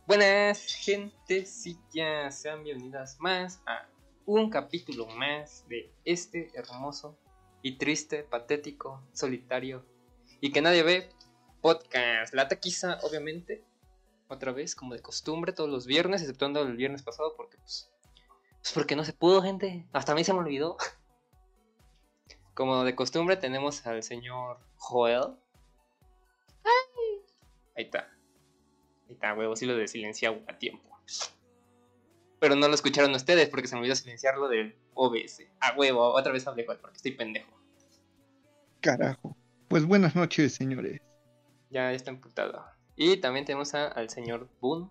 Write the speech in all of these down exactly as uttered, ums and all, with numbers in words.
Buenas gentecillas, sean bienvenidas más a un capítulo más de este hermoso y triste, patético, solitario y que nadie ve podcast. La taquiza, obviamente, otra vez como de costumbre todos los viernes, exceptuando el viernes pasado porque pues, pues porque no se pudo, gente. Hasta a mí se me olvidó. Como de costumbre tenemos al señor Joel. Ahí está. Ahí está, huevo, sí lo de silenciar a tiempo. Pero no lo escucharon ustedes porque se me olvidó silenciarlo del O B S. A huevo, otra vez hablé igual porque estoy pendejo. Carajo. Pues buenas noches, señores. Ya está emputado. Y también tenemos a, al señor Boone,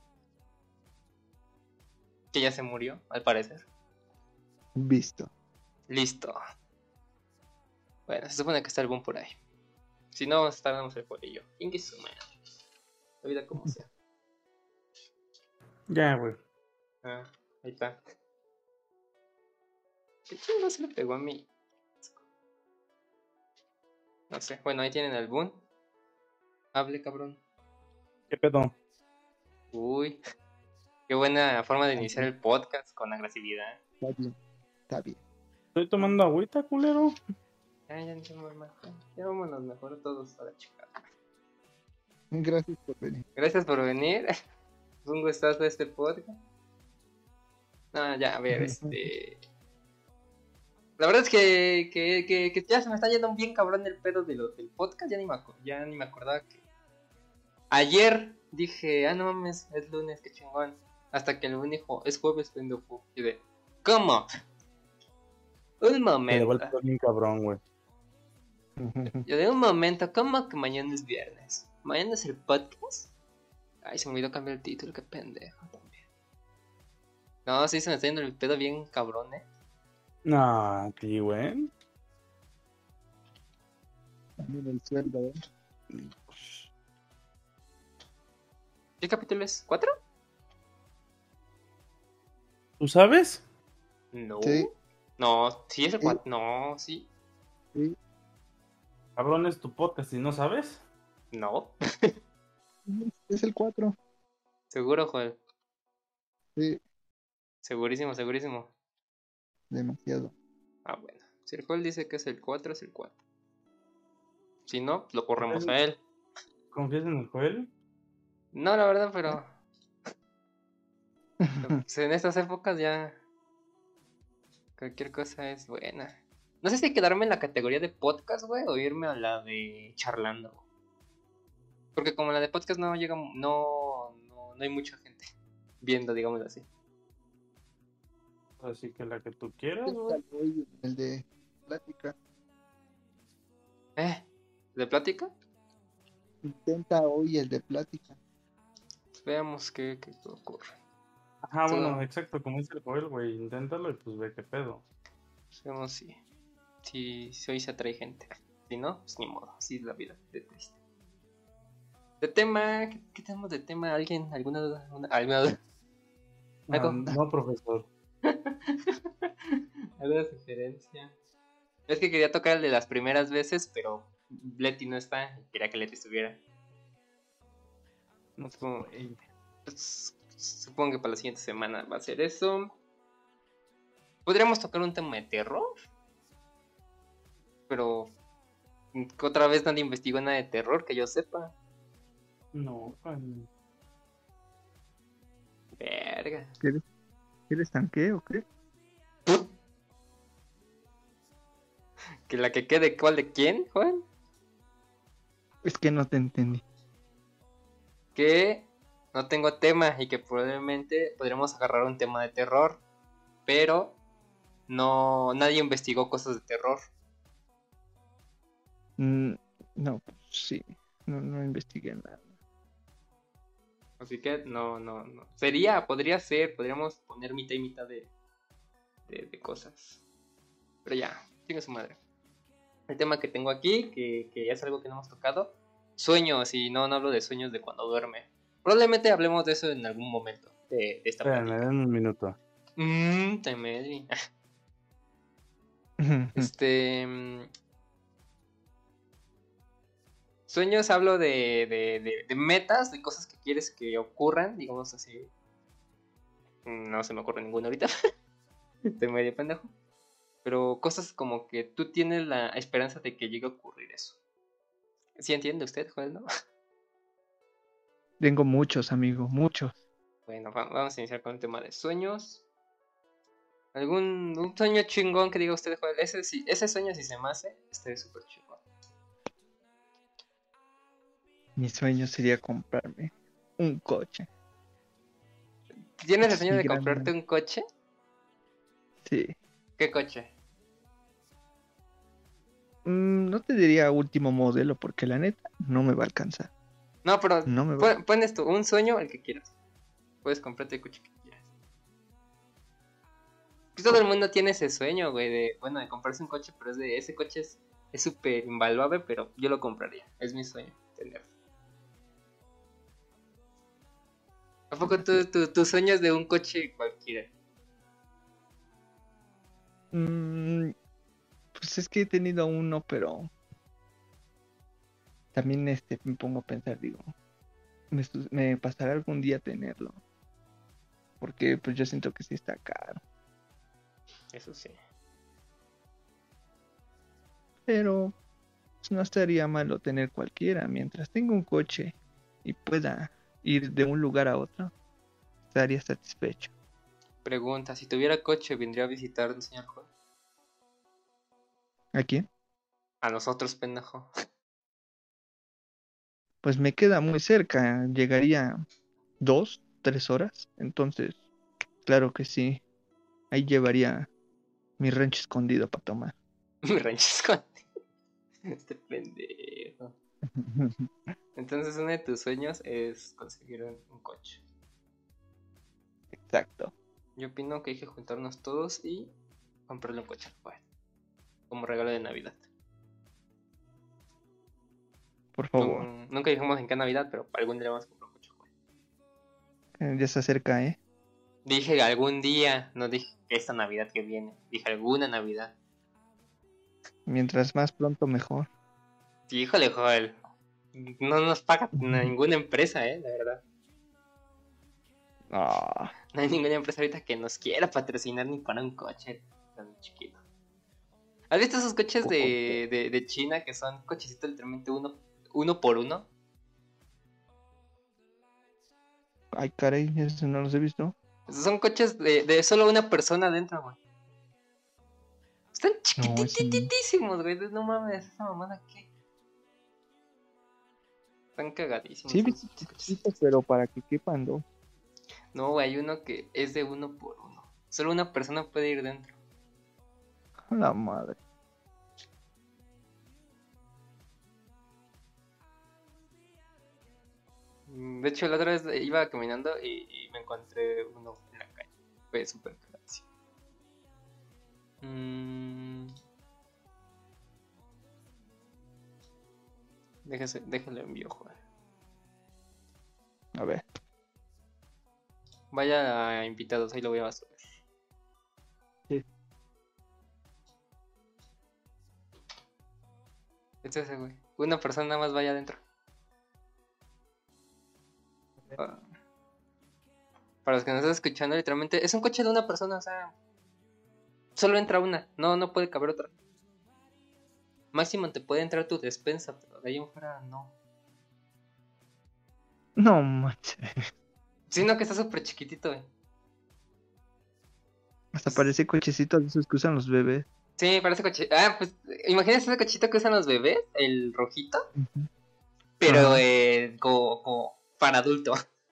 que ya se murió, al parecer. Visto. Listo. Bueno, se supone que está el Boone por ahí. Si no, estábamos el polillo. Ingue su madre. La vida como sea. Ya, güey. Ah, ahí está. ¿Qué chingo se le pegó a mí? No sé. Bueno, ahí tienen al Boone. Hable, cabrón. ¿Qué pedo? Uy. Qué buena forma de iniciar el podcast con agresividad. Está bien. Está bien. Estoy tomando agüita, culero. Ya, ya, ya, mamá. Ya vámonos mejor todos a la chica. Gracias por venir. Gracias por venir. Es un gustazo este podcast. No, ya, a ver, este. La verdad es que, que, que, que ya se me está yendo bien cabrón el pedo de lo, del podcast. Ya ni, me acu- ya ni me acordaba que. Ayer dije, ah, no mames, es lunes, qué chingón. Hasta que el lunes dijo, es jueves, pendejo. Y de, ¿cómo? Un Te momento. llevo el pedo bien cabrón, güey. Yo de un momento, ¿cómo que mañana es viernes? ¿Mañana es el podcast? Ay, se me olvidó cambiar el título, qué pendejo también. No, sí, se me está yendo el pedo bien cabrón, eh. No, aquí, güey. También el sueldo, ¿eh? ¿Qué capítulo es? ¿Cuatro? ¿Tú sabes? No. Sí. No, sí es el Sí. cuatro. No, sí. Sí. Cabrón, es tu podcast y no sabes. No. Es el cuatro. Seguro, Joel. Sí. Segurísimo, segurísimo. Demasiado. Ah, bueno. Si el Joel dice que es el cuatro, es el cuatro. Si no, lo corremos a él. ¿Confías en el Joel? No, la verdad, pero pues en estas épocas ya cualquier cosa es buena. No sé si quedarme en la categoría de podcast, güey, o irme a la de charlando. Porque como la de podcast no llega, no, no, no hay mucha gente viendo, digamos así. Así que la que tú quieras, güey. Inténtalo hoy, el de plática. ¿Eh? ¿De plática? Intenta hoy el de plática. Veamos qué, qué ocurre. Ajá, Todo- bueno, exacto, como dice el Joel, güey. Inténtalo y pues ve qué pedo. Veamos si, si, si hoy se atrae gente. Si no, pues ni modo, así es la vida, de triste. De tema, ¿qué, qué tenemos de tema? ¿Alguien? ¿Alguna duda? ¿Una- ¿Alguna duda? ¿Algo? Ah, no, profesor. ¿Alguna sugerencia? Es que quería tocar el de las primeras veces, pero Leti no está. Quería que Leti estuviera. No Supongo, sé. pues, supongo que para la siguiente semana va a ser eso. Podríamos tocar un tema de terror. Pero que otra vez nadie investigó nada de terror que yo sepa. No, pan. Verga. ¿Quieres, ¿Quieres tanque o qué? ¿Que la que quede cuál de quién, Juan? Es que no te entendí. Que no tengo tema y que probablemente podríamos agarrar un tema de terror, pero no nadie investigó cosas de terror. Mm, no, pues sí. No, no investigué nada. Así que no, no, no. Sería, podría ser, podríamos poner mitad y mitad de, de, de cosas. Pero ya, chinga su madre. El tema que tengo aquí, que, que es algo que no hemos tocado, sueños, y no, no hablo de sueños de cuando duerme. Probablemente hablemos de eso en algún momento de, de esta Espérame, plática. den un minuto. Mmm, te me... Este... mm, Sueños hablo de, de, de, de metas, de cosas que quieres que ocurran, digamos así. No se me ocurre ninguno ahorita. Estoy medio pendejo. Pero cosas como que tú tienes la esperanza de que llegue a ocurrir eso. ¿Sí entiende usted, Joel, no? Tengo muchos, amigo, muchos. Bueno, va- vamos a iniciar con el tema de sueños. ¿Algún un sueño chingón que diga usted, Joel? Ese, sí, ese sueño si se me hace, estaría súper chingón. Mi sueño sería comprarme un coche. ¿Tienes el sueño Sí, de comprarte grande. un coche? Sí. ¿Qué coche? Mm, no te diría último modelo porque la neta no me va a alcanzar. No, pero No me va. pon- pones tú un sueño, el que quieras. Puedes comprarte el coche que quieras. Pues todo el mundo tiene ese sueño, güey, de, bueno, de comprarse un coche, pero es de, ese coche es es súper invaluable, pero yo lo compraría. Es mi sueño, tenerlo. ¿A poco tú, tu, tu sueño es de un coche cualquiera? Mm, pues es que he tenido uno, pero también este me pongo a pensar, digo, me, su- me pasará algún día tenerlo, porque pues yo siento que sí está caro, Eso sí. pero pues, no estaría malo tener cualquiera, mientras tenga un coche y pueda ir de un lugar a otro, estaría satisfecho. Pregunta, si tuviera coche, ¿vendría a visitarnos, señor juez? ¿A quién? A nosotros, pendejo. Pues me queda muy cerca, llegaría dos, tres horas, entonces, claro que sí, ahí llevaría mi rancho escondido para tomar. Mi rancho escondido. Este pendejo. Entonces uno de tus sueños es conseguir un, un coche. Exacto, Yo opino que hay que juntarnos todos y comprarle un coche al juez. Como regalo de Navidad. por favor. Nu- nunca dijimos en qué Navidad, pero algún día le vamos a comprar un coche al juez. Eh, Ya se acerca, ¿eh? Dije algún día, no dije esta Navidad que viene. Dije alguna Navidad. Mientras más pronto mejor. Sí, híjole, Joel. No nos paga ninguna empresa, eh, la verdad. Ah, No hay ninguna empresa ahorita que nos quiera patrocinar ni para un coche tan chiquito. ¿Has visto esos coches poco. de, de, de China que son cochecitos literalmente uno, uno por uno? Ay, caray, eso no los he visto. Son coches de, de solo una persona adentro, güey. Están No, ese no. chiquitititísimos, güey. No mames, esa mamada qué. Están cagadísimos Sí, he esos visto pinches coches. chiquitos, pero para que quepan dos. No, güey, hay uno que es de uno por uno. Solo una persona puede ir dentro. A la madre. Mm, De hecho, la otra vez iba caminando y, y me encontré uno en la calle. Fue súper cagadísimo. Mm, déjese, déjale envío, joder. A ver, Vaya a invitados, ahí lo voy a subir. sí. Es ese, güey. Una persona nada más vaya adentro. Ah, Para los que nos están escuchando, literalmente es un coche de una persona, o sea, solo entra una, no, no puede caber otra. Máximo te puede entrar tu despensa, pero de ahí en fuera no. No manches. Sino que está súper chiquitito, güey. Hasta Es- parece cochecito de esos que usan los bebés. Sí, parece coche. Ah, pues imagínate ese cochito que usan los bebés, el rojito, Ujú. pero Ajá. eh, como, como para adulto.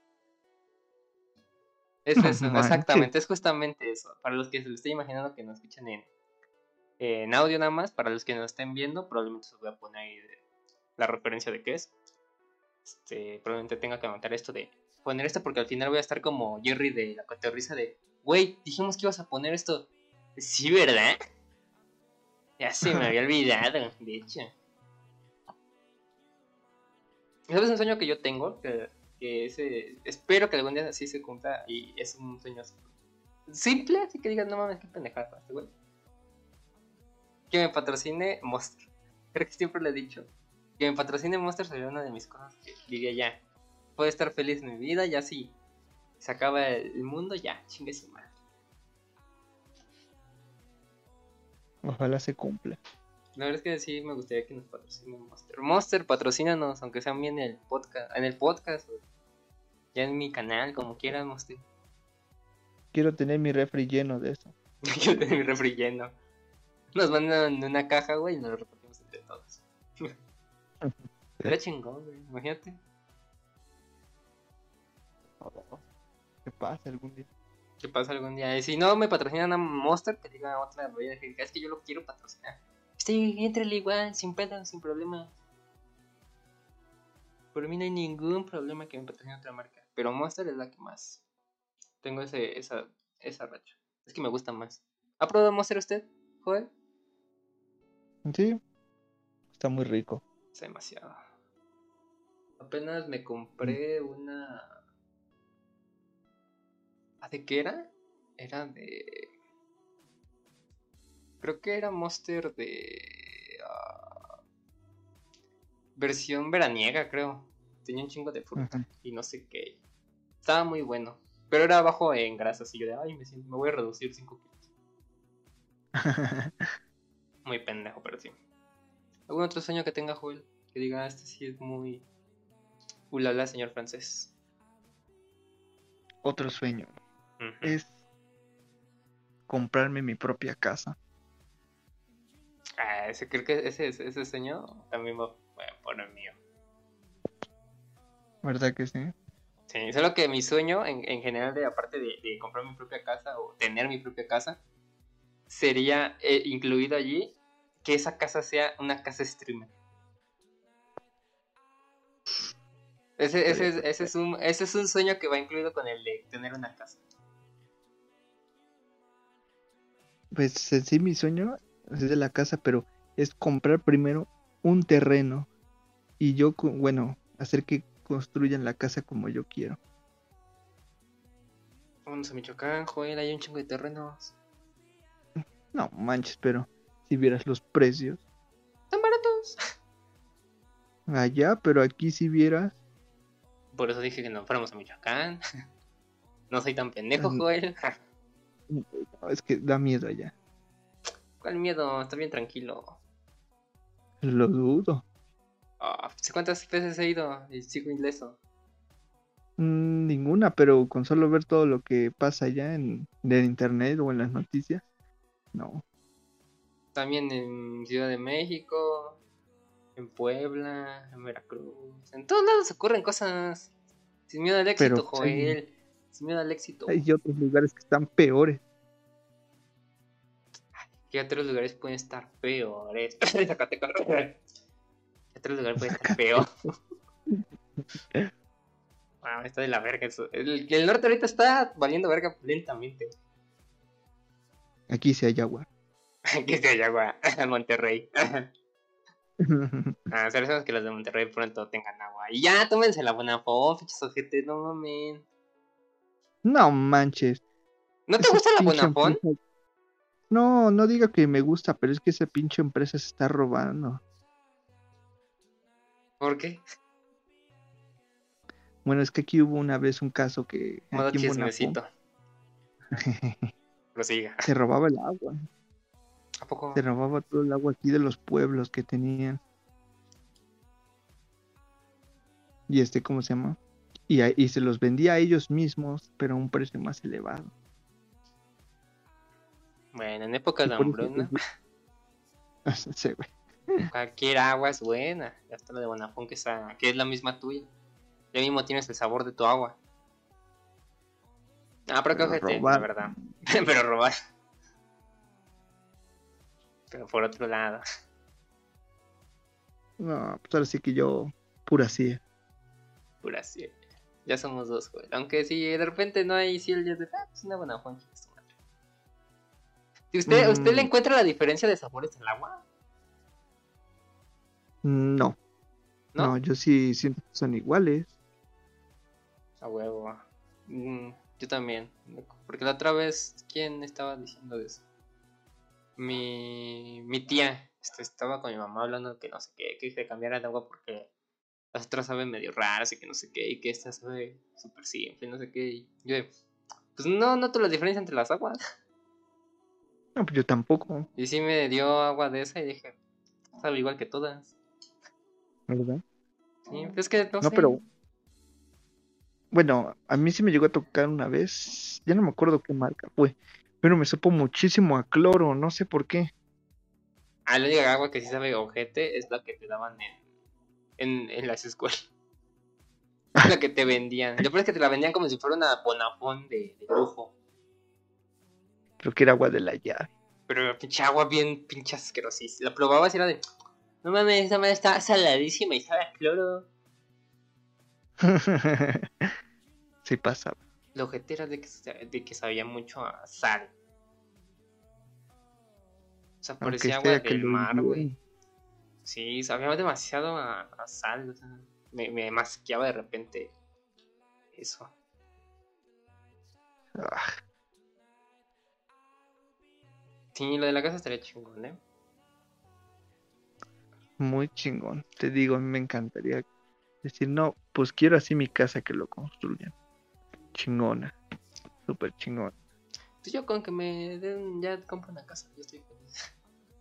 Es No eso, manches. exactamente, es justamente eso. Para los que se lo estén imaginando que no escuchan en, en audio nada más, para los que nos estén viendo, probablemente se los voy a poner ahí de- la referencia de qué es. Este, probablemente tenga que anotar esto de poner esto porque al final voy a estar como Jerry de la cotorrisa de, güey, dijimos que ibas a poner esto. Sí, ¿verdad? Ya se me había olvidado, de hecho. ¿Sabes un sueño que yo tengo? Que, que ese, espero que algún día así se cumpla y es un sueño simple, así que digas, no mames, qué pendejada este güey. Que me patrocine Monster. Creo que siempre le he dicho. que me patrocine Monster sería una de mis cosas que diría ya. Puedo estar feliz en mi vida, ya sí. Se acaba el mundo, ya, chingue su madre. Ojalá se cumpla. La verdad es que sí me gustaría que nos patrocine Monster. Monster, patrocínanos, aunque sea bien en el podcast, en el podcast, o ya en mi canal, como quieras, Monster. Quiero tener mi refri lleno de eso. Quiero tener mi refri lleno. Nos mandan en una caja, güey, y nos lo repartimos entre todos. Era chingón, güey, imagínate. ¿Qué pasa algún día? ¿Qué pasa algún día? Y si no me patrocinan a Monster, que diga otra bebida que diga, es que yo lo quiero patrocinar. Sí, éntrale igual, sin pedo, sin problema. Por mí no hay ningún problema que me patrocine otra marca. Pero Monster es la que más. Tengo ese, esa, esa racha. Es que me gusta más. ¿Ha probado Monster usted, Joel? Sí, está muy rico. Es demasiado. Apenas me compré una... ¿Ah, de qué era? Era de... Creo que era Monster de... Uh... versión veraniega, creo. Tenía un chingo de fruta. Uh-huh. Y no sé qué. Estaba muy bueno. Pero era bajo en grasas. Y yo de, ay, me, siento, me voy a reducir cinco kilos. Muy pendejo, pero sí. ¿Algún otro sueño que tenga, Joel? Que diga, este sí es muy... Ulala, señor francés. Otro sueño. Uh-huh. Es comprarme mi propia casa. Ah, ese, creo que ese, ese, ese sueño también va a poner mío. ¿Verdad que sí? Sí, solo que mi sueño, en, en general, de aparte de, de comprar mi propia casa o tener mi propia casa, sería eh, incluido allí que esa casa sea una casa streamer. Ese, ese, ese, ese, es un, ese es un sueño que va incluido con el de tener una casa. Pues sí, mi sueño es de la casa, pero es comprar primero un terreno y yo, bueno, hacer que construyan la casa como yo quiero. Vamos a Michoacán, Joel, hay un chingo de terrenos. No manches, pero si vieras los precios. Están baratos. Allá, pero aquí si vieras. Por eso dije que no fuéramos a Michoacán. No soy tan pendejo, Joel. No, es que da miedo allá. ¿Cuál miedo? Está bien tranquilo. Lo dudo. Oh, ¿cuántas veces he ido y sigo ileso? Mm, ninguna, pero con solo ver todo lo que pasa allá en, en internet o en las noticias, no. También en Ciudad de México, en Puebla, en Veracruz. En todos lados ocurren cosas. Sin miedo al éxito, pero, Joel. Sí. Sin miedo al éxito. Hay otros lugares que están peores. ¿Qué otros lugares pueden estar peores? Zacatecas. ¿Qué otros lugares pueden estar peor? Wow, está de la verga eso. El, el norte ahorita está valiendo verga lentamente. Aquí sí hay agua. Aquí sí hay agua. Monterrey. Ah, sabemos que los de Monterrey pronto tengan agua. Y ya, tómense la Bonafont, fichas ojetes, no mames. No manches. ¿No te esa gusta la Bonafont? Empresa... No, no diga que me gusta, pero es que esa pinche empresa se está robando. ¿Por qué? Bueno, es que aquí hubo una vez un caso que... Modo chismecito. Prosiga. Se robaba el agua. ¿A poco? Se robaba todo el agua aquí de los pueblos que tenían. Y este, ¿cómo se llama? Y, a, y se los vendía a ellos mismos, pero a un precio más elevado. Bueno, en época de hambruna. Sí, güey. Cualquier agua es buena. Hasta la de Bonafont, que, está, que es la misma tuya. Ya mismo tienes el sabor de tu agua. Ah, pero que ojete, la verdad. Pero robar. Pero por otro lado. No, pues ahora sí que yo, pura sí. Pura sí. Ya somos dos, güey. Aunque si de repente no hay cielo, ya es de, ah, pues una buena fuente. ¿Y usted, mm. usted le encuentra la diferencia de sabores al agua? No. No, no yo sí siento que son iguales. A huevo. Mm, yo también. Porque la otra vez, ¿quién estaba diciendo de eso? Mi, mi tía. este, estaba con mi mamá hablando que no sé qué, que se cambiara de agua porque las otras saben medio raras y que no sé qué, y que esta sabe súper simple, no sé qué. Y yo, de, pues no noto la diferencia entre las aguas. No, pues yo tampoco, Y sí me dio agua de esa y dije, sabe igual que todas. ¿verdad? Sí, pues es que no No, sé. pero bueno, a mí sí me llegó a tocar una vez, ya no me acuerdo qué marca fue, pero me supo muchísimo a cloro, no sé por qué. Ah, la única agua que sí sabe ojete es la que te daban en, en, en las escuelas. Es la que te vendían. Lo peor es que te la vendían como si fuera una Bonafón de, de lujo. Creo que era agua de la llave. Pero pinche agua bien pinche asquerosísima. La probabas y era de, no mames, esa madre está saladísima y sabe a cloro. Sí pasaba. La ojete era de que, de que sabía mucho a sal. O sea, Aunque parecía agua sea que del lo mar, güey. hirvieron. Sí, sabía demasiado a, a sal. O sea, me, me masqueaba de repente eso. Ah, Sí, lo de la casa estaría chingón, ¿eh? muy chingón. Te digo, a mí me encantaría decir, no, pues quiero así mi casa que lo construyan. Chingona, súper chingona. Pues yo con que me den, ya compro una casa, yo estoy feliz.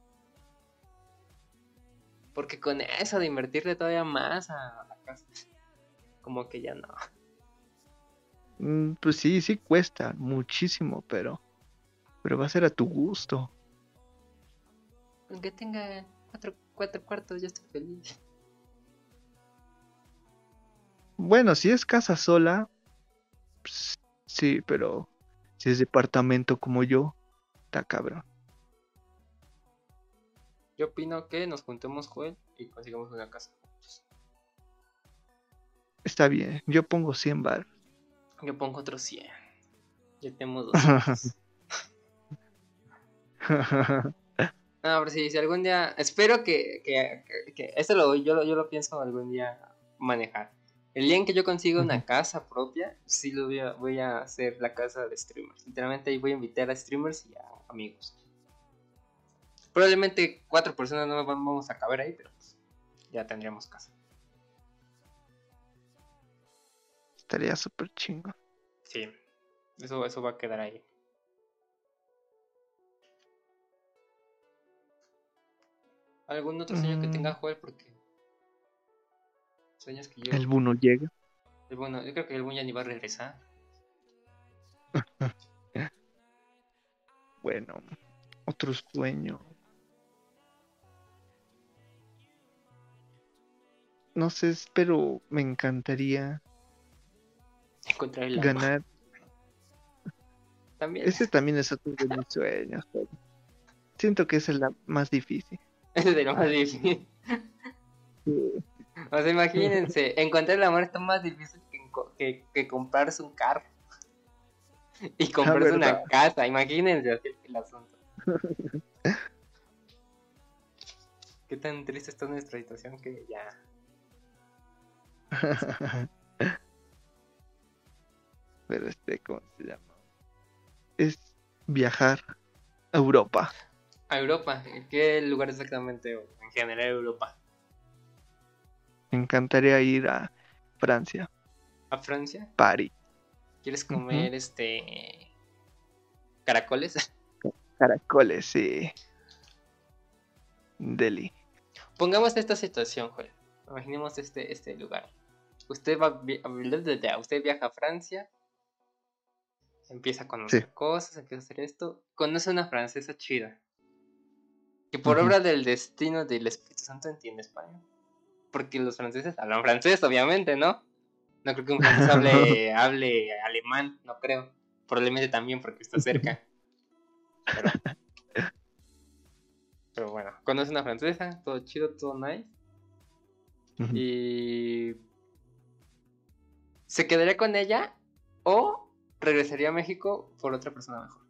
Porque con eso de invertirle todavía más a la casa, como que ya no. Mm, pues sí, sí cuesta muchísimo, pero, pero va a ser a tu gusto. Con que tenga cuatro, cuatro cuartos, yo estoy feliz. Bueno, si es casa sola, pues, sí, pero si es departamento como yo, está cabrón. Yo opino que nos juntemos, Joel, y consigamos una casa. Está bien, yo pongo cien bar. Yo pongo otros cien. Ya tenemos doscientos. No, pero sí, si algún día. Espero que. que, que, que esto lo, yo, lo, yo lo pienso algún día manejar. El día en que yo consiga una casa propia, sí lo voy a, voy a hacer la casa de streamers. Literalmente ahí voy a invitar a streamers y a amigos. Probablemente cuatro personas no vamos a caber ahí, pero pues, ya tendríamos casa. Estaría súper chingo. Sí, eso, eso va a quedar ahí. ¿Algún otro sueño que tenga Mm, Joel? Porque sueños que yo. el Buno llega. Bueno, yo creo que el Boon ya ni va a regresar. Bueno, otro sueño. No sé, pero me encantaría Encontrar el alma. ganar. También. Ese también es otro de mis sueños, pero siento que esa es la más difícil. Ese es de lo más difícil. Sí. O sea, imagínense, encontrar el amor está más difícil que, que, que comprarse un carro y Ah, comprarse verdad. una casa. Imagínense así el asunto. Qué tan triste está nuestra situación que ya. Pero este, ¿cómo se llama? Es viajar a Europa. A Europa, ¿en qué lugar exactamente? O en general Europa. Me encantaría ir a Francia, ¿A Francia? París. ¿Quieres Ujú. comer este caracoles? Caracoles, sí. Delhi. Pongamos esta situación, Joel. Imaginemos este, este lugar. Usted va usted viaja a Francia, empieza a conocer Sí. cosas, empieza a hacer esto, conoce una francesa chida. Que por Ujú. obra del destino del Espíritu Santo entiende español. Porque los franceses hablan francés, obviamente, ¿no? No creo que un francés hable, hable alemán, no creo. Probablemente también porque está cerca. Pero, pero bueno, conoce una francesa, todo chido, todo nice. Ujú. Y se quedaría con ella o regresaría a México por otra persona mejor.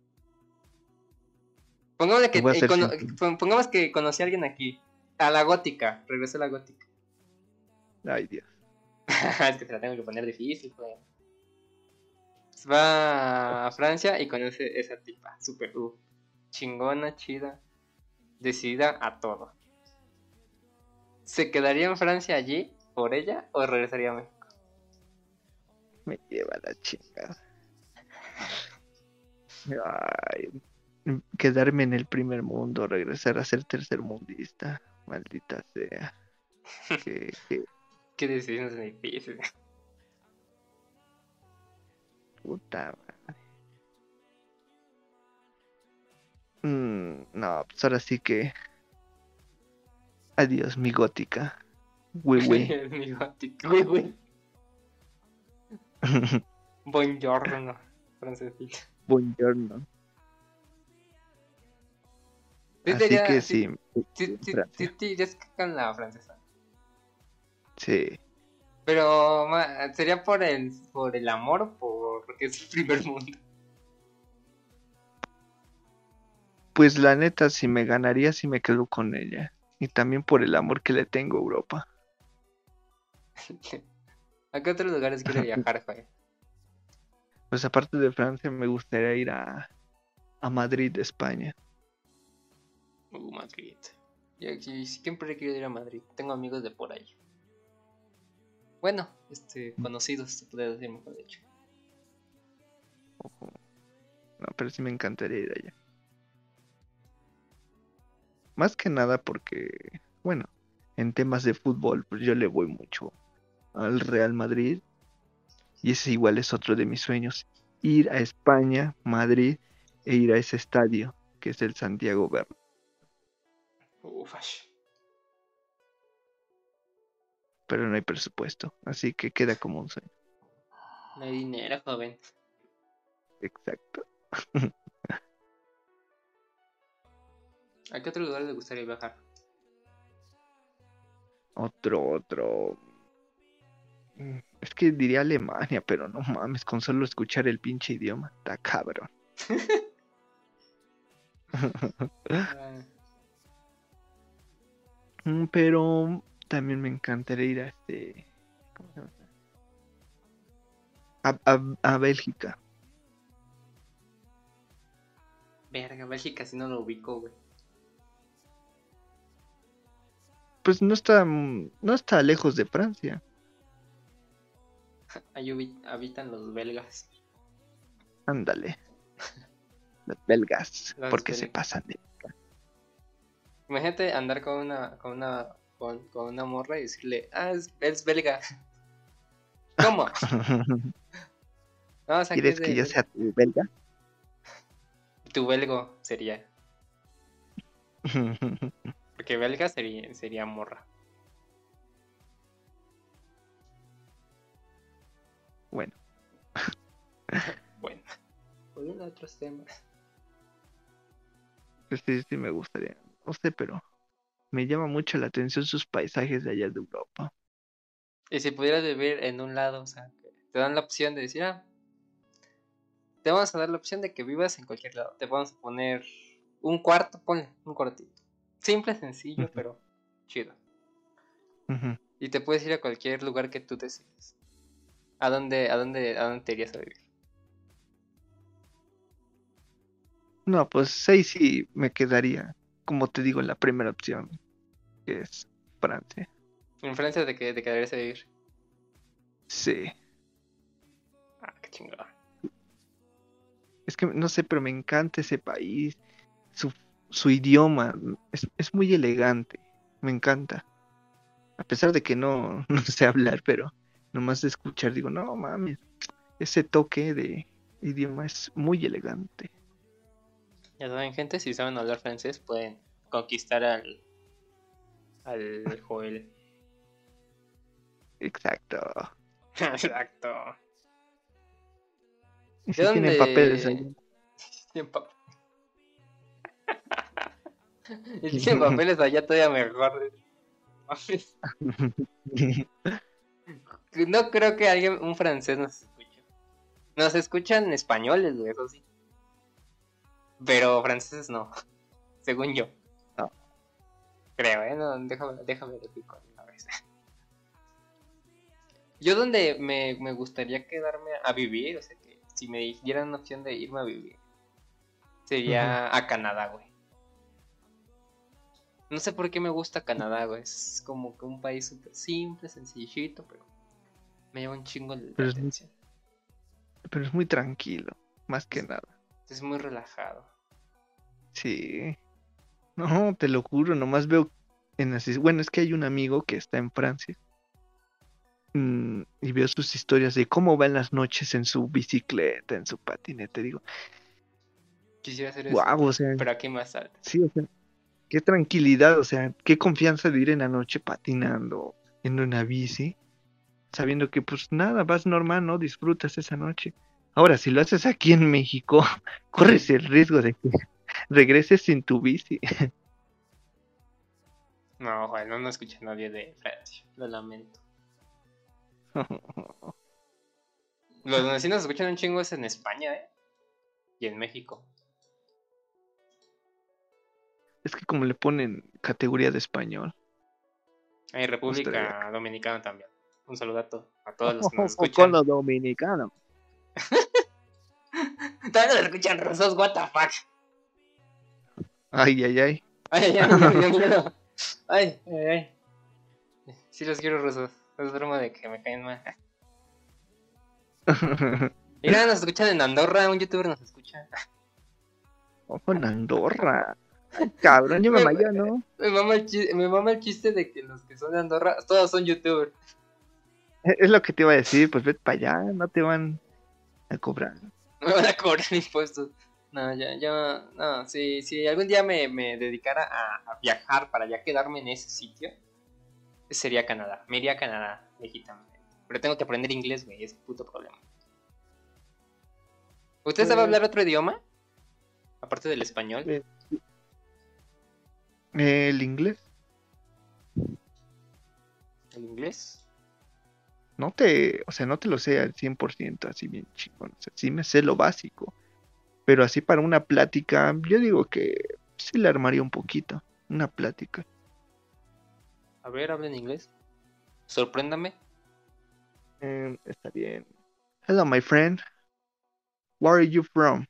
Pongamos que, Voy a eh, ser cono- sincero. pongamos que conocí a alguien aquí. A la gótica, regresó a la gótica. Ay, Dios. Es que te la tengo que poner difícil, pues. Va a Francia y conoce esa tipa, super uh, chingona, chida. decidida a todo. ¿Se quedaría en Francia allí por ella o regresaría a México? Me lleva la chingada. Ay, quedarme en el primer mundo, regresar a ser tercermundista. Maldita sea. Que, que Qué decisión tan difícil. puta madre. Mm, no, pues ahora sí que. Adiós, mi gótica. Güey, güey. Mi gótico, güey, güey. Buongiorno, francesita. Buongiorno. Sí, Así sería- que sí, sí. sí, sí, sí, Francia. te irías con la francesa. Sí. Pero ma, sería por el, por el amor o por- porque es el primer mundo. Pues la neta, si me ganaría, sí me quedo con ella. Y también por el amor que le tengo a Europa. ¿A qué otros lugares quiere viajar, güey? Pues aparte de Francia, me gustaría ir a, a Madrid, España. Uh, Madrid. Yo sí- siempre he querido ir a Madrid. Tengo amigos de por ahí. Bueno, este, conocidos, se puede decir mejor dicho. Ojo. No, pero sí me encantaría ir allá. Más que nada porque, bueno, en temas de fútbol, pues yo le voy mucho al Real Madrid. Y ese igual es otro de mis sueños. Ir a España, Madrid, e ir a ese estadio, que es el Santiago Bernabéu. Ufash. Pero no hay presupuesto, así que queda como un sueño. No hay dinero, joven. Exacto. ¿A qué otro lugar le gustaría viajar? Otro, otro. Mm, Es que diría Alemania, pero no mames, con solo escuchar el pinche idioma, está cabrón. Ah, Mm, Pero también me encantaría ir a este. ¿Cómo se llama? A, a- a Bélgica. verga, Bélgica si no lo ubico, güey. Pues no está, mm, no está lejos de Francia. Ahí hubi- habitan los belgas. Ándale. Los belgas, Los porque se belgas. pasan de. Imagínate andar con una, con una, con, con una morra y decirle, ah, es, es belga. ¿Cómo? No, o sea, que ¿Quieres es que de, yo de- sea tu belga? tu belgo sería. Porque belga sería, sería morra. Bueno, Bueno, volviendo a otros temas. pues sí, sí me gustaría. No sé, pero me llama mucho la atención sus paisajes de allá de Europa. Y si pudieras vivir en un lado, o sea, que te dan la opción de decir, ah, te vamos a dar la opción de que vivas en cualquier lado. Te vamos a poner un cuarto, ponle, un cuartito. Simple, sencillo, Ujú. pero chido. Ujú. Y te puedes ir a cualquier lugar que tú decidas. ¿A dónde, a dónde, a dónde te irías a vivir? No, pues ahí sí me quedaría, como te digo, en la primera opción, que es Francia. En Francia de que te quedarías a vivir. Sí, Ah, qué chingón. es que no sé, pero me encanta ese país, su, su idioma, es, es muy elegante, me encanta. A pesar de que no, no sé hablar, pero nomás de escuchar digo, no mames, ese toque de idioma es muy elegante. Ya saben, gente, si saben hablar francés, pueden conquistar al, al Joel. Exacto. Exacto. Y ¿De si tienen papeles allá. dónde? Tienen pa- Y si tienen papeles allá todavía mejor. Mames. No creo que alguien, un francés nos escuche. Nos escuchan españoles, güey, eso sí. Pero franceses no, según yo. No. Creo, ¿eh? No, déjame, déjame decir con una vez. Yo donde me, me gustaría quedarme a vivir, o sea que si me dieran una opción de irme a vivir, sería a Canadá, güey. No sé por qué me gusta Canadá, güey. Es como que un país súper simple, sencillito, pero me llama un chingo la Pero es muy, atención. pero es muy tranquilo, más que nada. Es muy relajado. Sí. No, te lo juro, nomás veo en las... his- Bueno, es que hay un amigo que está en Francia mm, y veo sus historias de cómo va en las noches en su bicicleta, en su patinete. Digo, Quisiera hacer eso, wow, o sea, pero aquí más alto. sí, o sea, qué tranquilidad, o sea, qué confianza de ir en la noche patinando en una bici, sabiendo que pues nada, vas normal, ¿no? Disfrutas esa noche. Ahora, si lo haces aquí en México, corres el riesgo de que regreses sin tu bici. No, güey, no, no escuché a nadie de Francia. Lo lamento. Los donde sí nos escuchan un chingo es en España, ¿eh? Y en México. Es que como le ponen categoría de español, Hay pues trae República acá. Dominicana también. Un saludato a todos los que nos Con escuchan. los dominicanos. Todos nos escuchan rusos, what the fuck. Ay, ay, ay. Ay, ay, ya me dio miedo. Ay, ay, ay. Sí los quiero rusos. Es broma de que me caen mal. Mira, nos escuchan en Andorra, un youtuber nos escucha. Ojo en Andorra. Ay, cabrón, yo me Me, mayo, ¿no? me mama el chiste, me mama el chiste de que los que son de Andorra, todos son youtubers. Es lo que te iba a decir, pues vete para allá, no te van a cobrar. Me van a cobrar impuestos. No, ya, ya, no, si, si algún día me, me dedicara a, a viajar para ya quedarme en ese sitio, sería Canadá. Me iría a Canadá, legítimamente. Pero tengo que aprender inglés, güey, es un puto problema. ¿Usted sabe Pues, hablar otro idioma? Aparte del español. eh, el inglés, ¿El inglés? no te, o sea, no te lo sé al cien por ciento así bien chingón. O sea, sí me sé lo básico, pero así para una plática, yo digo que sí le armaría un poquito, una plática. A ver, habla en inglés. Sorpréndame. Eh, está bien. Hello, my friend. Where are you from?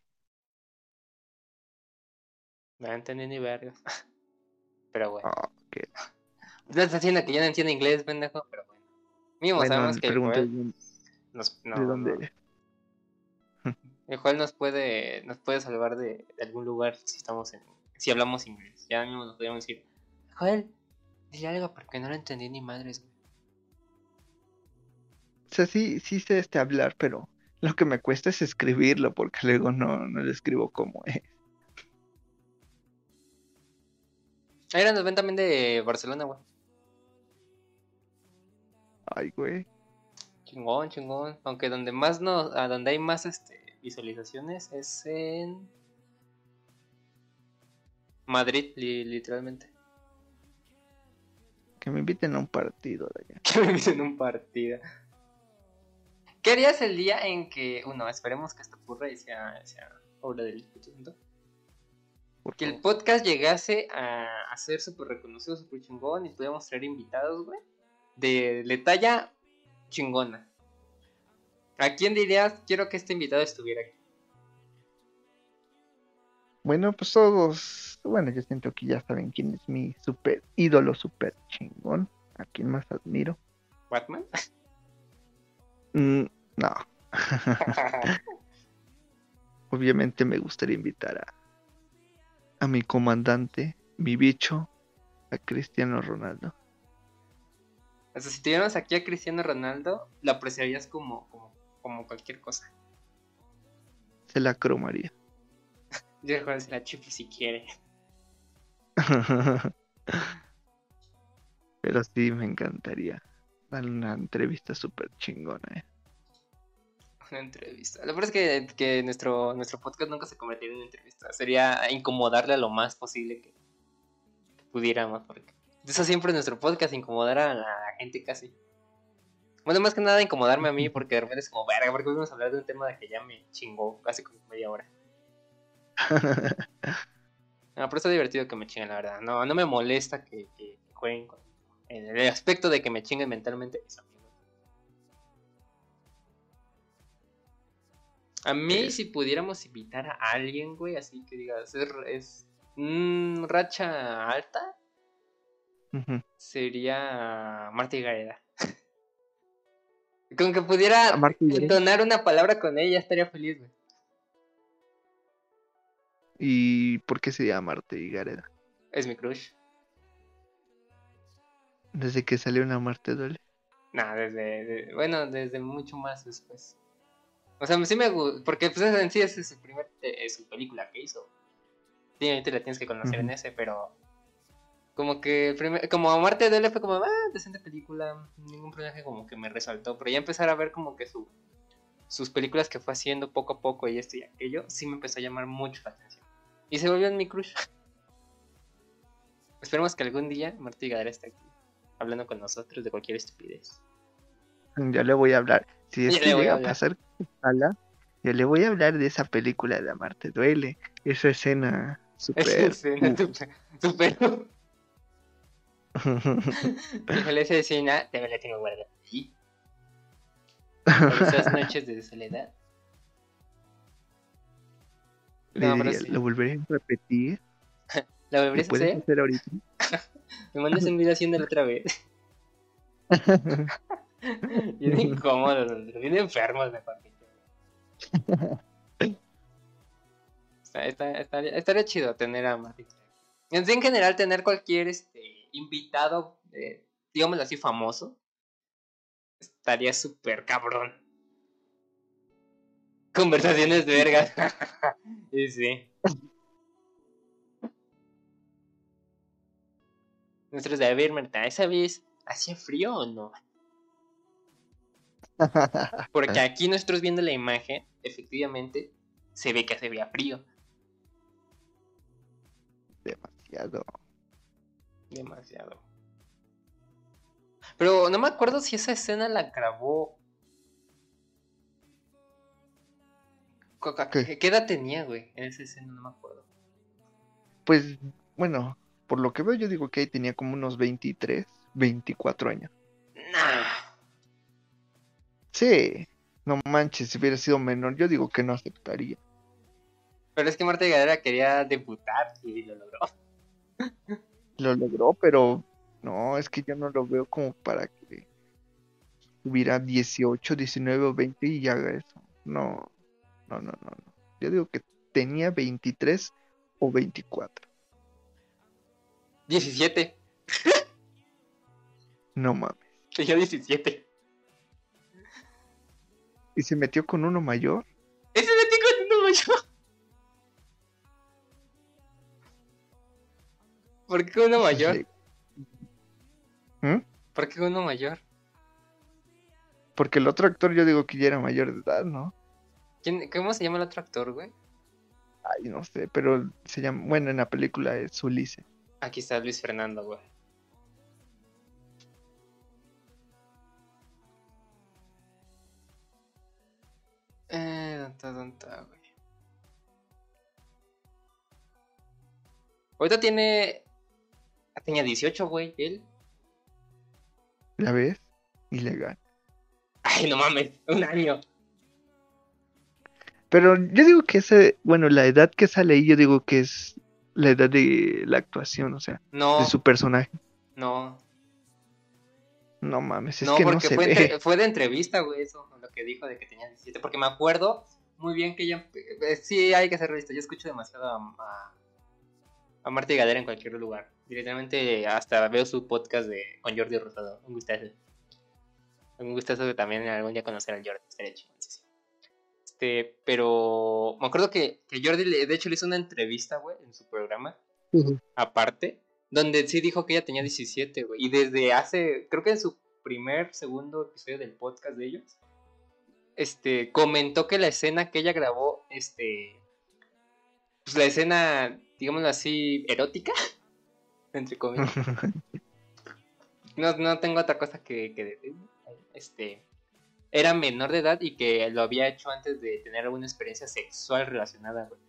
No entendí ni verga. Pero bueno. Ah, ok. No estás diciendo que yo no entiendo inglés, pendejo, pero bueno. Mínimo Bueno, sabemos le que el pregunté Joel de nos, de no, dónde no, eres. el Joel nos puede, nos puede salvar de, de algún lugar si estamos en, si hablamos inglés. Ya mismo nos podríamos decir, Joel, dile algo porque no lo entendí ni madres. O sea, sí, sí sé este hablar, pero lo que me cuesta es escribirlo, porque luego no, no lo escribo como es. Ahora nos ven también de Barcelona, güey. Ay, güey. Chingón, chingón. Aunque donde más nos, a donde hay más este visualizaciones es en Madrid, li- literalmente. Que me inviten a un partido de allá. Que me dicen un partido. ¿Qué harías el día en que, uno, esperemos que esto ocurra y sea, sea obra del Espíritu Santo? Por Que el favor. podcast llegase a, a ser súper reconocido, súper chingón y pudiéramos traer invitados, güey. De, de talla chingona. ¿A quién dirías, quiero que este invitado estuviera aquí? Bueno, pues todos. Bueno, yo siento que ya saben quién es mi super ídolo, super chingón. A quién más admiro. ¿Batman? Mm, no. Obviamente me gustaría invitar a, a mi comandante, mi bicho, a Cristiano Ronaldo. O sea, si tuviéramos aquí a Cristiano Ronaldo, lo apreciarías como, como, como cualquier cosa. Se la cromaría. Yo el juego se la chupi si quiere. Pero sí me encantaría darle una entrevista súper chingona, eh. Una entrevista. Lo peor es que, que nuestro, nuestro podcast nunca se convertiría en una entrevista. Sería incomodarle a lo más posible que pudiéramos. Porque eso siempre es nuestro podcast, incomodar a la gente casi. Bueno, más que nada incomodarme a mí porque de repente es como, verga, porque vamos a hablar de un tema de que ya me chingó casi como media hora. No, pero está divertido que me chinguen, la verdad. No, no me molesta que, que jueguen con en el aspecto de que me chinguen mentalmente mis amigos. A mí, Eh, si pudiéramos invitar a alguien, güey, así que digas, es, es mm, racha alta, Ujú. sería Marta y Gareda. Con que pudiera ¿A Marta y Gareda? entonar una palabra con ella, estaría feliz, güey. ¿Y por qué se llama Marta y Gareda? Es mi crush. Desde que salió una Marta duele. Nah, desde, de- bueno, desde mucho más después. O sea, sí me gusta, porque pues en sí es su primer, eh, su película que hizo. Obviamente la tienes que conocer en Ujú. ese, pero como que el primer- como Marte duele fue como, ah, decente película, ningún personaje como que me resaltó, pero ya empezar a ver como que su, sus películas que fue haciendo poco a poco y esto y aquello, sí me empezó a llamar mucho la atención. Y se volvió en mi crush. Esperemos que algún día Marta Gadara esté aquí, hablando con nosotros de cualquier estupidez. Ya le voy a hablar. Si es Ya que le voy a llega a hablar. pasar, ojalá, yo le voy a hablar de esa película de Amarte Duele. Esa escena Esa súper. escena uf. super, super. Híjole, esa escena también la tengo guardada ahí. Por esas noches de soledad. Le No, pero diría, sí. ¿lo volveré a repetir? ¿La ¿Lo volverías a puedes hacer? hacer ahorita? Me mandas un video haciéndolo otra vez. Bien incómodo, bien enfermos mejor que yo. Está, está, estaría, estaría chido tener a Martin. En sí, en general, tener cualquier este invitado, eh, digámoslo así, famoso, estaría súper cabrón. Conversaciones de vergas. Y sí. Nosotros de a ver, Marta, ¿esa vez hacía frío o no? Porque aquí nosotros viendo la imagen, efectivamente, se ve que hace frío. Demasiado. Demasiado. Pero no me acuerdo si esa escena la grabó. ¿Qué? ¿Qué, ¿Qué edad tenía, güey? En esa escena no me acuerdo. Pues, bueno, por lo que veo, yo digo que ahí tenía como unos veintitrés, veinticuatro años. Nah. Sí, no manches, si hubiera sido menor, yo digo que no aceptaría. Pero es que Marta Gadera quería debutar y lo logró. Lo logró, pero no, es que yo no lo veo como para que tuviera dieciocho, diecinueve o veinte y haga eso. No, no, no, no, no. Yo digo que tenía veintitrés o veinticuatro. diecisiete. No mames. Tenía diecisiete. ¿Y se metió con uno mayor? Ese me tengo un número yo. ¿Por qué uno mayor? Sí. ¿Mm? ¿Por qué uno mayor? Porque el otro actor yo digo que ya era mayor de edad, ¿no? ¿Quién, ¿Cómo se llama el otro actor, güey? Ay, no sé, pero se llama, bueno, en la película es Ulises. Aquí está Luis Fernando, güey. Eh, ¿dónde está, dónde está, güey? Ahorita tiene... Tenía dieciocho, güey, él. ¿La ves? Ilegal. Ay, no mames, un año. Pero yo digo que ese, bueno, la edad que sale ahí, yo digo que es la edad de la actuación, o sea, No, de su personaje. no. No mames, es No, que no porque se fue, ve. entre- fue de entrevista, güey, eso, lo que dijo de que tenía diecisiete. Porque me acuerdo muy bien que ella... eh, sí, hay que ser realista. Yo escucho demasiado a, a, a Marta y Gadera en cualquier lugar. Directamente hasta veo su podcast de con Jordi Rosado. Un gustazo. Un gustazo de también algún día conocer al Jordi. Estaría chido, sí, sí. Este, pero me acuerdo que, que Jordi, le, de hecho, le hizo una entrevista, güey, en su programa, Ujú. aparte, donde sí dijo que ella tenía diecisiete, güey. Y desde hace, creo que en su primer, segundo episodio del podcast de ellos, este, comentó que la escena que ella grabó, este, pues la escena, digámoslo así, erótica, entre comillas. No, no tengo otra cosa que, que decir. Este, era menor de edad y que lo había hecho antes de tener alguna experiencia sexual relacionada, güey.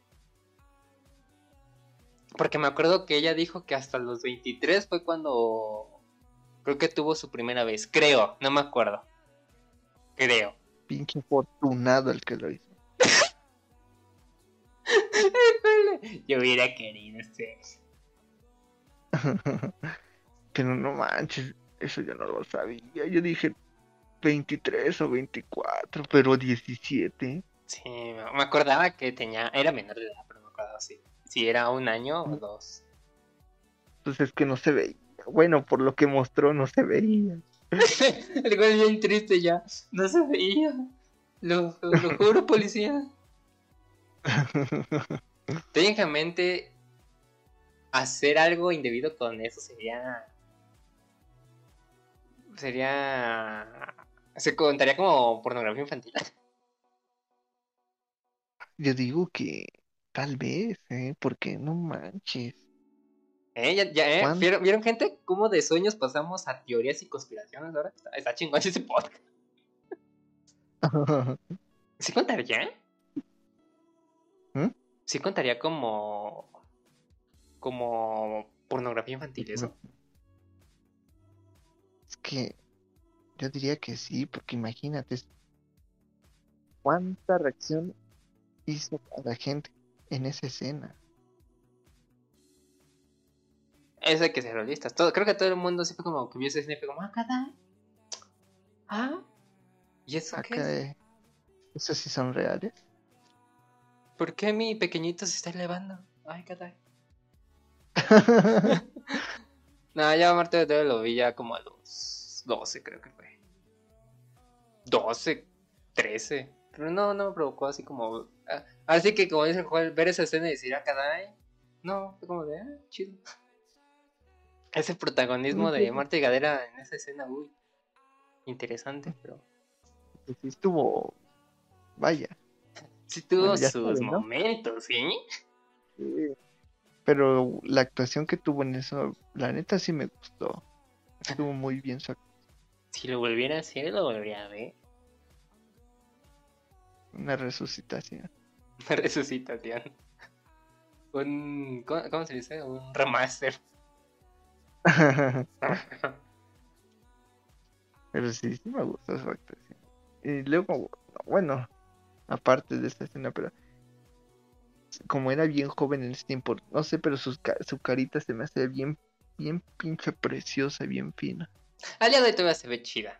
Porque me acuerdo que ella dijo que hasta los veintitrés fue cuando creo que tuvo su primera vez. Creo, no me acuerdo. Creo. Pinche afortunado el que lo hizo. Yo hubiera querido ser. Pero no manches, eso yo no lo sabía. Yo dije veintitrés o veinticuatro, pero diecisiete. Sí, me me acordaba que tenía, era menor de edad, pero no me acordaba si, si era un año o dos. Pues es que no se veía. Bueno, por lo que mostró no se veía. El güey bien triste ya, no se veía. Lo, lo, lo juro, policía. Técnicamente, hacer algo indebido con eso sería. Sería. Se contaría como pornografía infantil. Yo digo que tal vez, ¿eh? Porque no manches. ¿Eh? Ya, ya, ¿eh? ¿Cuánto? ¿Vieron, ¿Vieron, gente? ¿Cómo de sueños pasamos a teorías y conspiraciones ahora? Está, está chingón ese podcast. ¿Sí contaría? ¿Mm? ¿Sí contaría como. como pornografía infantil eso? Es que yo diría que sí, porque imagínate es- cuánta reacción hizo cada gente en esa escena. Eso hay que ser realistas. Todo, creo que todo el mundo sí fue como que vio ese cine y fue como, ah, caray. Ah, ¿y eso qué Acá, es? eh, esos sí son reales. ¿Por qué mi pequeñito se está elevando? Ay, caray. No, ya Marte de Toro lo vi ya como a los doce, creo que fue. doce, trece. Pero no, no me provocó así como. ah, Así que, como dice el Joel, ver esa escena y decir, ah, caray. No, fue como de, ah, chido. Ese protagonismo No, de pues, Marta y Gadera en esa escena, uy, interesante, pero pues sí estuvo, vaya. sí tuvo Bueno, ya sus saben, ¿no? momentos, ¿sí? Sí. Pero la actuación que tuvo en eso, la neta sí me gustó. Estuvo muy bien su act- Si lo volviera a hacer, lo volvería a ver. una resucitación. Una resucitación. Un. ¿Cómo, cómo se dice? Un remaster. Pero sí, sí me gustó su actuación. Y luego, bueno, aparte de esta escena, pero como era bien joven en ese tiempo, no sé, pero sus ca- su carita se me hace bien, bien pinche preciosa, bien fina. Al día de hoy todavía se ve chida.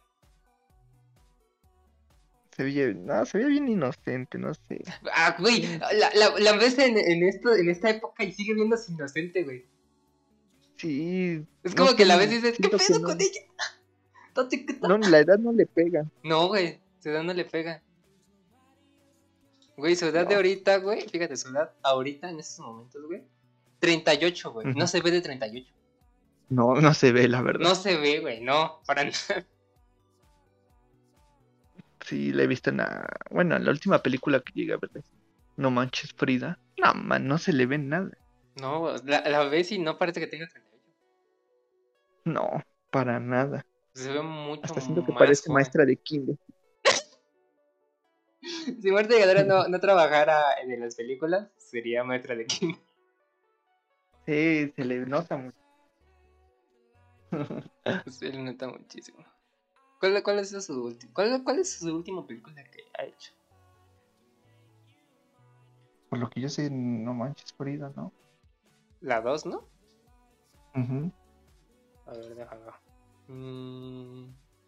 Se veía, no, se veía bien inocente, no sé. Ah, güey, Bien, la, la, la ves en, en, esto, en esta época y sigue viéndose inocente, güey. sí, Es no como sé, que la ves y dices, ¿qué siento que pedo con no, ella? Date quieta. no, la edad no le pega. No, güey, su edad no le pega. Güey, su edad de No. ahorita, güey, fíjate, su edad ahorita en estos momentos, güey. treinta y ocho, güey. No Ujú. se ve de treinta y ocho. No, no se ve, la verdad. No se ve, güey, no, para nada. Sí, la he visto en la, bueno, en la última película que llegué a ver. No manches, Frida. No, man, no se le ve nada. No, güey, la, la ves y no parece que tenga treinta y ocho. No, para nada. Se ve mucho Hasta siento que más parece joven. maestra de kinder. Si Marta Gadera no, no trabajara en las películas, sería maestra de kinder. Sí, se le nota mucho. Se le nota muchísimo. ¿Cuál, cuál, es su ulti- cuál, ¿Cuál es su última película que ha hecho? Por lo que yo sé, no manches, Frida, ¿no? La dos, ¿no? Ujú. A ver, déjalo. Mm.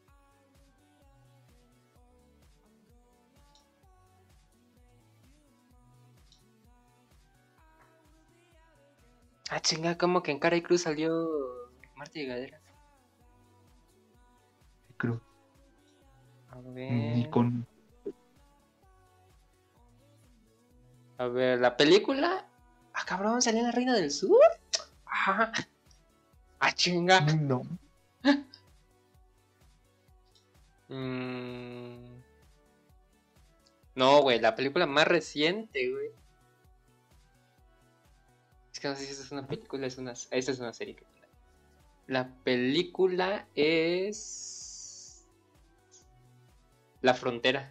Ah, chinga, como que en Cara y Cruz salió Marta y Gadera. Creo. A Ni ver. con. A ver, la película. Ah, cabrón, salió la Reina del Sur. Ah, ah chinga. No. Mm. No, güey, la película más reciente, güey. Es que no sé si esta es una película, es una, esta es una serie. Que... La película es... La Frontera.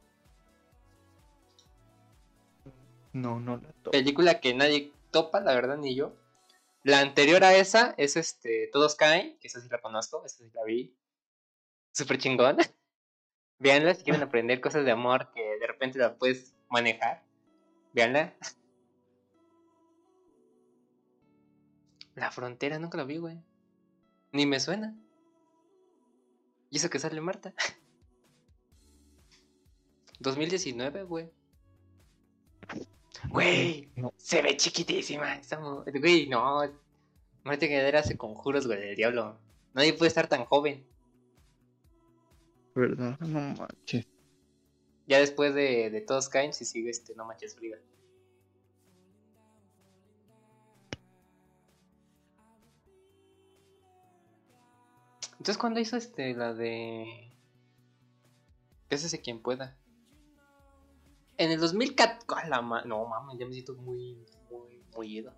No, no la topo. Película que nadie topa, la verdad, ni yo. La anterior a esa es este Todos Caen, que esa sí la conozco, esa sí la vi. Súper chingón. Véanla si quieren aprender cosas de amor que de repente la puedes manejar. Véanla. La Frontera, nunca la vi, güey. Ni me suena. ¿Y eso que sale Marta? dos mil diecinueve, güey. Güey, No, se ve chiquitísima. Esa mu- Güey, no. Marta Gareda hace conjuros, güey, del diablo. Nadie puede estar tan joven. ¿verdad? No manches. Ya después de, de Todos Caen, si sigue este, no manches, Frida. Entonces, ¿cuándo hizo este, la de... ¿Qué hace quien pueda? En el dos mil catorce... ¡Ah, la ma- No, mames, ya me siento muy, muy, muy ido.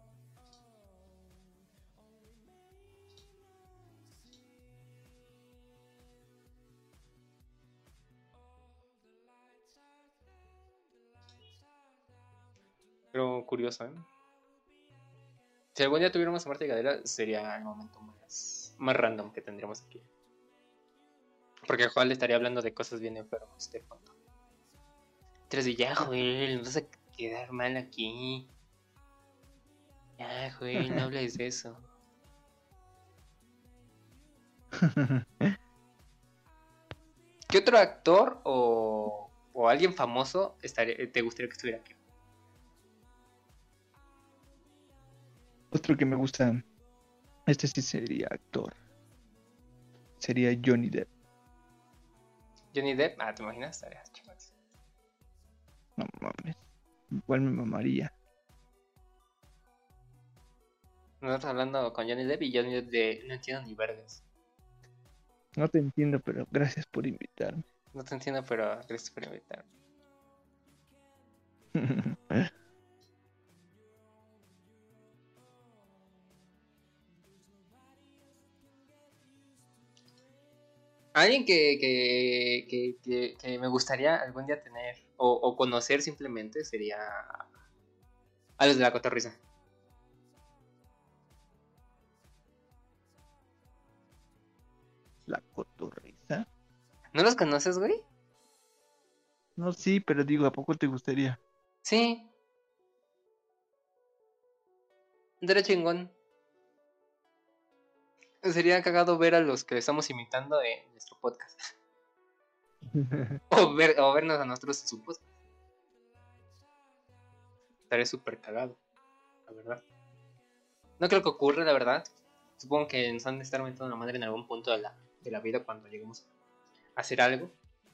Pero curioso, ¿eh? Si algún día tuviéramos a Marta y Gadera, sería el momento más, más random que tendríamos aquí. Porque Joel estaría hablando de cosas bien enfermas de fondo. Tras de ya, Joel, nos vas a quedar mal aquí. Ya, Joel, no hables de eso. ¿Qué otro actor o, o alguien famoso estaría, te gustaría que estuviera aquí? Otro que me gusta, este sí sería actor. Sería Johnny Depp. Johnny Depp, ah, ¿te imaginas? Estaría chingón. No mames. Igual me mamaría. Nosotros hablando con Johnny Depp y Johnny Depp de no entiendo ni vergas. No te entiendo, pero gracias por invitarme. No te entiendo, pero gracias por invitarme. Alguien que, que, que, que, que me gustaría algún día tener o, o conocer simplemente sería a los de la Cotorrisa. La cotorriza. ¿No los conoces, güey? No, sí, pero digo, ¿a poco te gustaría? Sí, derecho chingón. Sería cagado ver a los que estamos imitando en nuestro podcast. O, ver, o vernos a nosotros en su podcast. Estaría súper cagado, la verdad. No creo que ocurra, la verdad. Supongo que nos han de estar metiendo la madre en algún punto de la, de la vida cuando lleguemos a hacer algo.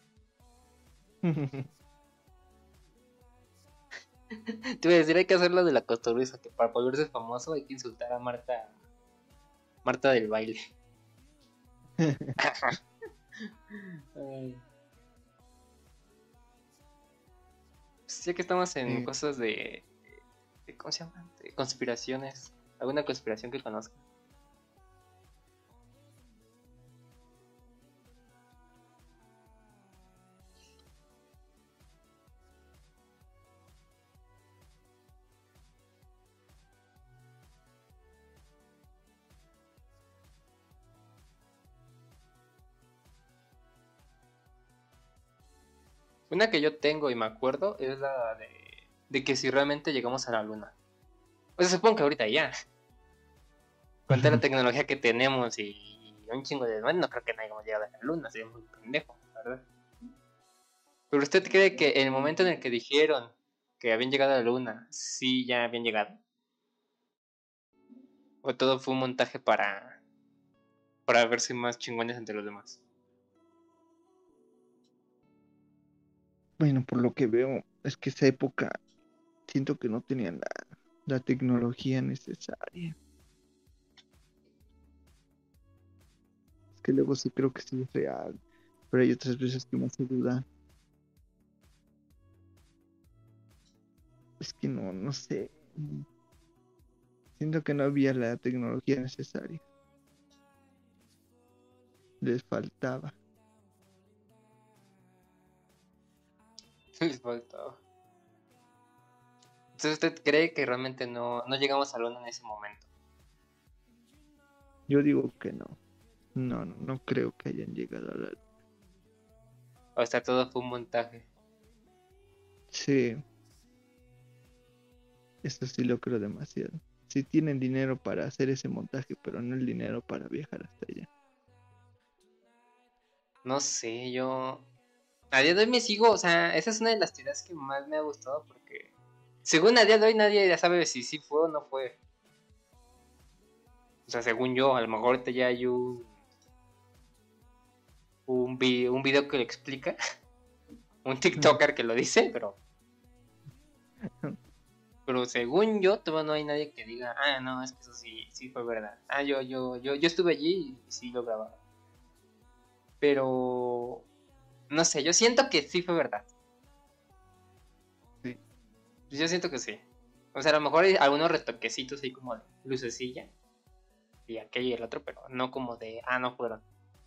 Te voy a decir, hay que hacer lo de la cotorriza, que para volverse famoso hay que insultar a Marta. Marta del baile. Ay. Pues ya que estamos en Eh, cosas de, de- ¿cómo se llama? De conspiraciones. ¿Alguna conspiración que conozca? Una que yo tengo y me acuerdo es la de, de que si realmente llegamos a la luna. Pues supongo que ahorita ya. Con toda la tecnología que tenemos y un chingo de... Bueno, no creo que no hayamos llegado a la luna, sería muy pendejo, la verdad. Pero usted cree que en el momento en el que dijeron que habían llegado a la luna, sí ya habían llegado. O todo fue un montaje para, para verse más chingones entre los demás. bueno, por lo que veo, es que esa época siento que no tenían la, la tecnología necesaria. Es que luego sí creo que sí es real, pero hay otras veces que me hace dudar. Es que no, no sé. Siento que no había la tecnología necesaria. Les faltaba. Les faltaba. Entonces usted cree que realmente no, no llegamos a la luna en ese momento. Yo digo que no. No, no, no creo que hayan llegado a la... O sea, todo fue un montaje. Sí, eso sí lo creo demasiado. sí tienen dinero para hacer ese montaje, pero no el dinero para viajar hasta allá. No sé, yo... A día de hoy me sigo, o sea, esa es una de las teorías que más me ha gustado porque... Según a día de hoy nadie ya sabe si sí fue o no fue. O sea, según yo, a lo mejor ahorita ya hay un... Un, vi- un video que lo explica. Un TikToker que lo dice, pero... Pero según yo, todavía no hay nadie que diga, ah, no, es que eso sí, sí fue verdad. Ah, yo, yo, yo, yo estuve allí y sí lo grababa. Pero... No sé, yo siento que sí fue verdad. Sí. Yo siento que sí. O sea, a lo mejor hay algunos retoquecitos ahí como de lucecilla. Y aquello y el otro, pero no como de, ah, no fueron.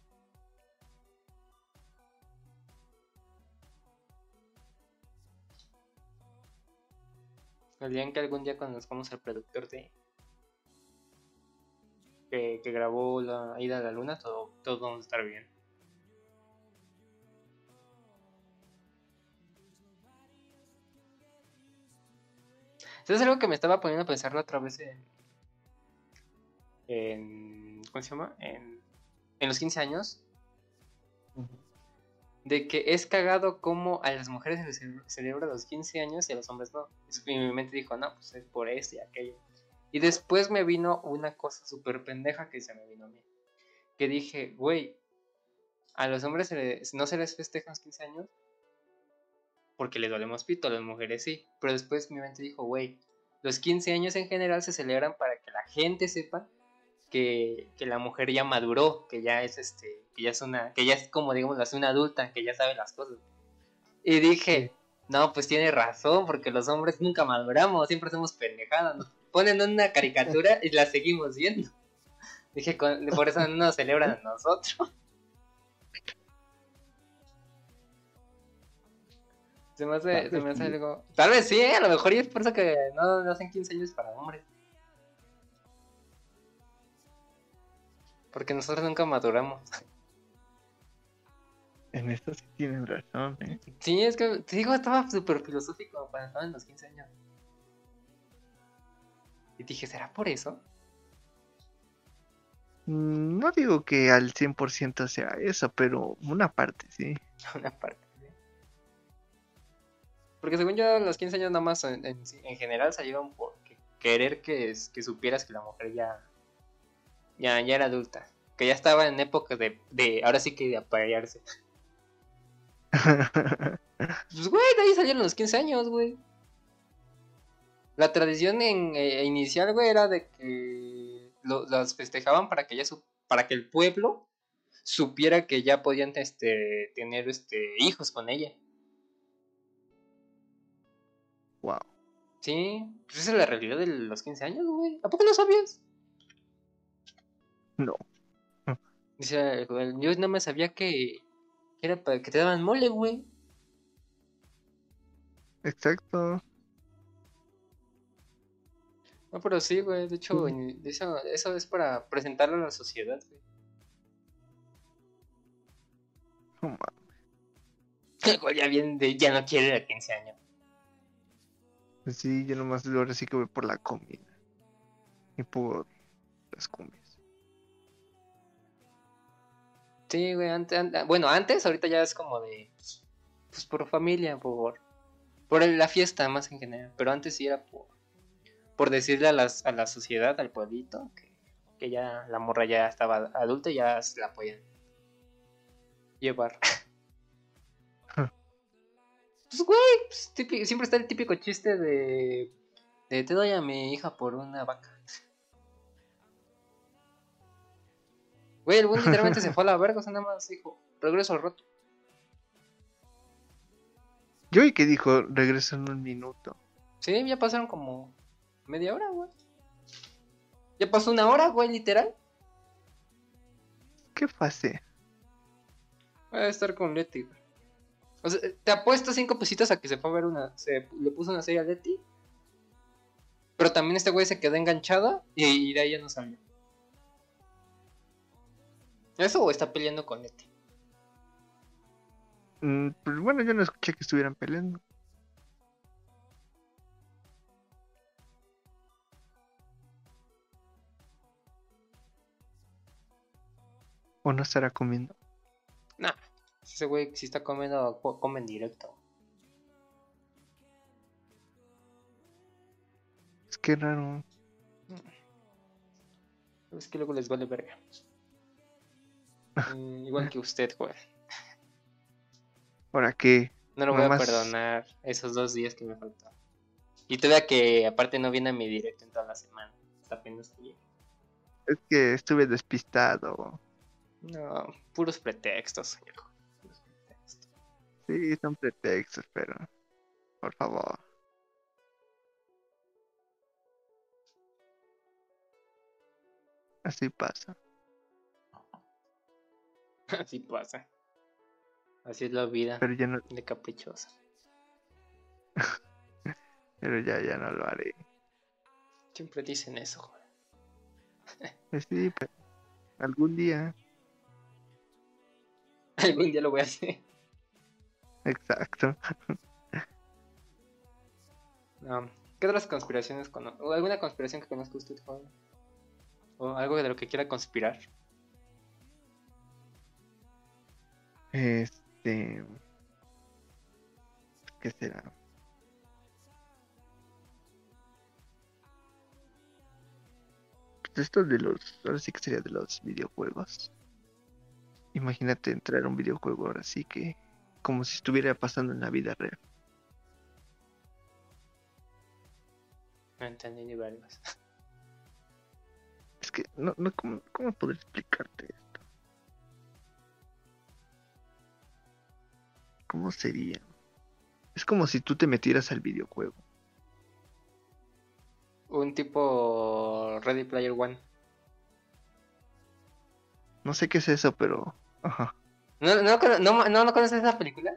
El día en que algún día conozcamos al productor de... Que, que grabó la ida a la luna, todo, todos vamos a estar bien. ¿Sabes algo que me estaba poniendo a pensar la otra vez en... en ¿cómo se llama? En, en los quince años. De que es cagado como a las mujeres se les ce- celebra los quince años y a los hombres no. Y mi mente dijo, no, pues es por esto y aquello. Y después me vino una cosa súper pendeja que se me vino a mí. Que dije, güey, a los hombres se les- no se les festejan los quince años porque les dolemos pito, a las mujeres sí. Pero después mi mente dijo, güey, los quince años en general se celebran para que la gente sepa que, que la mujer ya maduró, que ya es este, que ya es una, que ya es como digamos una adulta, que ya sabe las cosas. Y dije, Sí. no, pues tiene razón, porque los hombres nunca maduramos, siempre hacemos pendejadas. Nos ponen una caricatura y la seguimos viendo. Dije, con- por eso no nos celebran a nosotros. Se me hace, Tal se vez me hace sí. algo. Tal vez sí, a lo mejor y es por eso que no, no hacen quince años para hombres. Porque nosotros nunca maduramos. En esto sí tienen razón, ¿eh? Sí, es que, te digo, estaba súper filosófico cuando estaba en los quince años. Y dije, ¿será por eso? Mm, No digo que al cien por ciento sea eso, pero una parte, sí. Una parte. ¿Sí? Porque según yo, los quince años nada más en, en, en general salieron por que- querer que, es- que supieras que la mujer ya, ya, ya era adulta. Que ya estaba en época de, de ahora sí que de aparearse. Pues, güey, de ahí salieron los quince años, güey. La tradición en, eh, inicial, güey, era de que lo- las festejaban para que ya su- para que el pueblo supiera que ya podían este, tener este, hijos con ella. Wow, Sí, pues esa es la realidad de los quince años, güey. ¿A poco no sabías? no, Dice, güey, yo no me sabía que, que era para que te daban mole, güey. exacto. No, pero sí, güey. De hecho, Sí. en- eso, eso es para presentarlo a la sociedad, güey. No ma- El güey ya bien de, ya no quiere a quince años. Sí, yo nomás ahora sí que voy por la comida y por las cumbias. Sí, güey, antes, an- bueno, antes, ahorita ya es como de, pues, pues, por familia, por, por el- la fiesta más en general. Pero antes sí era por, por decirle a, las, a la sociedad, al pueblito, que, que ya la morra ya estaba adulta y ya se la podían llevar. Pues, güey, pues, típico- siempre está el típico chiste de, de te doy a mi hija por una vaca. Güey, el güey literalmente se fue a la verga, o sea, nada más dijo, regreso al rato. Yo vi que dijo, regreso en un minuto. Sí, ya pasaron como media hora, güey. Ya pasó una hora, güey, literal. ¿Qué fase? Voy a estar con Leti, güey. O sea, te apuesto cinco pesitos a que se fue a ver una, se le puso una serie a Leti. Pero también este güey se quedó enganchado y, y de ahí ya no salió. ¿Eso o está peleando con Leti? Mm, pues bueno, yo no escuché que estuvieran peleando. ¿O no estará comiendo? Nah, ese güey si está comiendo, co- come en directo. Es que raro. Es que luego les vale verga. Mm, igual que usted, güey. ¿Para qué? No lo voy a Nomás perdonar esos dos días que me faltó. Y todavía que aparte no viene a mi directo en toda la semana. Está apenas bien. es que estuve despistado. No, puros pretextos, señor. Puros pretextos. Sí, son pretextos, pero por favor. Así pasa. Así pasa. Así es la vida Pero ya no, de caprichosa. pero ya, ya no lo haré. Siempre dicen eso, güey. Pues sí, pero algún día. Algún día lo voy a hacer. Exacto. No. ¿Qué otras conspiraciones conoce? ¿O alguna conspiración que conozca usted, joven? ¿O algo de lo que quiera conspirar? Este. ¿Qué será? Pues esto de los. Ahora sí que sería de los videojuegos. Imagínate entrar a un videojuego ahora sí que. Como si estuviera pasando en la vida real. No entendí ni vergas. Es que no, no, ¿cómo, cómo poder explicarte esto? ¿Cómo sería? Es como si tú te metieras al videojuego. Un tipo Ready Player One. No sé qué es eso, pero. Ajá. ¿No, no, cono- no, no, no conoces esa película?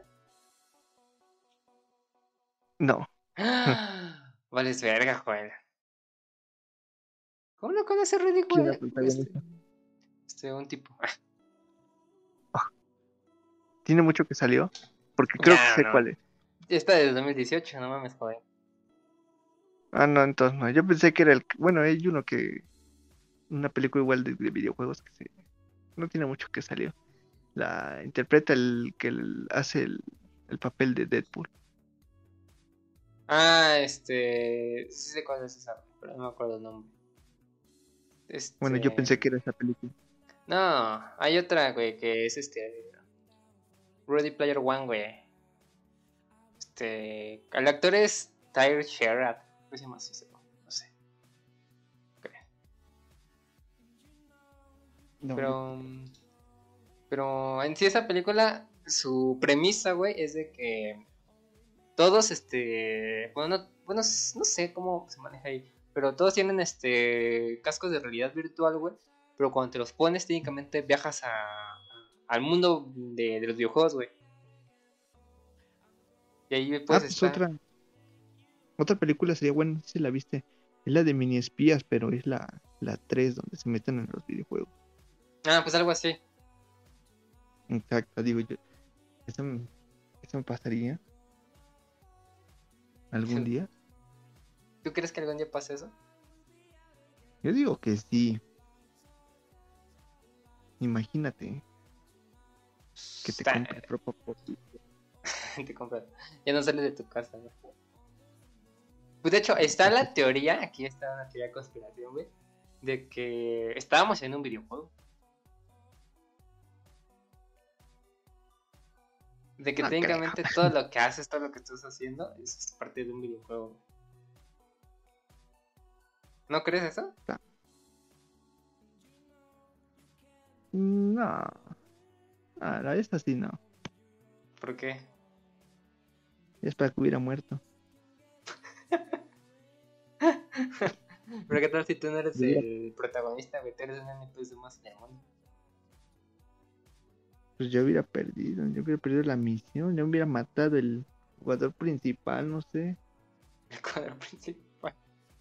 No. ¡Ah! Vales verga, joven. ¿Cómo no conoces Ready ¿Quién es la Player? Este, protagonista? este, un tipo. Ah, ¿tiene mucho que salió? Porque creo que No, sé no. cuál es. Esta de dos mil dieciocho, no mames, joven. Ah, no, entonces no. Yo pensé que era el. Bueno, hay uno que. Una película igual de, de videojuegos que se. No tiene mucho que salió. La interpreta el que el- hace el, el papel de Deadpool. Ah, este. Sí sé cuál es esa, pero no me acuerdo el nombre. Bueno, yo Este. pensé que era esa película. No, hay otra, güey, que es este. Ready Player One, güey. Este. El actor es Tyler Sherrod. ¿Cómo se llama así? No sé. Ok. No, yo- Pero. mm, Pero en sí, esa película, su premisa, güey, es de que todos, este. Bueno, no, bueno, s- no sé cómo se maneja ahí. Pero todos tienen este cascos de realidad virtual, güey. Pero cuando te los pones, técnicamente viajas a, al mundo de, de los videojuegos, güey. Y ahí Ah, puedes pues estar. otra. Otra película sería buena, no sé si la viste. Es la de mini espías, pero es la, la tres donde se meten en los videojuegos. Ah, pues algo así. Exacto, digo yo. Eso me, eso me pasaría algún día. ¿Tú crees que algún día pase eso? Yo digo que sí. Imagínate que te Está- compres ropa por ti. te compras. Ya no sales de tu casa, güey. Pues de hecho, está la teoría, aquí está una teoría de conspiración, güey, de que estábamos en un videojuego. De que No creo. técnicamente todo lo que haces, todo lo que estás haciendo, es parte de un videojuego. ¿No crees eso? No. Ah, la esta sí no. ¿Por qué? Es para que hubiera muerto. Pero qué tal si tú no eres Yo hubiera- el protagonista, güey, tú eres un N P C más en el mundo. Pues yo hubiera perdido. Yo hubiera perdido la misión. Yo hubiera matado el jugador principal, no sé. El cuadro principal.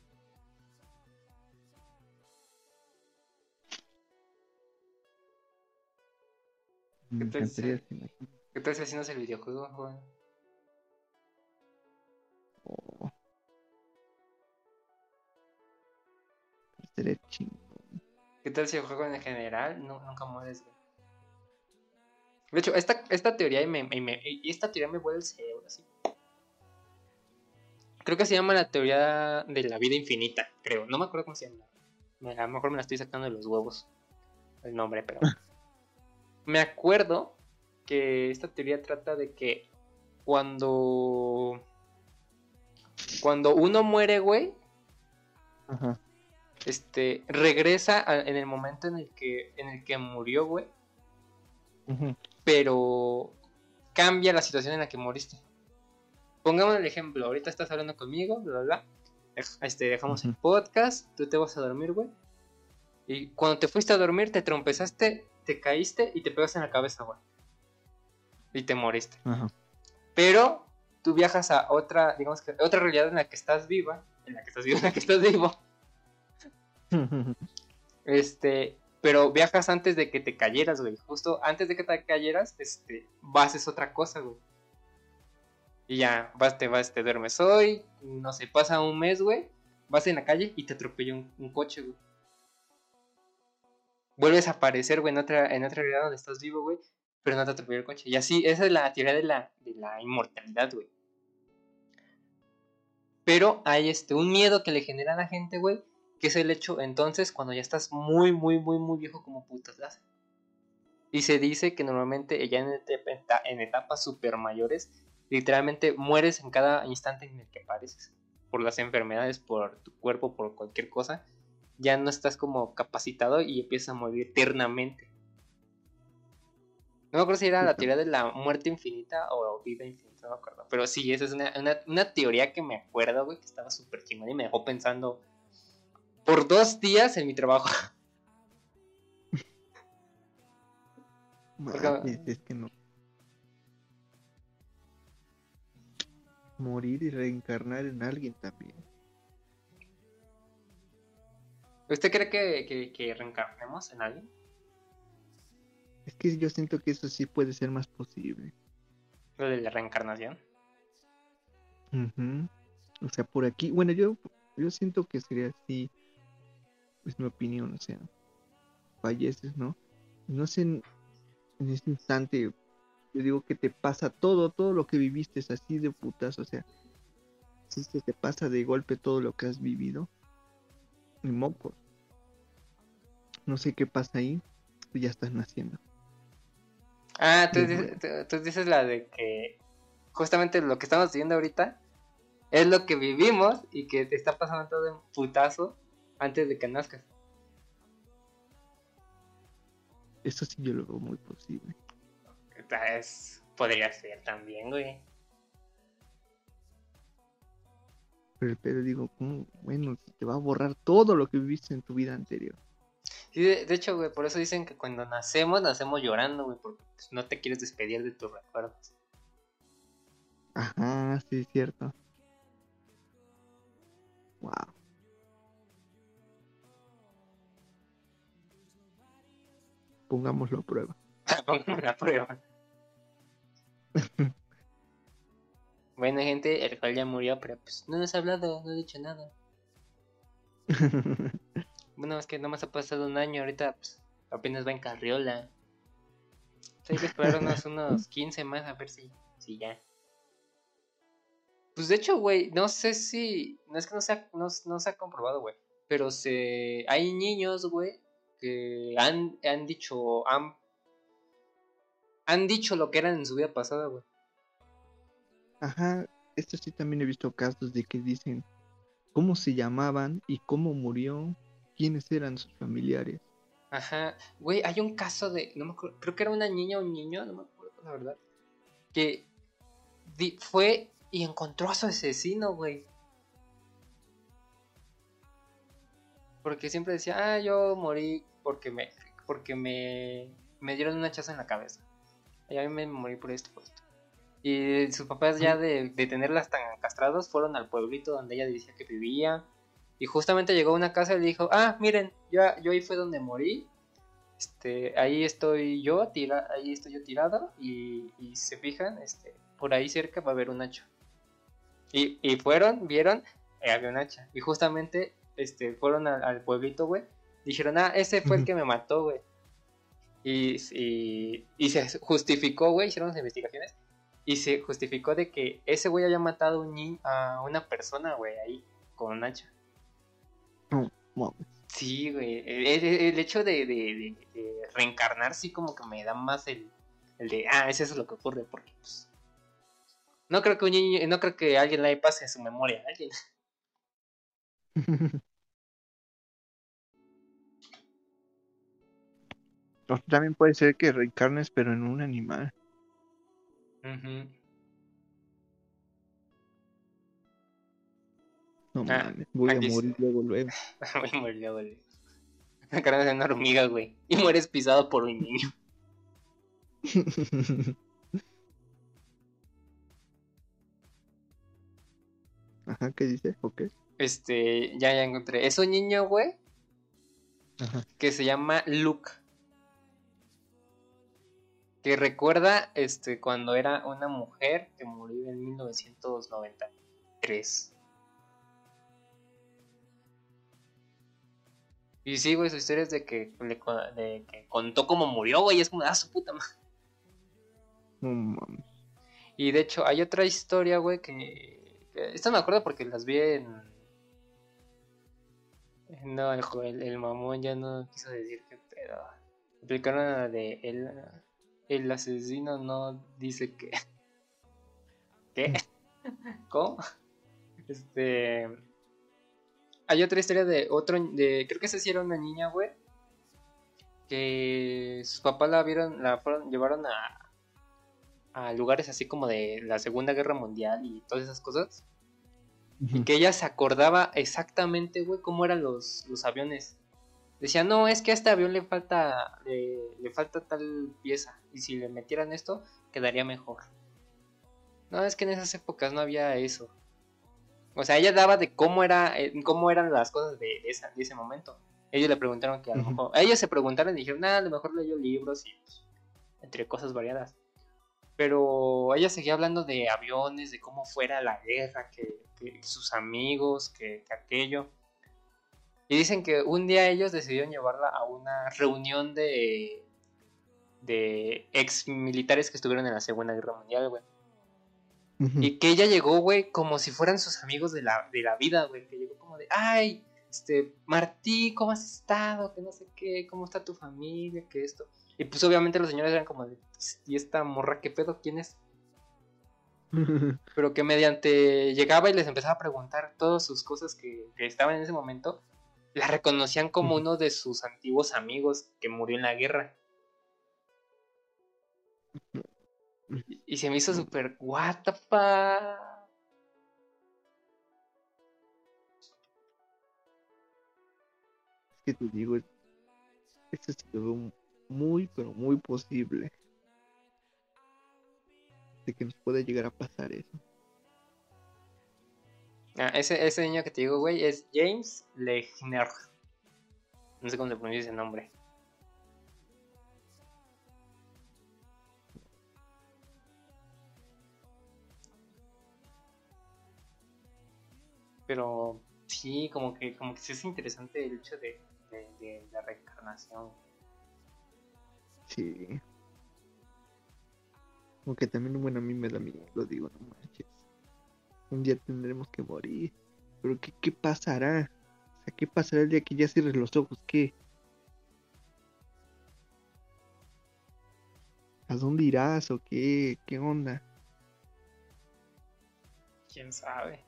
Me ¿Qué tal encantaría si, si me- qué tal si así no es el videojuego, güey? oh, sería chingón. ¿Qué tal si el juego en general no, nunca mueres, güey? De hecho, esta, esta teoría y, me, y, me, y esta teoría me vuelve el cerebro así. Creo que se llama la teoría de la vida infinita, creo. No me acuerdo cómo se llama. A lo mejor me la estoy sacando de los huevos el nombre, pero... me acuerdo que esta teoría trata de que cuando... Cuando uno muere, güey, Ajá. este, regresa a, en el momento en el que, en el que murió, güey, Ujú. pero cambia la situación en la que moriste. Pongamos el ejemplo, ahorita estás hablando conmigo, bla, bla, bla. Este, dejamos el Ujú. podcast, tú te vas a dormir, güey. Y cuando te fuiste a dormir, te trompezaste, te caíste y te pegaste en la cabeza, güey. Y te moriste. Ajá. Pero tú viajas a otra, digamos que otra realidad en la que estás viva, en la que estás vivo, en la que estás vivo. Este, pero viajas antes de que te cayeras, güey. Justo antes de que te cayeras, este, vas es otra cosa, güey. Y ya, vas, te vas, te duermes hoy, no sé, pasa un mes, güey. Vas en la calle y te atropella un, un coche, güey. Vuelves a aparecer, güey, en otra, en otra realidad donde estás vivo, güey, pero no te atropella el coche. Y así, esa es la teoría de la, de la inmortalidad, güey. Pero hay este, un miedo que le genera a la gente, güey, que es el hecho, entonces, cuando ya estás muy, muy, muy, muy viejo, como putas las. Y se dice que normalmente ya en, etapa, en etapas super mayores, literalmente mueres en cada instante en el que apareces. Por las enfermedades, por tu cuerpo, por cualquier cosa. Ya no estás como capacitado y empiezas a morir eternamente. No me acuerdo si era la teoría de la muerte infinita o vida infinita, no me acuerdo. Pero sí, esa es una, una, una teoría que me acuerdo, güey, que estaba súper chingona y me dejó pensando por dos días en mi trabajo. Porque, Mames, es que no. Morir y reencarnar en alguien también. ¿usted cree que, que, que reencarnemos en alguien? Es que yo siento que eso sí puede ser más posible. Lo de la reencarnación. Ujú. O sea, por aquí, bueno, yo, yo siento que sería así, es mi opinión, o sea, falleces, ¿no? No sé, en, en ese instante, yo digo que te pasa todo, todo lo que viviste es así de putas, o sea, si se te pasa de golpe todo lo que has vivido, ni moco, no sé qué pasa ahí, y ya estás naciendo. Ah, tú De dices, nuevo. tú, tú dices la de que justamente lo que estamos viviendo ahorita es lo que vivimos y que te está pasando todo en putazo antes de que nazcas. Eso sí yo lo veo muy posible. Es, podría ser también, güey. Pero el pedo digo, ¿cómo? Bueno, te va a borrar todo lo que viviste en tu vida anterior. Sí, de, de hecho, güey, por eso dicen que cuando nacemos, nacemos llorando, güey, porque pues, no te quieres despedir de tus recuerdos. Ajá, sí, es cierto. Wow. Pongámoslo a prueba. Póngame la prueba. Bueno, gente, el cual ya murió, pero pues no nos ha hablado, no ha dicho nada. Bueno, es que nomás ha pasado un año, ahorita pues, apenas va en carriola. Pues hay que esperar unos, unos quince más a ver si, si ya. Pues de hecho, güey, no sé si. No es que no se ha, no, no se ha comprobado, güey. Pero se. Hay niños, güey, que han, han dicho. Han, han dicho lo que eran en su vida pasada, güey. Ajá, esto sí también he visto casos de que dicen cómo se llamaban y cómo murió, quiénes eran sus familiares. Ajá. Güey, hay un caso de. No me acuerdo. Creo que era una niña o un niño, no me acuerdo, la verdad. Que di- fue y encontró a su asesino, güey. Porque siempre decía, ah, yo morí porque me. Porque me. Me dieron un hachazo en la cabeza. Y a mí me morí por esto, por esto. Y sus papás ya de, de tenerlas tan castrados fueron al pueblito donde ella decía que vivía. Y justamente llegó a una casa y le dijo, ah, miren, yo, yo ahí fue donde morí. Este, ahí estoy yo, tira, ahí estoy yo tirado. Y, y se fijan, este, por ahí cerca va a haber un hacha. Y, y fueron, vieron, eh, había un hacha. Y justamente este, fueron al, al pueblito, güey. Dijeron, ah, ese fue el que me mató, güey. Y, y, y se justificó, güey, hicieron las investigaciones. Y se justificó de que ese güey había matado un ni- a una persona, güey, ahí, con un hacha. No, mames. Sí, güey. El, el- el hecho de, de, de- de reencarnar, sí, como que me da más el, el de, ah, es eso lo que ocurre, porque, pues. No creo que un niño, no creo que alguien le pase su memoria a alguien. O también puede ser que reencarnes, pero en un animal. Ujú. No Ah, mames, voy a aquí morir se. luego, luego. Me murió, güey. Encarnas en una hormiga, güey. Y mueres pisado por un niño. Ajá, ¿qué dice? Ok. Este, ya, ya encontré. Es un niño, güey, Ajá. que se llama Luke. Que recuerda, este, cuando era una mujer que murió en mil novecientos noventa y tres. Y sí, güey, su historia es de que, le co- de que contó cómo murió, güey. Es como, ah, su puta madre. No mames. Y de hecho, hay otra historia, güey, que, que. Esta me acuerdo porque las vi en. No, el, jo- el, el mamón ya no quiso decir qué pedo. Aplicaron la de. El, el asesino no dice que. ¿Qué? ¿Cómo? Este. Hay otra historia de otro. De, creo que esa sí era una niña, güey. Que sus papás la vieron. La fueron, llevaron a. A lugares así como de la Segunda Guerra Mundial y todas esas cosas. Y que ella se acordaba exactamente, güey, cómo eran los, los aviones. Decía, no, es que a este avión le falta le, le falta tal pieza. Y si le metieran esto, quedaría mejor. No, es que en esas épocas no había eso. O sea, ella daba de cómo era eh, cómo eran las cosas de, de, esa, de ese momento. Ellos le preguntaron que a lo Ujú. mejor... Ellos se preguntaron y dijeron, nada, a lo mejor leyó libros y pues, entre cosas variadas. Pero ella seguía hablando de aviones, de cómo fuera la guerra, que, que sus amigos, que, que aquello. Y dicen que un día ellos decidieron llevarla a una reunión de, de ex militares que estuvieron en la Segunda Guerra Mundial, güey. Ujú. Y que ella llegó, güey, como si fueran sus amigos de la, de la vida, güey. Que llegó como de, ay, este, Martí, ¿cómo has estado? Que no sé qué, ¿cómo está tu familia? Que esto. Y pues obviamente los señores eran como de, ¿y esta morra qué pedo? ¿Quién es? Pero que mediante llegaba y les empezaba a preguntar todas sus cosas que, que estaban en ese momento, la reconocían como Ujú. uno de sus antiguos amigos que murió en la guerra. Y, y se me hizo No, súper, what the fuck. es que te digo, esto sí lo veo muy, pero muy posible de que nos pueda llegar a pasar eso. Ah, ese, ese niño que te digo, güey, es James Lechner. No sé cómo se pronuncia ese nombre. Pero sí, como que, como que sí es interesante el hecho de, de, de la reencarnación. Sí. Aunque también, bueno, a mí me da miedo, lo digo, no manches. Un día tendremos que morir. Pero ¿qué, qué pasará? O sea, ¿qué pasará el día que ya cierres los ojos? ¿Qué? ¿A dónde irás o qué? ¿Qué onda? ¿Quién sabe?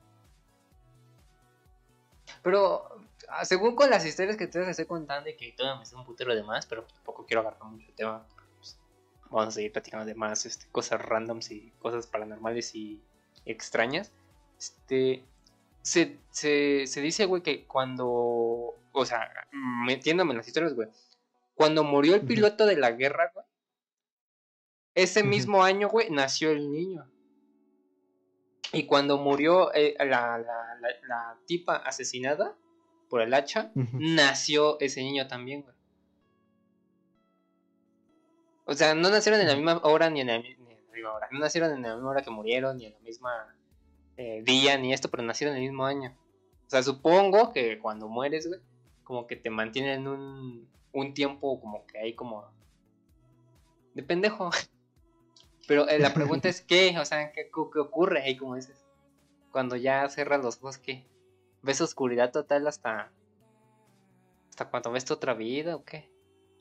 Pero ah, según con las historias que te estoy contando y que todavía me sé un putero de más, pero tampoco quiero agarrar mucho el tema. Pues, vamos a seguir platicando de más este, cosas randoms y cosas paranormales y extrañas. Este, se, se, se dice, güey, que cuando, o sea, metiéndome en las historias, güey, cuando murió el Ujú, piloto de la guerra, güey, ese ujú, mismo año, güey, nació el niño. Y cuando murió eh, la, la, la, la tipa asesinada por el hacha, ujú. nació ese niño también, güey. O sea, no nacieron en la misma hora ni en la, ni en la misma hora. No nacieron en la misma hora que murieron, ni en la misma eh, día, ni esto, pero nacieron en el mismo año. O sea, supongo que cuando mueres, güey, como que te mantienen un, un tiempo como que ahí como de pendejo. Pero eh, la pregunta es ¿qué? O sea, ¿qué, qué ocurre ahí, como dices? Cuando ya cierras los ojos, ¿qué? ¿Ves oscuridad total hasta hasta cuando ves tu otra vida o qué?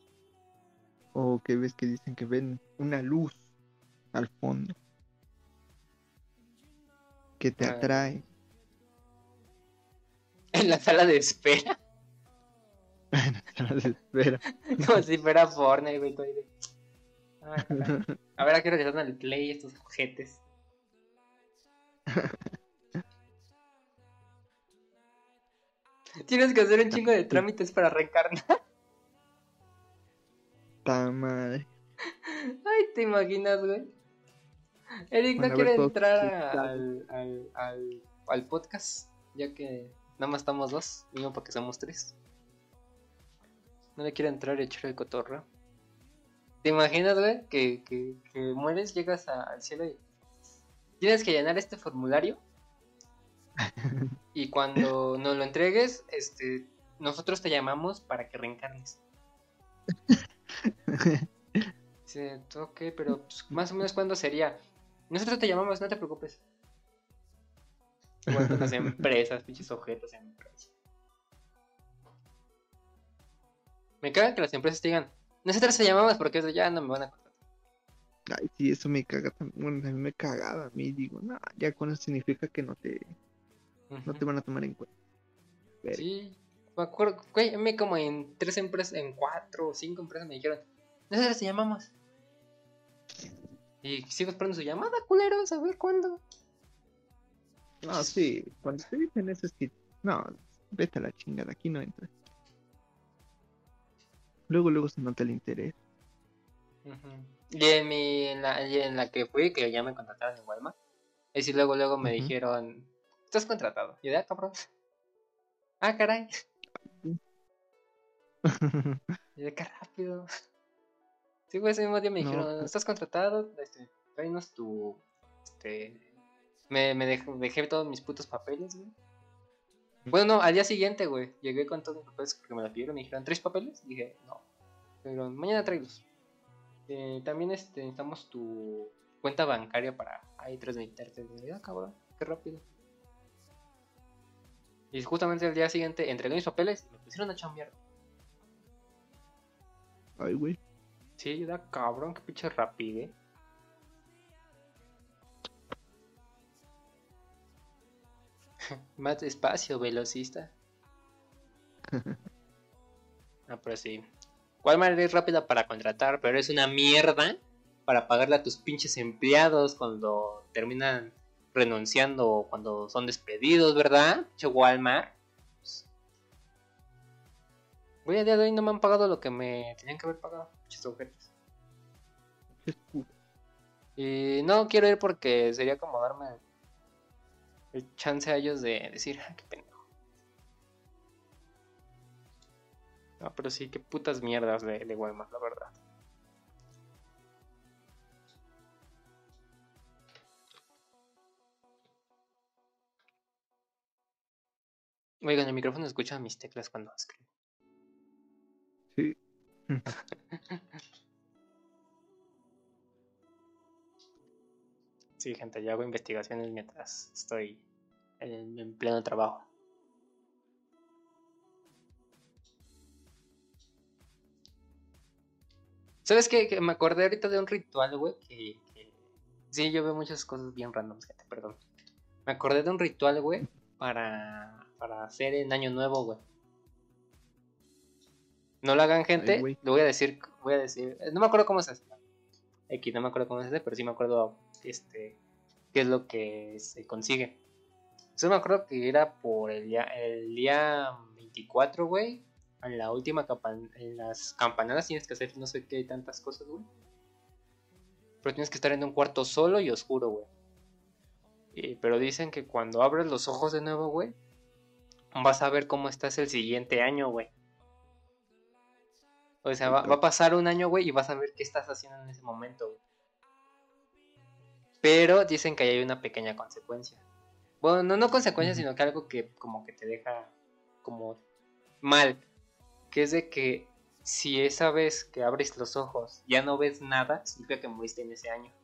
O que ves que dicen que ven una luz al fondo que te Ah, atrae. en la sala de espera, Te las espera. como si fuera Fortnite, güey. Todo ahí de, ah, caray. A ver, ¿a qué hora le dan al play estos ojetes? Tienes que hacer un chingo de trámites para reencarnar. Ta madre. Ay, ¿te imaginas, güey? Eric no Van a quiere ver todos entrar sus a- planes. al, al, al, al podcast, ya que nada más estamos dos, y no porque somos tres. No le quiere entrar y echar el cotorreo. ¿Te imaginas, güey? Que, que, que mueres, llegas a- al cielo y tienes que llenar este formulario. Y cuando nos lo entregues, este, nosotros te llamamos para que reencarnes. Dice, ok, pero pues, más o menos cuándo sería. Nosotros te llamamos, no te preocupes. Igual con las empresas, pinches objetos en empresas. Me caga que las empresas te digan, nosotros te llamamos porque eso ya no me van a contratar. Ay, sí, eso me caga también. Bueno, a mí me cagaba. A mí digo, no, ya con eso significa que no te, no te Ujú. van a tomar en cuenta. Verga. Sí, me acuerdo, güey, a mí como en tres empresas, en cuatro o cinco empresas me dijeron, nosotros te llamamos. Y sigo esperando su llamada, culeros, a ver cuándo. No, sí, cuando te dicen eso es que, no, vete a la chingada, aquí no entras. Luego, luego se nota el interés. Ujú. Y en mi, en la, y en la que fui, que ya me contrataron en Walmart, y sí, luego, luego me Ujú. dijeron, estás contratado. Y yo de, ah, cabrón. Ah, caray. Y de, qué rápido. Sí, güey, ese mismo día me No, dijeron, pues, estás contratado, este, tráenos tu, este, me, me dej- dejé todos mis putos papeles, güey. Bueno, no, al día siguiente, güey, llegué con todos mis papeles porque me lo pidieron, me dijeron, ¿tres papeles? Y dije, no. Me dijeron, mañana tráelos. Eh, también, este, necesitamos tu cuenta bancaria para ahí transmiterte. Y dije, ah, cabrón, qué rápido. Y justamente el día siguiente entregué mis papeles y me pusieron a chambear. ay, güey. Sí, yo da cabrón, qué pinche rápido, eh. Más despacio, velocista. Ah, pero sí. Walmart es rápida para contratar, pero es una mierda para pagarle a tus pinches empleados cuando terminan renunciando o cuando son despedidos, ¿verdad? Che, Walmart. Güey, a día de hoy no me han pagado lo que me tenían que haber pagado. Pinches ojetes. Es cu- Y no quiero ir porque sería como darme el chance a ellos de decir, ah, qué pendejo. No, pero sí, qué putas mierdas de, de Walmart, la verdad. Oigan, el micrófono escucha mis teclas cuando escribo. Sí. Sí, gente, yo hago investigaciones mientras estoy en, en pleno trabajo. ¿Sabes qué? Que me acordé ahorita de un ritual, güey, que, que... Sí, yo veo muchas cosas bien randoms, gente, perdón. Me acordé de un ritual, güey, para, para hacer en Año Nuevo, güey. No lo hagan, Ay, gente, güey. lo voy a decir, voy a decir... No me acuerdo cómo se hace. Aquí no me acuerdo cómo se hace, pero sí me acuerdo, este, qué es lo que se consigue. Yo me acuerdo que era por el día, el día veinticuatro, güey. En la última campan en las campanadas tienes que hacer no sé qué tantas cosas, güey. Pero tienes que estar en un cuarto solo y oscuro, güey. Y- Pero dicen que cuando abres los ojos de nuevo, güey, vas a ver cómo estás el siguiente año, güey. O sea, va, va a pasar un año, güey, y vas a ver qué estás haciendo en ese momento, güey. Pero dicen que hay una pequeña consecuencia. Bueno, no, no consecuencia, Ujú. sino que algo que como que te deja como mal. Que es de que si esa vez que abres los ojos ya no ves nada, significa que moriste en ese año.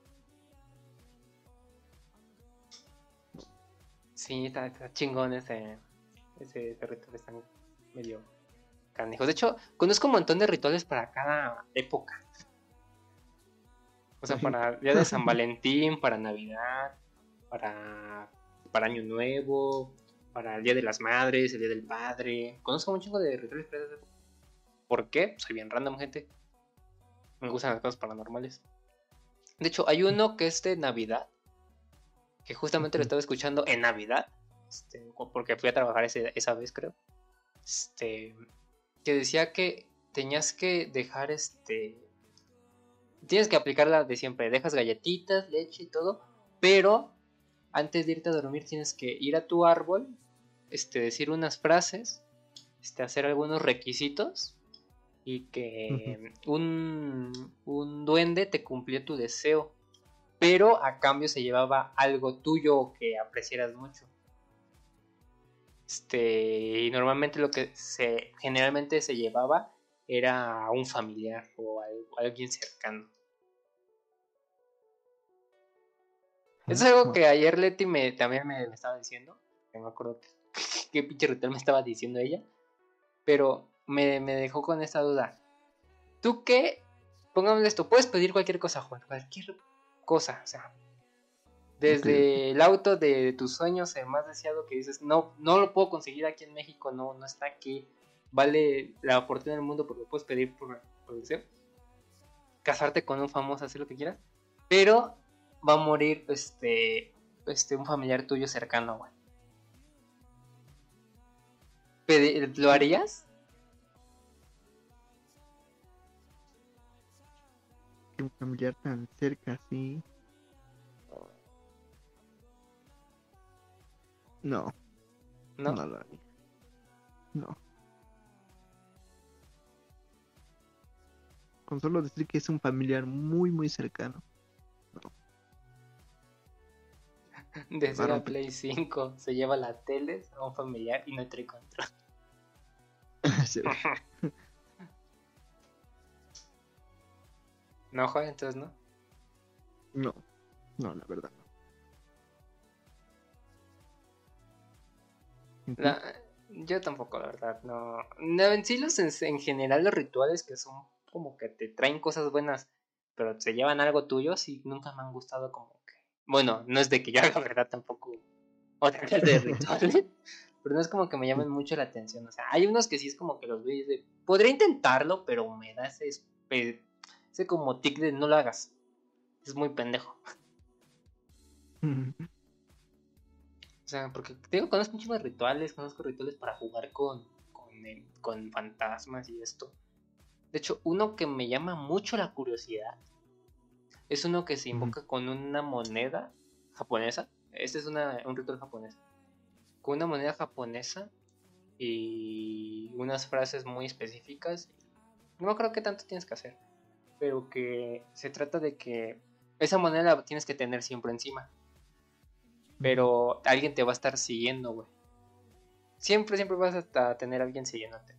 Sí, está, está chingón ese, ese, ese ritual, está medio canijos. De hecho, conozco un montón de rituales para cada época. O sea, para el día de San Valentín, para Navidad, para, para Año Nuevo, para el Día de las Madres, el Día del Padre. Conozco un chingo de rituales para esa época. ¿Por qué? Soy bien random, gente. Me gustan las cosas paranormales. De hecho, hay uno que es de Navidad, que justamente lo estaba escuchando en Navidad, este, porque fui a trabajar ese, esa vez, creo. Este, que decía que tenías que dejar este. Tienes que aplicar la de siempre. Dejas galletitas, leche y todo. Pero antes de irte a dormir tienes que ir a tu árbol, este, decir unas frases, este, hacer algunos requisitos. Y que un, un duende te cumplió tu deseo. Pero a cambio se llevaba algo tuyo que apreciaras mucho. Este, y normalmente lo que se generalmente se llevaba era a un familiar o a, a alguien cercano. Eso es algo que ayer Leti me, también me, me estaba diciendo. No me acuerdo qué, qué pinche ritual me estaba diciendo ella. Pero me, me dejó con esta duda. ¿Tú qué? Pongámosle esto. Puedes pedir cualquier cosa, Juan. Cualquier cosa. O sea, desde okay. el auto de tus sueños, el más deseado que dices, no, no lo puedo conseguir aquí en México. No, no está aquí. Vale la fortuna del mundo porque lo puedes pedir por, por deseo. Casarte con un famoso, hacer lo que quieras. Pero va a morir este, este un familiar tuyo cercano, güey. ¿Lo harías? Un familiar tan cerca, sí. No. No. No lo haría. No. Con solo decir que es un familiar muy, muy cercano. No. Desde la Play cinco se lleva la tele a un familiar y no trae control. Sí. No, joder, entonces no. No, no, la verdad no. La, yo tampoco, la verdad, no. no en sí, los, en, en general, los rituales que son como que te traen cosas buenas, pero se llevan algo tuyo, sí, nunca me han gustado como que. Bueno, no es de que yo haga, verdad, tampoco. Otra vez de rituales. Pero no es como que me llamen mucho la atención. O sea, hay unos que sí es como que los veo y de, podría intentarlo, pero me da ese, ese como tic de no lo hagas. Es muy pendejo. O sea, porque te digo, conozco un chingo de rituales, conozco rituales para jugar con, con, el, con fantasmas y esto. De hecho, uno que me llama mucho la curiosidad es uno que se invoca uh-huh. con una moneda japonesa. Este es una, un ritual japonés. Con una moneda japonesa y unas frases muy específicas. No creo que tanto tienes que hacer, pero que se trata de que esa moneda la tienes que tener siempre encima. Pero alguien te va a estar siguiendo, güey. Siempre, siempre vas a tener a alguien siguiéndote.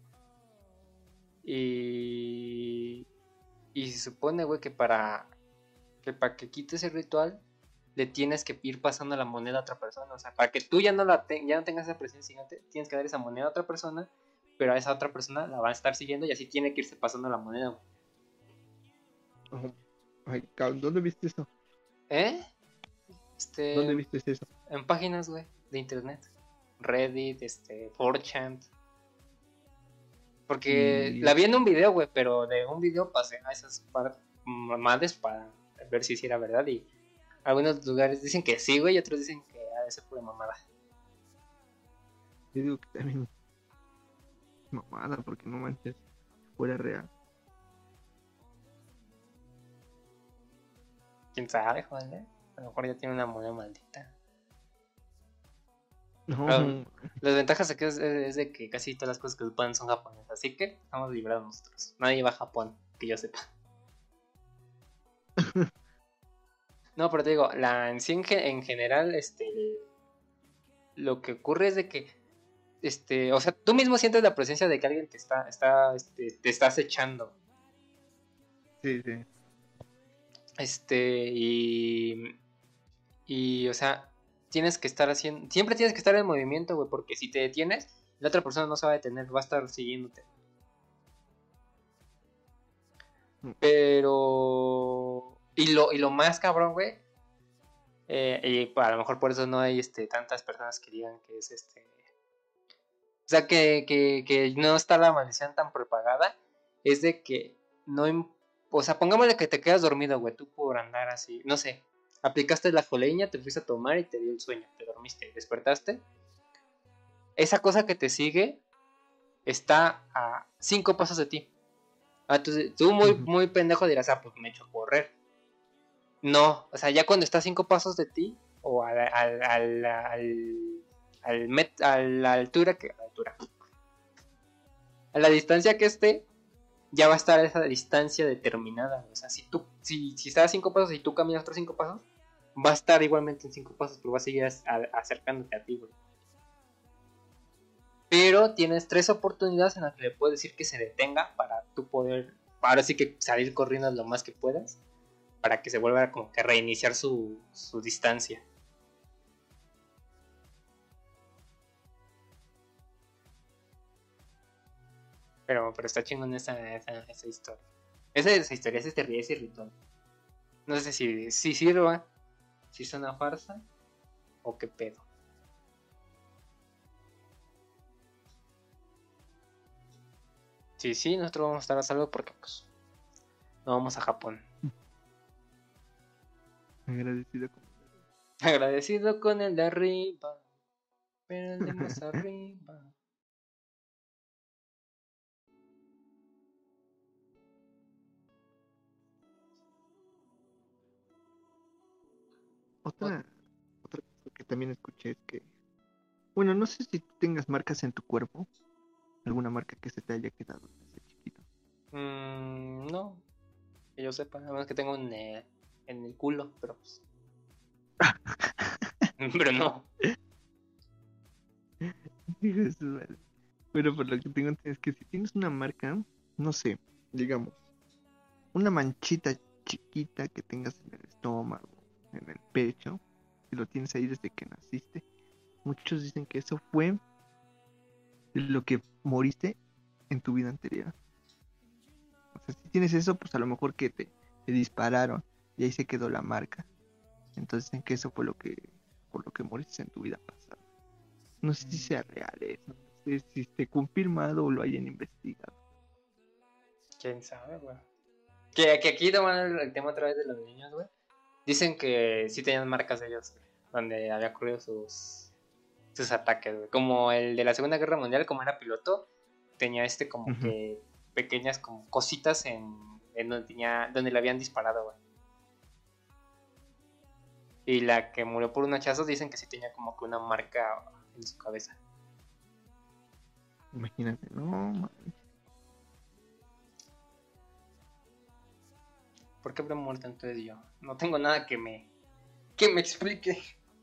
Y... Y se supone, güey, que para... Que para que quites el ritual, le tienes que ir pasando la moneda a otra persona. O sea, para que tú ya no, la te- ya no tengas esa presencia siguiente, tienes que dar esa moneda a otra persona. Pero a esa otra persona la va a estar siguiendo y así tiene que irse pasando la moneda, güey. Oh, ay, ¿dónde viste eso? ¿Eh? Este, ¿Dónde viste eso? En páginas, güey, de internet. Reddit, este, four chan. Porque y... la vi en un video, güey, pero de un video pasé a esas par- mamadas para ver si sí era verdad. Y algunos lugares dicen que sí, güey, y otros dicen que ha de ser pura mamada. Yo digo que también mamada, porque no manches, fuera real. ¿Quién sabe, joder? A lo mejor ya tiene una moneda maldita. No. Um, las ventajas aquí es, es de que casi todas las cosas que se ponen son japonesas. Así que estamos librados nosotros. Nadie va a Japón, que yo sepa. No, pero te digo, la, en sí en, en general, este, lo que ocurre es de que este, o sea, tú mismo sientes la presencia de que alguien te está, está, este, te está acechando. Sí, sí. Este, y, y, o sea, tienes que estar haciendo, siempre tienes que estar en movimiento, güey, porque si te detienes, la otra persona no se va a detener, va a estar siguiéndote. Pero, y lo, y lo más cabrón, güey, eh, y a lo mejor por eso no hay, este, tantas personas que digan que es, este, o sea, que, que, que no está la maldición tan propagada, es de que no, im- o sea, pongámosle que te quedas dormido, güey, tú por andar así, no sé, aplicaste la coleña, te fuiste a tomar y te dio el sueño, te dormiste, despertaste, esa cosa que te sigue está a cinco pasos de ti. Ah, entonces, tú muy, Ujú. muy pendejo dirás, ah, pues me echo a correr. No, o sea, ya cuando está a cinco pasos de ti, o al, al, al, al, al met- a la altura que, a la altura, a la distancia que esté, ya va a estar a esa distancia determinada. O sea, si tú, si, si estás a cinco pasos y tú caminas otros cinco pasos, va a estar igualmente en cinco pasos, pero va a seguir a- a- acercándote a ti, güey. Pero tienes tres oportunidades en las que le puedes decir que se detenga para tú poder, ahora sí que salir corriendo lo más que puedas, para que se vuelva a como que reiniciar su, su distancia. Pero, pero está chingón esa, esa, esa historia. Esa, esa historia es este ríe ese ritual. No sé si, si sirva, si es una farsa o qué pedo. Sí, sí, nosotros vamos a estar a salvo porque pues no vamos a Japón. Agradecido con... Agradecido con el de arriba, pero el de más arriba. Otra, otra cosa que también escuché es que, bueno, no sé si tú tengas marcas en tu cuerpo, alguna marca que se te haya quedado desde chiquito. Mm, no, que yo sepa, nada más que tengo en el, en el culo, pero pues. Pero no. Hijo de su madre. Pero por lo que tengo entendido es que si tienes una marca, no sé, digamos, una manchita chiquita que tengas en el estómago, en el pecho, y lo tienes ahí desde que naciste, muchos dicen que eso fue lo que moriste en tu vida anterior. O sea, si tienes eso, pues a lo mejor que te, te dispararon y ahí se quedó la marca. Entonces dicen que eso fue lo que, por lo que moriste en tu vida pasada. No sé si sea real eso, no sé si esté confirmado o lo hayan investigado. ¿Quién sabe, güey? Que, que aquí tomando el, el tema otra vez de los niños, güey. Dicen que sí tenían marcas de ellos, güey, donde había ocurrido sus, sus ataques, güey. Como el de la Segunda Guerra Mundial, como era piloto, tenía este como Ujú. que pequeñas como cositas en, en donde tenía, donde le habían disparado, güey. Y la que murió por un hachazo dicen que sí tenía como que una marca en su cabeza. Imagínate, no, man. ¿Por qué habrá muerto entonces yo? No tengo nada que me que me explique.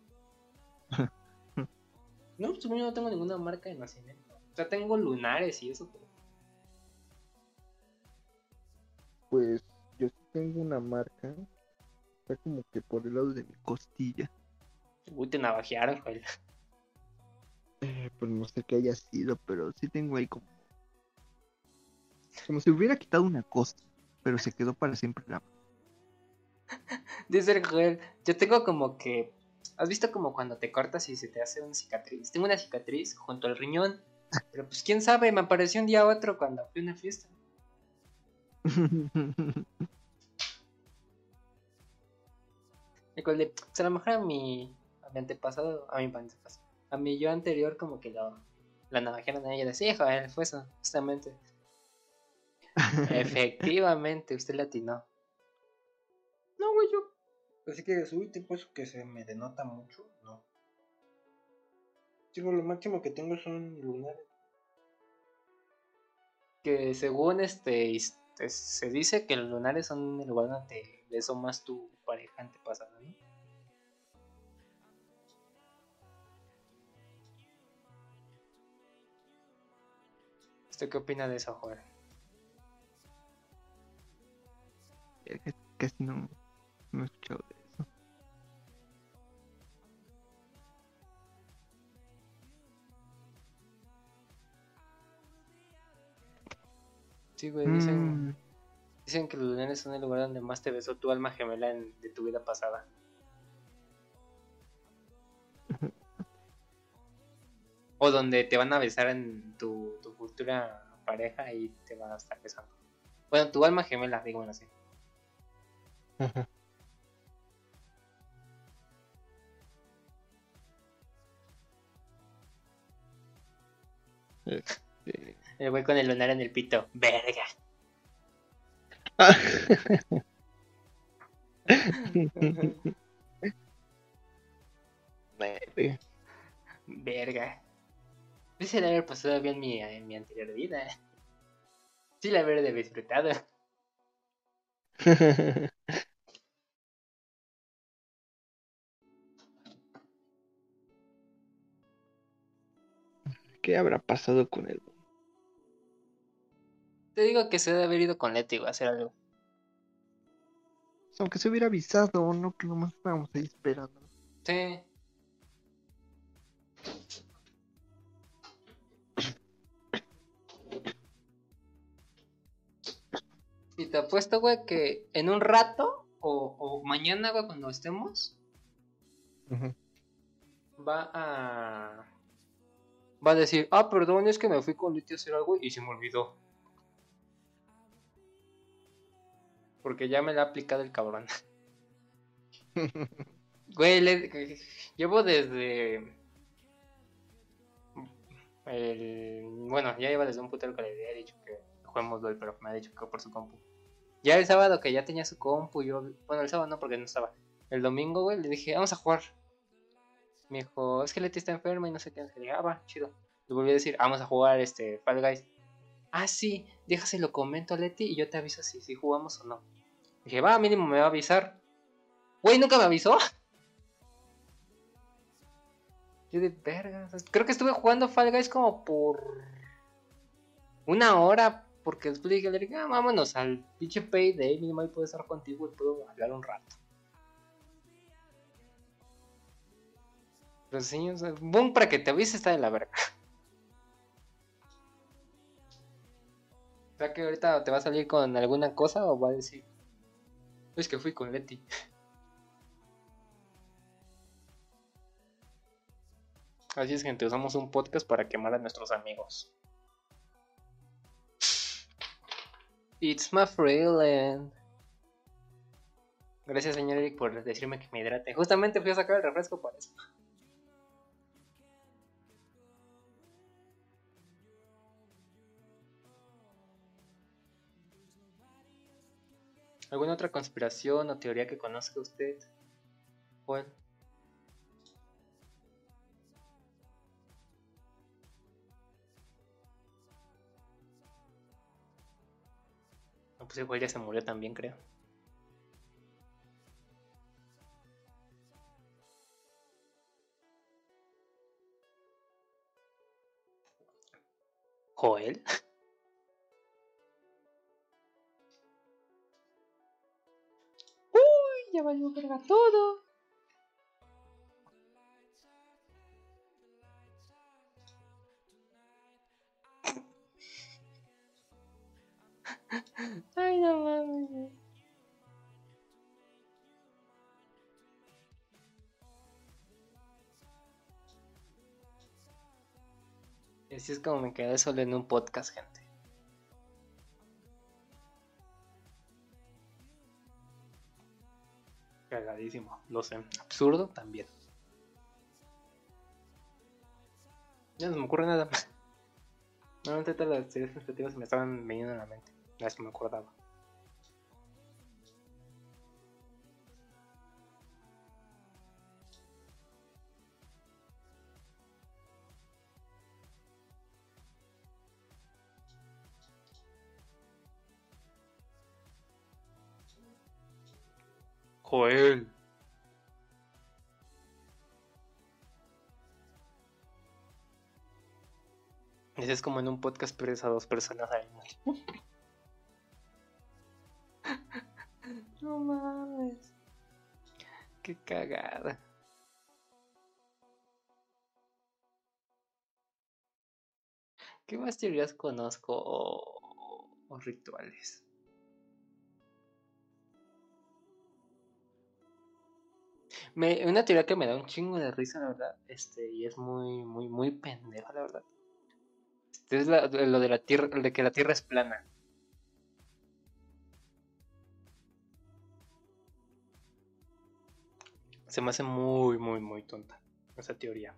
No, pues yo no tengo ninguna marca de nacimiento. O sea, tengo lunares y eso, pero Pues yo sí tengo una marca, está como que por el lado de mi costilla. uy, te navajearon, güey. Eh, pues no sé qué haya sido, pero sí tengo ahí como, como si hubiera quitado una cosa, pero se quedó para siempre la... Dice el Joel, yo tengo como que... ¿Has visto como cuando te cortas y se te hace una cicatriz? Tengo una cicatriz junto al riñón. Pero pues quién sabe, me apareció un día a otro cuando fui a una fiesta. Y con el de, pues a lo mejor a mi, a mi antepasado, a mi antepasado, a mi yo anterior como que lo, la navajearon a ella. Decía, sí, Joel, fue eso, justamente. Efectivamente, usted le atinó. No, güey, yo. Así que soy tipo eso que se me denota mucho, no. Digo, lo máximo que tengo son lunares. Que según este, este, se dice que los lunares son el lugar donde te besó más tu pareja antepasada, ¿no? ¿Usted qué opina de eso, Joel? Verga, casi no, no he escuchado de eso. Sí, güey, dicen, Mm, dicen que los lunares son el lugar donde más te besó tu alma gemela en- de tu vida pasada. O donde te van a besar en tu, tu futura pareja y te van a estar besando. Bueno, tu alma gemela, digo así. Ajá. Este, El güey con el lunar en el pito. Verga. Verga. Verga. Dice de haber pasado bien mi, en mi anterior vida. Sí, la haber disfrutado. ¿Qué habrá pasado con él? Te digo que se debe haber ido con Leti, güey, a hacer algo. Aunque se hubiera avisado, no que nomás estábamos ahí esperando. Sí. Y te apuesto, güey, que en un rato o, o mañana, güey, cuando estemos, Ujú. va a... Va a decir, ah, perdón, es que me fui con Leti a hacer algo y se me olvidó. Porque ya me la ha aplicado el cabrón. Güey, le- llevo desde... El... Bueno, ya lleva desde un putero que le había dicho que juguemos LOL, pero me ha dicho que por su compu. Ya el sábado que ya tenía su compu, yo... Bueno, el sábado no, porque no estaba. El domingo, güey, le dije, vamos a jugar. Me dijo, es que Leti está enferma y no sé qué. Le dije, ah, va, chido. Le volví a decir, vamos a jugar este Fall Guys. Ah, sí, déjaselo comento a Leti y yo te aviso si, si jugamos o no. Dije, va, mínimo me va a avisar. Güey, nunca me avisó. Yo de verga. Creo que estuve jugando Fall Guys como por una hora. Porque después dije, le dije, ah, vámonos al pinche Payday. Mínimo ahí puedo estar contigo y puedo hablar un rato. Pero sí, o sea, boom, para que te avise está de la verga. O sea que ahorita te va a salir con alguna cosa o va a decir, es que fui con Leti. Así es, gente, usamos un podcast para quemar a nuestros amigos. It's my friend. Gracias, señor Eric, por decirme que me hidrate. Justamente fui a sacar el refresco por eso. ¿Alguna otra conspiración o teoría que conozca usted? Bueno. No, pues igual ya se murió también, creo. ¿Joel? Uy, ya valió verga todo. Ay, no mames. Y así es como me quedé solo en un podcast, gente. Cagadísimo, lo sé. Absurdo también. Ya no me ocurre nada. Normalmente todas las teorías conspirativas se me estaban viniendo a la mente. Ya es que me acordaba. Joel. Ese es como en un podcast, pero es a dos personas ahí. No mames. Qué cagada. ¿Qué más teorías conozco o, o rituales? Me, una teoría que me da un chingo de risa, la verdad, este, y es muy, muy, muy pendeja, la verdad. Este es la- lo de la tierra, de que la tierra es plana. Se me hace muy, muy, muy tonta esa teoría.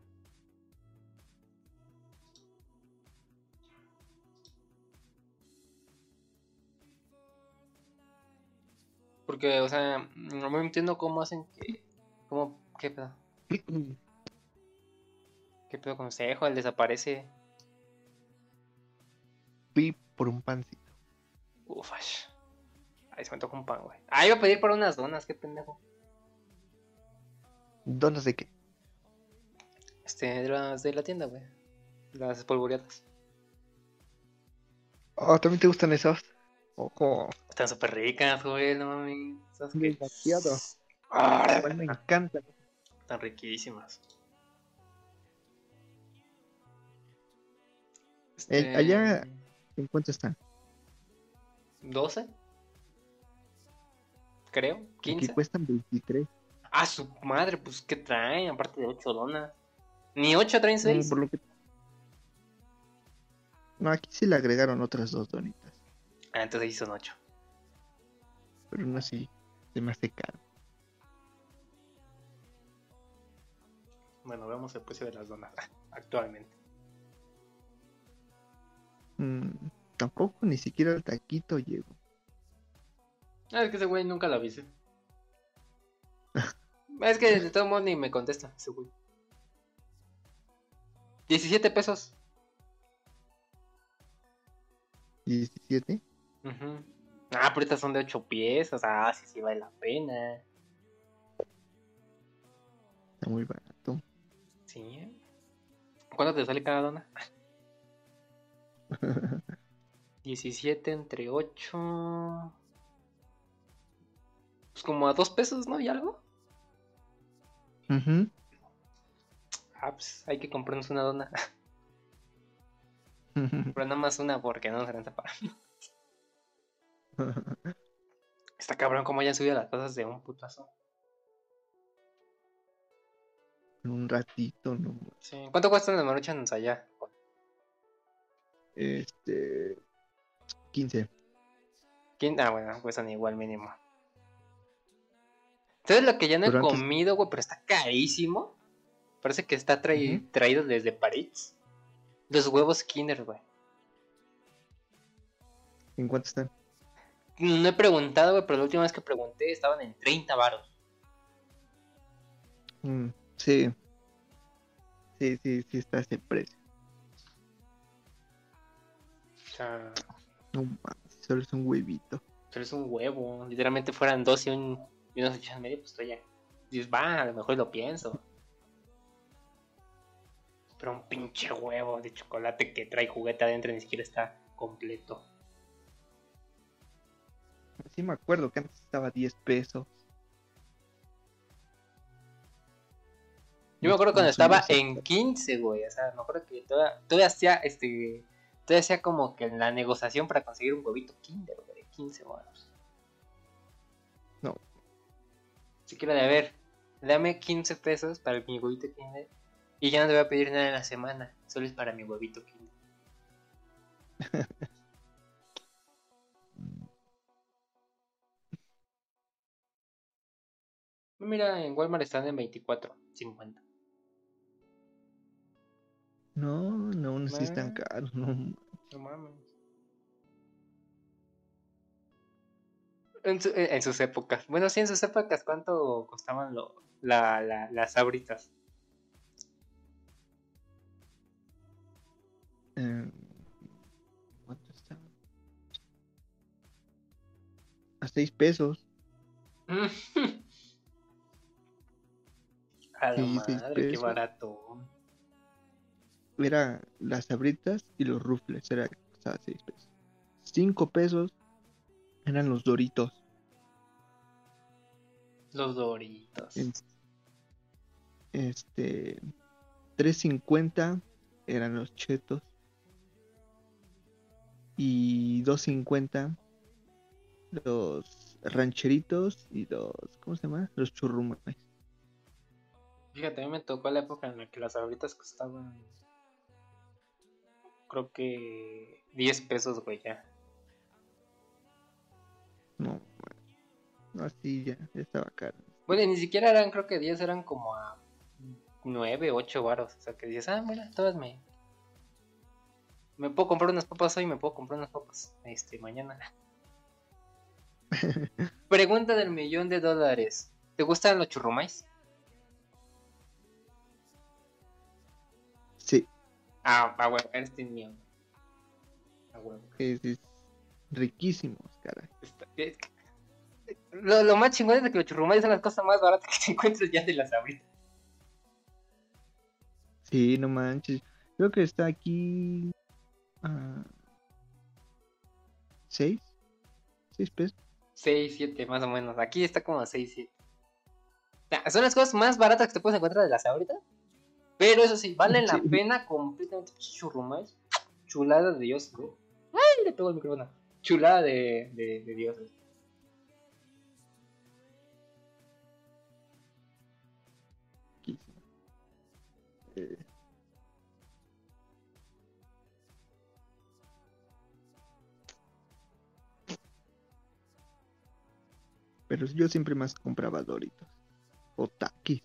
Porque, o sea, no me entiendo cómo hacen que, cómo, qué pedo, qué pedo con Cejo, él desaparece. Fui por un pancito. Ufash. Ahí se me antoja un pan, güey. Ah, iba a pedir por unas donas, qué pendejo. ¿Donas de qué? Este, de las de la tienda, güey. Las espolvoreadas. Oh, ¿también te gustan esas? Ojo, Están súper ricas, güey, no mames. ¿Sabes qué? demasiado. Ah, Igual me encanta. están riquísimas. Eh, Este. allá, ¿en cuánto están? ¿doce? Creo. Aquí ¿quince? cuestan veintitrés. Ah, su madre, pues ¿qué traen? Aparte de ocho donas. ¿Ni ocho traen Mm, seis? por lo que... No, aquí sí le agregaron otras dos donitas. Ah, entonces ahí son ocho. Pero no así, se me hace caro. Bueno, vemos el precio de las donas actualmente. Mm, tampoco, ni siquiera el taquito llego. Ah, es que ese güey nunca lo avise. Es que de todos modos ni me contesta ese güey. diecisiete pesos. diecisiete. Ujú. Ah, pero estas son de ocho piezas. Ah, sí, sí vale la pena. Está muy barato. Sí, ¿eh? ¿Cuánto te sale cada dona? diecisiete entre ocho. Pues como a dos pesos, ¿no? ¿Y algo? Ujú. Ah, pues hay que comprarnos una dona. Pero nada más una porque no nos alcanza para. Está cabrón como hayan subido las cosas de un putazo. En un ratito, no. Sí. ¿Cuánto cuestan las maruchans allá? Este, quince. ¿Quién? Ah, bueno, cuestan igual mínimo. ¿Sabes lo que ya no he Pero antes, comido, güey? Pero está carísimo. Parece que está trai- ujú, traído desde París. Los huevos Kinder, güey. ¿en cuánto están? No he preguntado, güey, pero la última vez que pregunté estaban en treinta varos. Mm, sí, sí, sí, sí está ese precio. O sea, No mames, solo es un huevito. pero es un huevo. Literalmente fueran dos y, un, y unos ocho y medio, pues estoy ya. Dices, va, a lo mejor lo pienso. Pero un pinche huevo de chocolate que trae juguete adentro ni siquiera está completo. Sí me acuerdo que antes estaba a diez pesos. Yo me Los acuerdo cuando han subido estaba ese- en quince, güey. O sea, me acuerdo que todavía, todavía hacía este. Todavía hacía como que la negociación para conseguir un huevito Kinder, güey, de quince varos. No, Siquiera de a ver, dame quince pesos para mi huevito Kinder. Y ya no te voy a pedir nada en la semana. Solo es para mi huevito Kinder. Mira, en Walmart están en veinticuatro cincuenta. no, no, no sí están Ah, caros. No. no mames. En, su- en- en sus épocas. Bueno, sí, en sus épocas, ¿cuánto costaban lo, la, la- las sabritas? Eh, ¿cuánto está? A seis pesos. A la Sí, seis madre, qué pesos. barato. era las sabritas y los rufles, era costaba seis pesos. Cinco pesos eran los Doritos. Los Doritos. En- Este, tres cincuenta eran los Chetos. Y dos cincuenta los rancheritos y los, ¿cómo se llama? Los churrumais. Fíjate, a mí me tocó la época en la que las sabritas costaban, creo que diez pesos, güey, ya. No, no, así ya, ya estaba caro. Bueno, y ni siquiera eran, creo que diez, eran como a nueve, ocho varos. O sea, que dices, ah, mira, todas me... Me puedo comprar unas papas hoy, me puedo comprar unas papas este mañana. Pregunta del millón de dólares. ¿Te gustan los churrumais? Sí, Ah, ah, bueno, eres team mío. Ah, bueno. es, es riquísimos, caray. Está- es que- Lo, lo más chingón es de que los churrumais son las cosas más baratas que te encuentras ya de las ahorita. Sí, no manches. Creo que está aquí. ah, ¿Seis? ¿Seis pesos? seis, siete más o menos. Aquí está como a seis, siete. Son las cosas más baratas que te puedes encontrar de las ahorita. Pero eso sí, valen la Sí. pena completamente. Churrumais. Chulada de Dios, güey. Ay, le pego el micrófono. Chulada de, de, de Dios. Güey. Riquísimo. Eh, pero yo siempre más compraba Doritos. O Takis.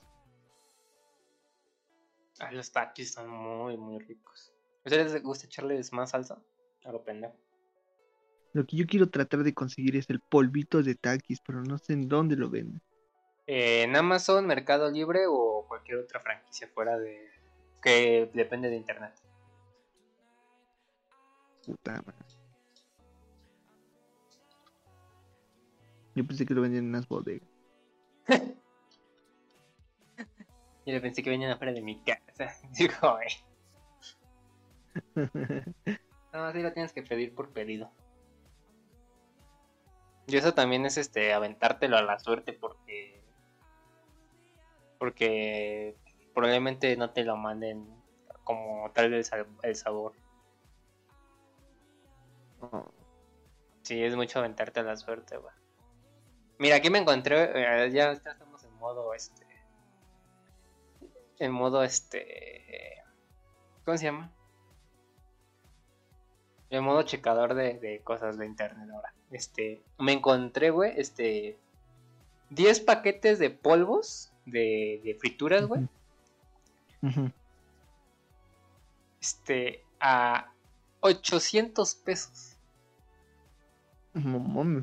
Ay, los taquis son muy, muy ricos. ¿A ustedes les gusta echarles más salsa? A lo pendejo. Lo que yo quiero tratar de conseguir es el polvito de Takis, pero no sé en dónde lo venden. Eh, en Amazon, Mercado Libre o cualquier otra franquicia fuera de... que depende de internet. Puta madre. Yo pensé que lo vendían en unas bodegas. Yo le pensé que venían afuera de mi casa. Digo, güey. No, así lo tienes que pedir por pedido. Y eso también es este aventártelo a la suerte porque porque probablemente no te lo manden como tal el, sal- el sabor. No. Sí, es mucho aventarte a la suerte, güey. Mira, aquí me encontré, eh, ya estamos en modo este en modo este ¿cómo se llama? En modo checador de, de cosas de internet ahora. Este, me encontré, güey, este diez paquetes de polvos de, de frituras, güey. Ujú. Este, a ochocientos pesos. Mamón.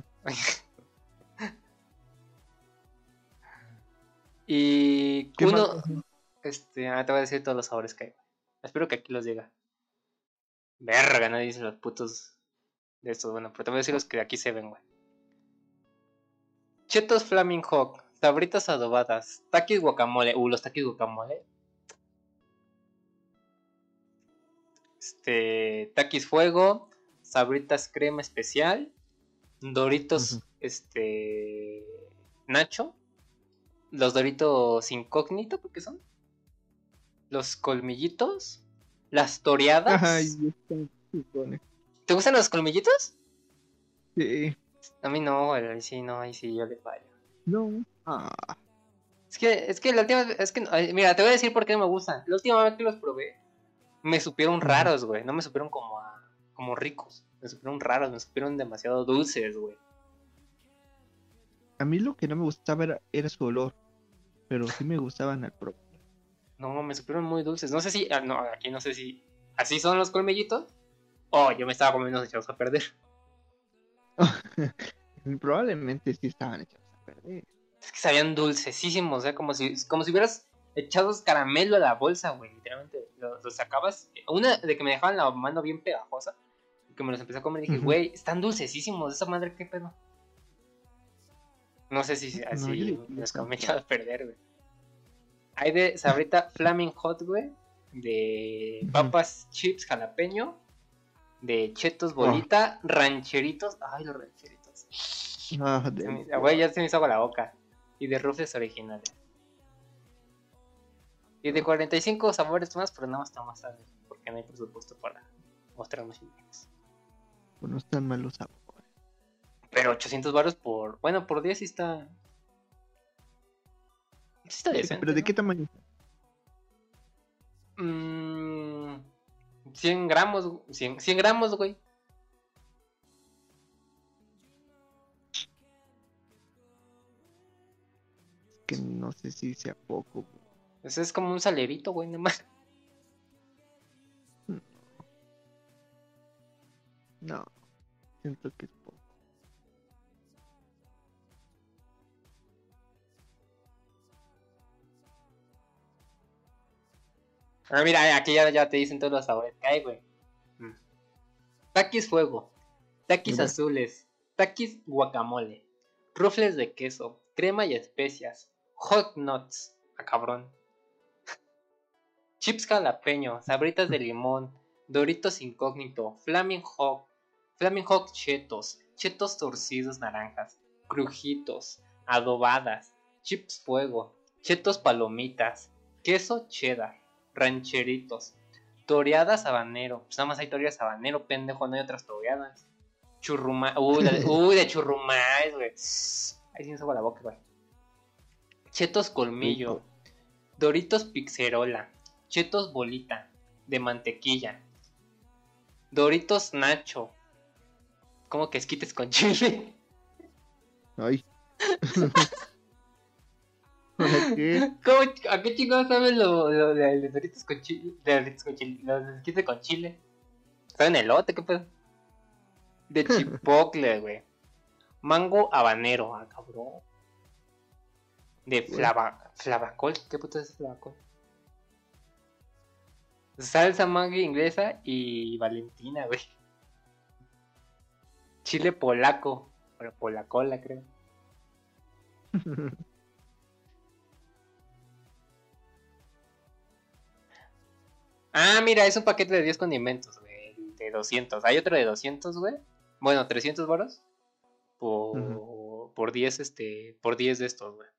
Y ¿Qué uno, más? este, ah, te voy a decir todos los sabores que hay. Espero que aquí los diga. Verga, no dicen los putos de estos. Bueno, pero te voy a decir los que aquí se ven, güey. Chetos Flaming Hawk, sabritas adobadas, taquis guacamole. Uh, los taquis guacamole. Este, taquis fuego, sabritas crema especial, Doritos, Ujú. este, Nacho, los Doritos incógnito, ¿por qué son? Los colmillitos, las toreadas. Ay, están chupones. ¿Te gustan los colmillitos? Sí. A mí no, güey, ahí sí, no, ahí sí yo les fallo. No. Ah. Es que, es que la última vez, es que, ay, mira, te voy a decir por qué no me gustan. La última vez que los probé, me supieron Ujú. raros, güey, no me supieron como a, como ricos. Me supieron raros, me supieron demasiado dulces, güey. A mí lo que no me gustaba era, era su olor. Pero sí me gustaban al probar. No, me supieron muy dulces. No sé si, ah, no, aquí no sé si así son los colmillitos o yo me estaba comiendo los echados a perder. Probablemente sí estaban hechos a perder. Es que sabían dulcesísimos, o sea, como si, como si hubieras echado caramelo a la bolsa, güey. Literalmente, los lo sacabas. Una de que me dejaban la mano bien pegajosa, que me los empecé a comer y dije, Ujú. güey, están dulcesísimos, esa madre, qué pedo. No sé si No, así yo le- los comí echados a perder, güey. Hay de sabrita Flaming Hot, güey. de Ujú. papas chips jalapeño, de chetos bolita, rancheritos. Ay, los rancheritos. Ah, Se del me- ah, güey, ya se me hizo agua la boca. Y de rufles originales. Y de cuarenta y cinco sabores más, pero nada más está más tarde. Porque no hay presupuesto para mostrar más imágenes. pues no están malos sabores. Pero ochocientos baros por. Bueno, por diez sí está. Sí está Eh, decente. ¿Pero de ¿no? qué tamaño? Mm, cien gramos. cien, cien gramos, güey. Que no sé si sea poco. Ese es como un salerito, güey, nada más. No, siento que es poco. Ah, mira, aquí ya, ya te dicen todos los sabores que hay, güey. Mm. Taquis fuego. Taquis A ver. azules. Taquis guacamole. Rufles de queso. Crema y especias. Hot nuts. A cabrón. Chips jalapeño. Sabritas de limón. Doritos incógnito. Flaming Hot. Flaming Hot chetos. Chetos torcidos naranjas. Crujitos. Adobadas. Chips fuego. Chetos palomitas. Queso cheddar. Rancheritos. Toreadas habanero. Pues nada más hay toreadas habanero, pendejo. No hay otras toreadas. Churrumais. Uy, la de, uy, de churrumais, güey. Ahí sí me saco la boca, güey. Chetos colmillo. Rico. Doritos pixerola. Chetos bolita. De mantequilla. Doritos nacho. ¿Cómo que esquites con chile? Ay. ¿Para qué? ¿Cómo, ¿A qué chingados saben lo, lo de los doritos con chile? De los doritos con chile. Los esquites con chile. ¿Saben elote? ¿Qué pedo? De chipotle, güey. Mango habanero. Ah, cabrón. De flava, flavacol. ¿Qué puto es flavacol? Salsa mango inglesa y Valentina, güey. Chile polaco. Pero polacola, creo. Ah, mira, es un paquete de diez condimentos, güey. De doscientos. Hay otro de doscientos, güey. Bueno, trescientos varos. Por, Ujú. por diez, este. Por diez de estos, güey.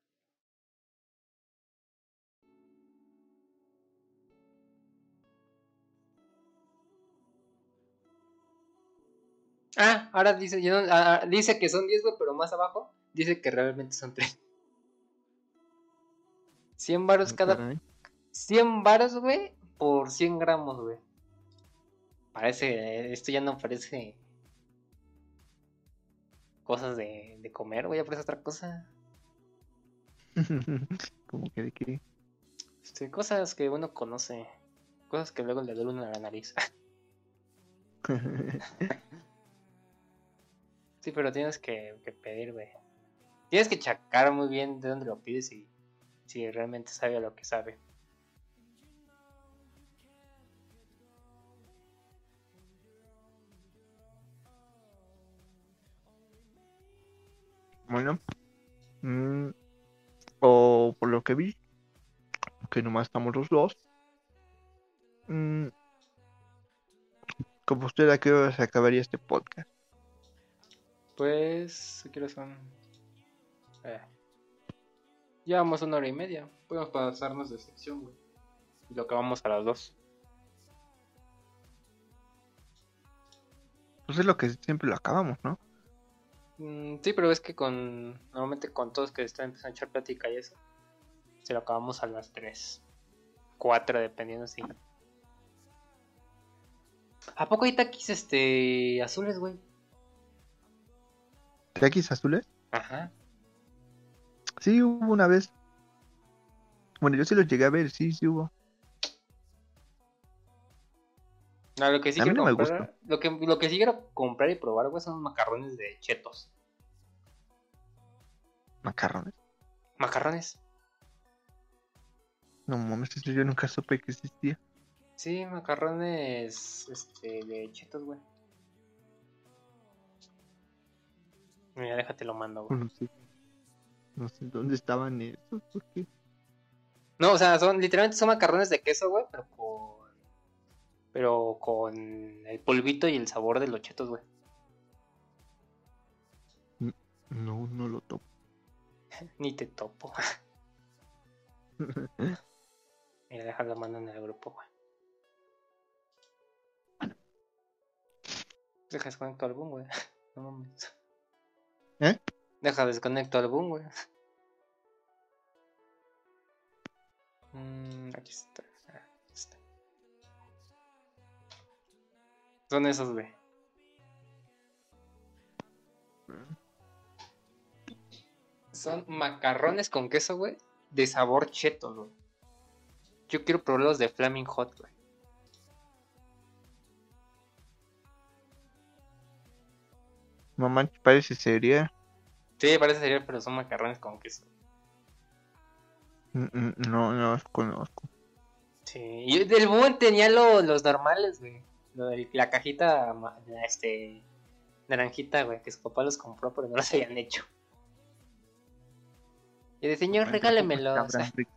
Ah, ahora dice, yo no- ah, ah, dice que son diez, güey, pero más abajo dice que realmente son tres. cien varos Ah, cada. caray. cien varos, güey, por cien gramos, güey. Parece, esto ya no parece cosas de, de comer, güey, ya parece otra cosa. Como que de qué. Este, cosas que uno conoce. Cosas que luego le duele uno a la nariz. Sí, pero tienes que, que pedir, güey. Tienes que checar muy bien de dónde lo pides y si realmente sabe a lo que sabe. Bueno. mm, o por lo que vi, que nomás estamos los dos. mm, Como usted, ¿a qué hora se acabaría este podcast? Pues, ¿qué hora son? Eh, llevamos una hora y media. Podemos pasarnos de sección, güey. Y lo acabamos a las dos. Pues es lo que siempre lo acabamos, ¿no? Mm, sí, pero es que con. Normalmente con todos que están empezando a echar plática y eso. Se lo acabamos a las tres. cuatro, dependiendo si. ¿A poco hay taquis este. azules, güey? ¿Taquis azules? Ajá. Sí, hubo una vez. Bueno, yo sí los llegué a ver, sí, sí hubo. No, lo que sí A mí quiero no me gustó. comprar. Lo que, lo que sí quiero comprar y probar, güey, son los macarrones de chetos. Macarrones. Macarrones. No mames, eso yo nunca supe que existía. Sí, macarrones este, de chetos, güey. Mira, déjate lo mando, güey. No sé, no sé dónde estaban esos, ¿por qué? No, o sea, son literalmente son macarrones de queso, güey, pero con pero con el polvito y el sabor de los chetos, güey. N- No, no lo topo. Ni te topo. Mira, deja la mano en el grupo, güey. Deja desconecto álbum, güey. No mames. ¿Eh? Deja desconecto álbum, güey. Mm, aquí está. Ah, aquí está. Son esos, güey. Son macarrones con queso, güey. De sabor cheto, güey. Yo quiero probar los de Flaming Hot, güey. Mamá, parece seria. Sí, parece cereal, pero son macarrones con queso. Mm, mm, No, no los conozco. Sí, y del buen tenía lo- los normales, güey. Lo de la cajita, ma- la, este, naranjita, güey, que su papá los compró, pero no los habían hecho. Y de señor, Entre regálemelo. copas O sea, sabrán rico.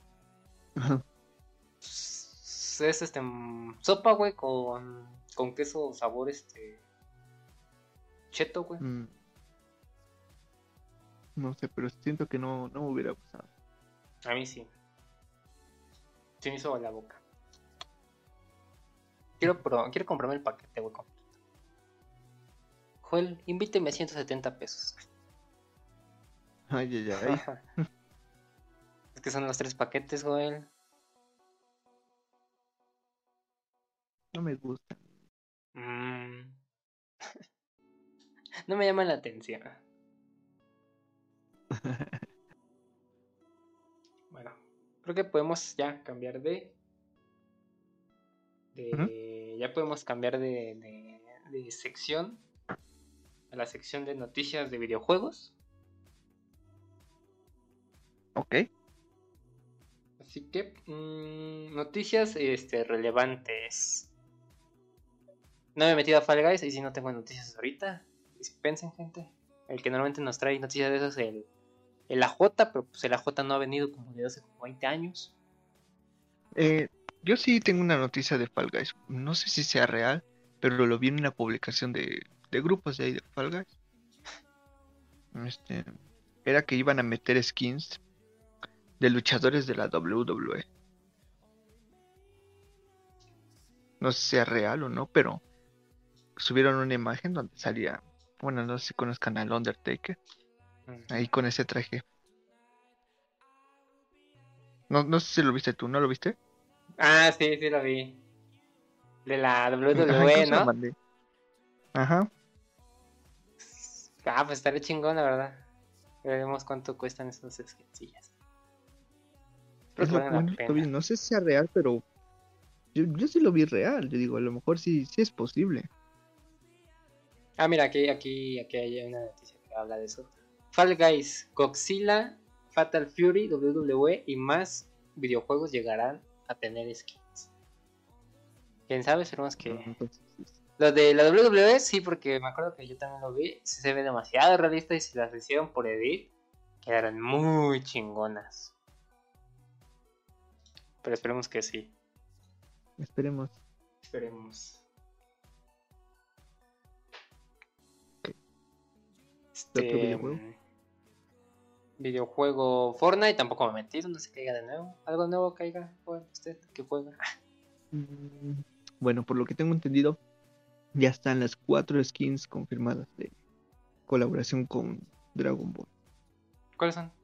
es este mm, sopa, güey, con, con queso sabor, este, cheto, güey. Mm, No sé, pero siento que no, no me hubiera gustado. A mí sí. Se me hizo la boca. Quiero, pro- quiero comprarme el paquete, güey, completo. Joel, invíteme a ciento setenta pesos. Ay, ay, ay. Es que son los tres paquetes, Joel. No me gusta. Mm. No me llama la atención. Bueno, creo que podemos ya cambiar de... de Ujú. Ya podemos cambiar de, de, de sección a la sección de noticias de videojuegos. Ok. Así que, mmm, noticias este, relevantes. No me he metido a Fall Guys y si no tengo noticias ahorita. Dispensen, gente. El que normalmente nos trae noticias de eso es el, el A J, pero pues el A J no ha venido como desde hace como veinte años. Eh, yo sí tengo una noticia de Fall Guys. No sé si sea real, pero lo vi en una publicación de, de grupos de ahí de Fall Guys. Este, era que iban a meter skins de luchadores de la W W E. No sé si sea real o no, pero subieron una imagen donde salía, bueno, no sé si conozcan al Undertaker, ahí con ese traje. No, no sé si lo viste tú, ¿no lo viste? Ah, sí, sí lo vi. De la Ajá, W W E, incluso lo ¿no? mandé. Ajá. Ah, pues estaría chingón, la verdad. Veremos cuánto cuestan esas skincillas. Creo Es que lo valen la bueno, lo vi. pena. No sé si sea real, pero yo, yo sí lo vi real. Yo digo, a lo mejor sí, sí es posible. Ah, mira, aquí, aquí, aquí hay una noticia que habla de eso. Fall Guys, Godzilla, Fatal Fury, W W E y más videojuegos llegarán a tener skins. ¿Quién sabe? Esperemos Ah, que... entonces, sí. Los de la W W E sí, porque me acuerdo que yo también lo vi. Sí se ve demasiado realista y si las hicieron por edit, quedaron muy chingonas. Pero esperemos que sí. Esperemos. Esperemos. ¿De otro Este... videojuego? mm, Videojuego Fortnite, tampoco me he metido, no se caiga de nuevo. Algo nuevo caiga, bueno, usted que juega. Mm, Bueno, por lo que tengo entendido, ya están las cuatro skins confirmadas de colaboración con Dragon Ball. ¿Cuáles son?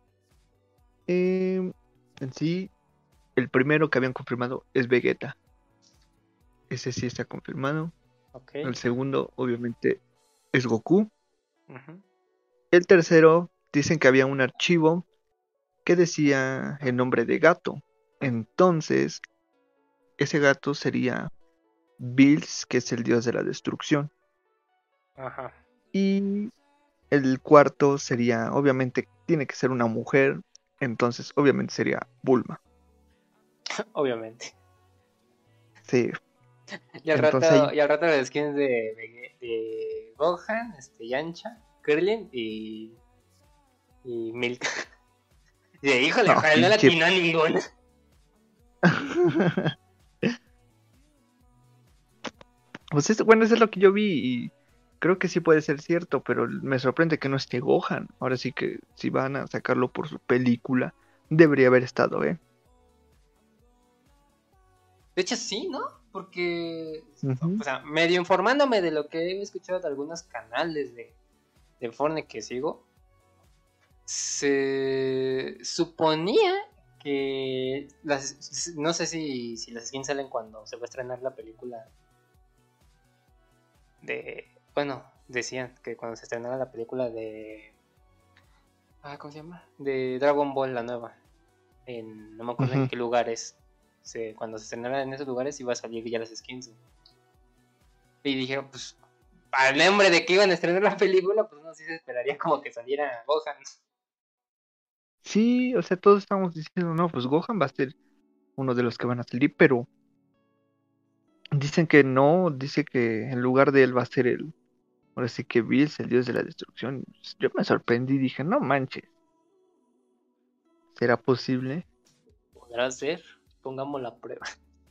Em, en sí, el primero que habían confirmado es Vegeta. Ese sí está confirmado. Ok. El segundo, obviamente, es Goku. Ujú. El tercero, dicen que había un archivo que decía el nombre de gato. Entonces, ese gato sería Bills, que es el dios de la destrucción. Ajá. Y el cuarto sería, obviamente, tiene que ser una mujer. Entonces, obviamente sería Bulma. Obviamente. Sí, Y al entonces rato, ahí, y al rato las skins de, de, de Gohan, este, Yancha, Krillin y. y Milk. Y de híjole, No, ojalá no la pinche- atinó a ninguna. Pues es, bueno, eso es lo que yo vi y creo que sí puede ser cierto, pero me sorprende que no esté Gohan. Ahora sí que si van a sacarlo por su película, debería haber estado, ¿eh? De hecho, sí, ¿no? Porque, Ujú. o sea, medio informándome de lo que he escuchado de algunos canales de, de Fortnite que sigo, se suponía que las, no sé si, si las skins salen cuando se va a estrenar la película de, bueno, decían que cuando se estrenara la película de, ah, ¿cómo se llama? De Dragon Ball, la nueva, en, no me acuerdo en Ujú. qué lugares, se, cuando se estrenara en esos lugares iba a salir ya las skins. Y dije, pues, al nombre de que iban a estrenar la película, pues no sé si se esperaría como que saliera Gohan. Sí, o sea, todos estamos diciendo, no, pues Gohan va a ser uno de los que van a salir, pero dicen que no, dice que en lugar de él va a ser el, ahora sí que Bills, el dios de la destrucción. Yo me sorprendí y dije, no manches, ¿será posible? Podrá ser, pongamos la prueba.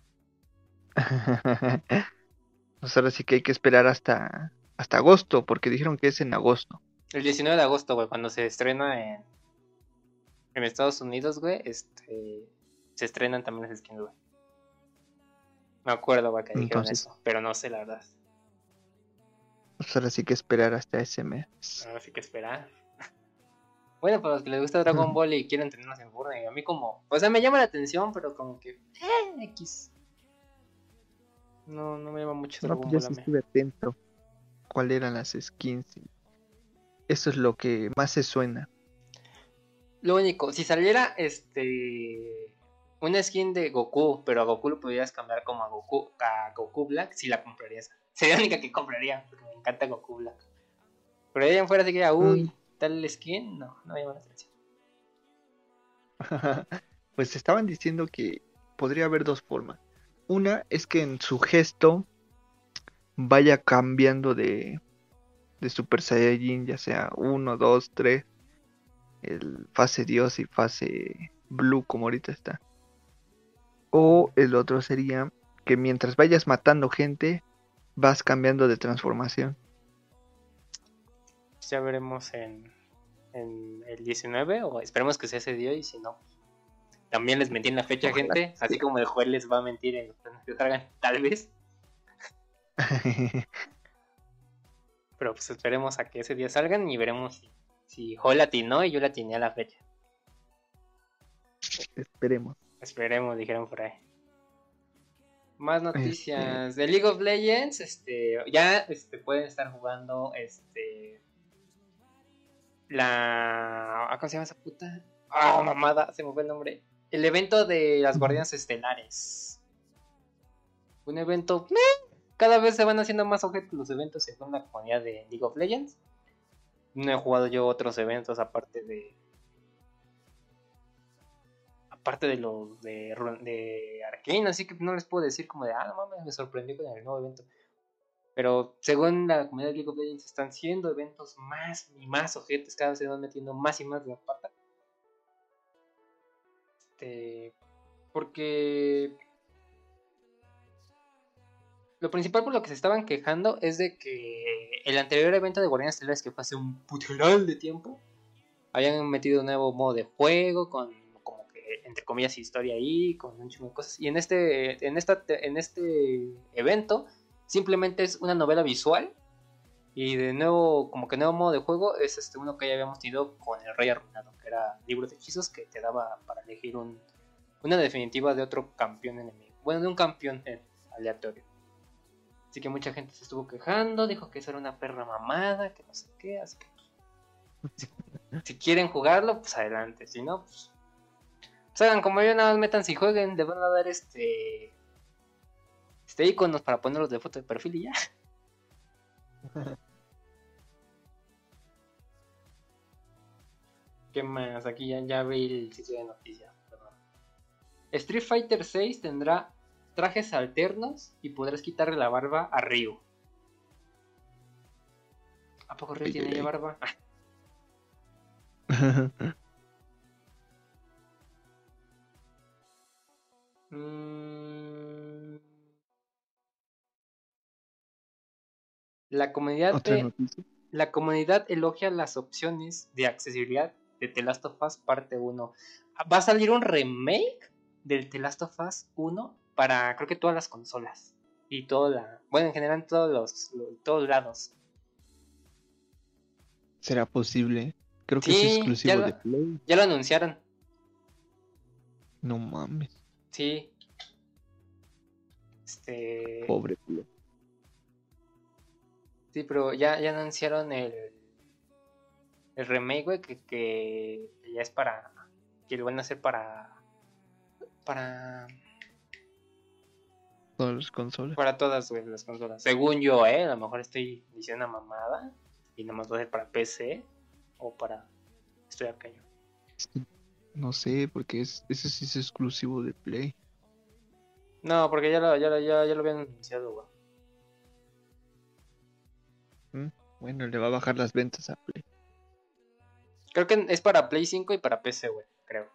Pues ahora sí que hay que esperar hasta, hasta agosto, porque dijeron que es en agosto. El diecinueve de agosto, güey, cuando se estrena en, en Estados Unidos, güey, este, se estrenan también las skins, güey. Me acuerdo, güey, que dijeron Entonces, eso, pero no sé la verdad. pues ahora sí que esperar hasta ese mes. Ahora sí que esperar. Bueno, para los que les gusta Dragon Ball y quieren tenernos en Fortnite, a mí como, o sea, me llama la atención, pero como que, eh, X. No, no me llama mucho No, pues Dragon yo Ball a sí mí. estuve atento cuáles eran las skins. Eso es lo que más se suena. Lo único, si saliera este una skin de Goku, pero a Goku lo podrías cambiar como a Goku, a Goku Black, si la comprarías. Sería la única que compraría, porque me encanta Goku Black. Pero de ahí en fuera así que ya, Mm. uy, tal skin, no, no me llama la atención. Pues estaban diciendo que podría haber dos formas. Una es que en su gesto vaya cambiando de, de Super Saiyajin, ya sea uno, dos, tres, el fase Dios y fase Blue como ahorita está. O el otro sería que mientras vayas matando gente, vas cambiando de transformación. Pues ya veremos en, en el diecinueve, o esperemos que sea ese día, y si no, también les mentí en la fecha, Ojalá. gente, así como el juez les va a mentir en los planes que salgan, tal vez. Pero pues esperemos a que ese día salgan y veremos si, si Joel latinó y yo latiné a la fecha. Esperemos. Esperemos, dijeron por ahí. Más Este, noticias de League of Legends, este, ya este, pueden estar jugando este la ¿cómo se llama esa puta? Ah, mamada, se me fue el nombre. El evento de las Guardianas Estelares. Un evento, meh, cada vez se van haciendo más objetos los eventos según la comunidad de League of Legends. No he jugado yo otros eventos aparte de aparte de los de, de Arcane, así que no les puedo decir como de, ah, no mames, me sorprendió con el nuevo evento. Pero según la comunidad de League of Legends están siendo eventos más y más ojetes, cada vez se van metiendo más y más de la pata. Este, porque lo principal por lo que se estaban quejando es de que el anterior evento de Guardianes Estelares, que fue hace un puteral de tiempo, habían metido un nuevo modo de juego con como que entre comillas historia ahí, con un chingo de cosas. Y en este en esta en este evento simplemente es una novela visual. Y de nuevo, como que nuevo modo de juego es este uno que ya habíamos tenido con el Rey Arruinado, que era libro de hechizos que te daba para elegir un, una definitiva de otro campeón enemigo. Bueno, de un campeón aleatorio. Así que mucha gente se estuvo quejando, dijo que eso era una perra mamada, que no sé qué, así que pues, si, si quieren jugarlo, pues adelante, si no, pues, pues hagan como yo, nada más metan y jueguen, le van a dar este este iconos para ponerlos de foto de perfil y ya. ¿Qué más? Aquí ya, ya vi el sitio de noticias. Perdón. Street Fighter seis tendrá trajes alternos y podrás quitarle la barba a Ryu. ¿A poco Ryu ay, tiene ay, ya barba? ay. Mm, la comunidad Otra de noticia. la comunidad elogia las opciones de accesibilidad de The Last of Us parte uno. Va a salir un remake del The Last of Us uno para creo que todas las consolas y toda la, bueno, en general en todos los, los todos lados. ¿Será posible? Creo que es Sí, ya exclusivo de lo, Play. ya lo anunciaron. No mames, Sí. Este, pobre Play. sí, pero ya ya anunciaron el el remake, güey, que, que ya es para que lo van a hacer para para Todas las consolas. para todas, güey, las consolas. Según yo, eh, a lo mejor estoy diciendo una mamada y nada más va a ser para P C o para estoy acá yo. Es que no sé, porque es, ese sí es exclusivo de Play. No, porque ya lo ya lo, ya, ya lo habían anunciado, güey. ¿Mm? Bueno, le va a bajar las ventas a Play. Creo que es para Play cinco y para P C, güey, creo.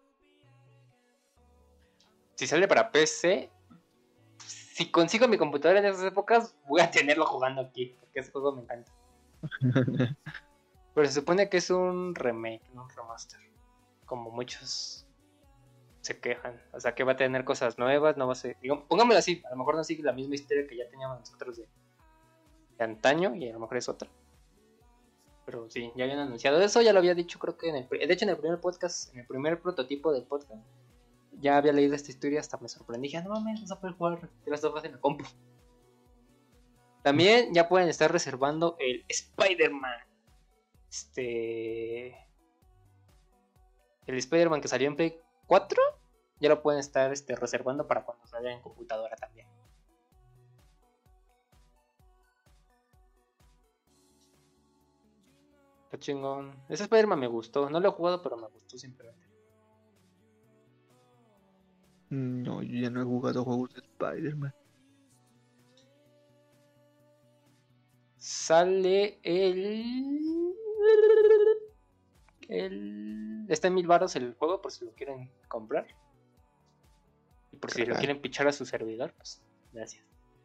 Si sale para P C, si consigo mi computadora en esas épocas, voy a tenerlo jugando aquí, porque ese juego me encanta. Pero se supone que es un remake, no un remaster. Como muchos se quejan. O sea que va a tener cosas nuevas, no va a ser. Digo, pongámoslo así, a lo mejor no sigue la misma historia que ya teníamos nosotros de, de antaño, y a lo mejor es otra. Pero sí, ya habían anunciado eso, ya lo había dicho, creo que en el. De hecho, en el primer podcast, en el primer prototipo del podcast, ya había leído esta historia, hasta me sorprendí. Dije, no mames, vas a poder jugar de las dos en la compu. También ya pueden estar reservando el Spider-Man. Este. El Spider-Man que salió en Play cuatro. Ya lo pueden estar este, reservando para cuando salga en computadora también. Está chingón. Ese Spider-Man me gustó. No lo he jugado, pero me gustó simplemente. No, yo ya no he jugado juegos de Spider-Man. Sale el... el... Está en mil baros el juego por si lo quieren comprar. Y por si lo Caray. quieren pichar a su servidor, pues gracias.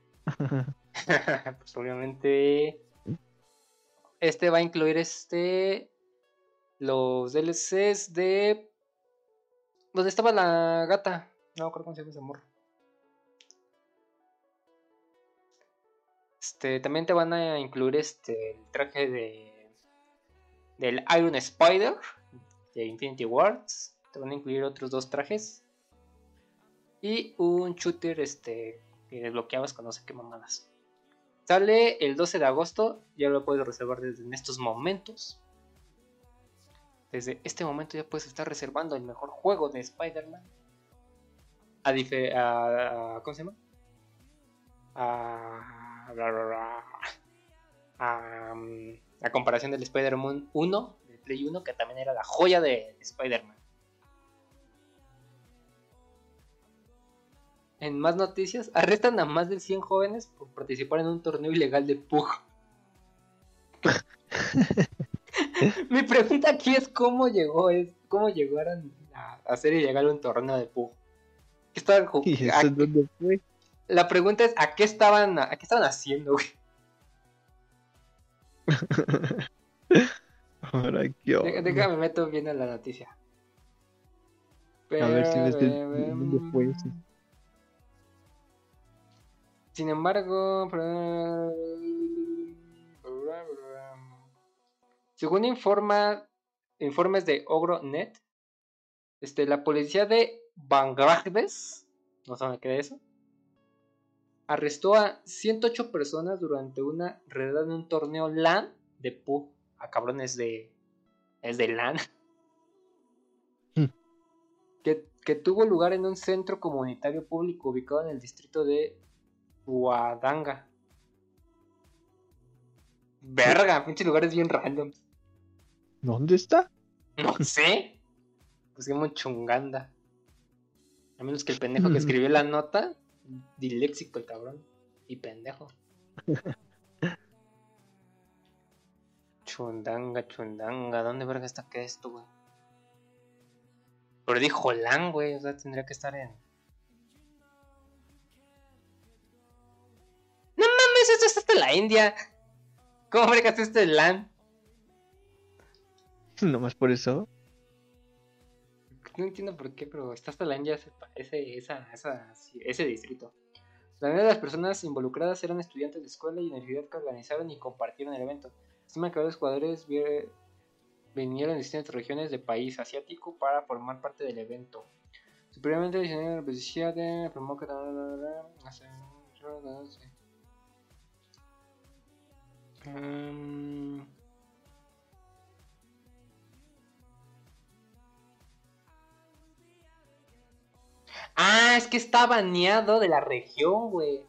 Pues obviamente este va a incluir este los D L Cs de donde estaba la gata. No creo cómo se llama ese morro. Este también te van a incluir este el traje de del Iron Spider de Infinity Wars. Te van a incluir otros dos trajes y un shooter este que desbloqueabas con no sé qué mamadas. Sale el doce de agosto, ya lo puedes reservar desde en estos momentos. Desde este momento ya puedes estar reservando el mejor juego de Spider-Man. A, dife- a, a ¿cómo se llama? A, bla, bla, bla, a, um, a comparación del Spider-Man uno, del Play uno, que también era la joya de Spider-Man. En más noticias, arrestan a más de cien jóvenes por participar en un torneo ilegal de P U G. Mi pregunta aquí es cómo llegó, es cómo llegaron a hacer ilegal un torneo de P U G. ¿Qué estaban ju- ¿Y eso a- es dónde fue? La pregunta es ¿a qué estaban a qué estaban haciendo, güey? Ahora, ¿qué Dé- onda? Déjame meto bien en la noticia. A ver si ves el... Pero, ¿Dónde fue eso? sin embargo, según informa informes de OgroNet, este, la policía de Bangladesh, no saben qué es eso, arrestó a ciento ocho personas durante una redada en un torneo LAN de P U. A cabrones de es de LAN. que, que tuvo lugar en un centro comunitario público ubicado en el distrito de Huadanga. Verga, pinche lugares bien random. ¿Dónde está? No sé. Pusimos chunganda. A menos que el pendejo que escribió la nota, diléxico el cabrón. Y pendejo. Chundanga, chundanga. ¿Dónde verga está que esto, güey? Pero dijo LAN, güey. O sea, tendría que estar en. en la India. ¿Cómo fregaste este LAN? Nomás por eso. No entiendo por qué, pero está hasta la India ese, ese, esa, esa, ese distrito. La mayoría de las personas involucradas eran estudiantes de escuela y universidad que organizaron y compartieron el evento. Estima que varios jugadores vi- vinieron de distintas regiones del país asiático para formar parte del evento. Superiormente, el diseñador de la publicidad afirmó que... Um... Ah, es que está baneado de la región, güey.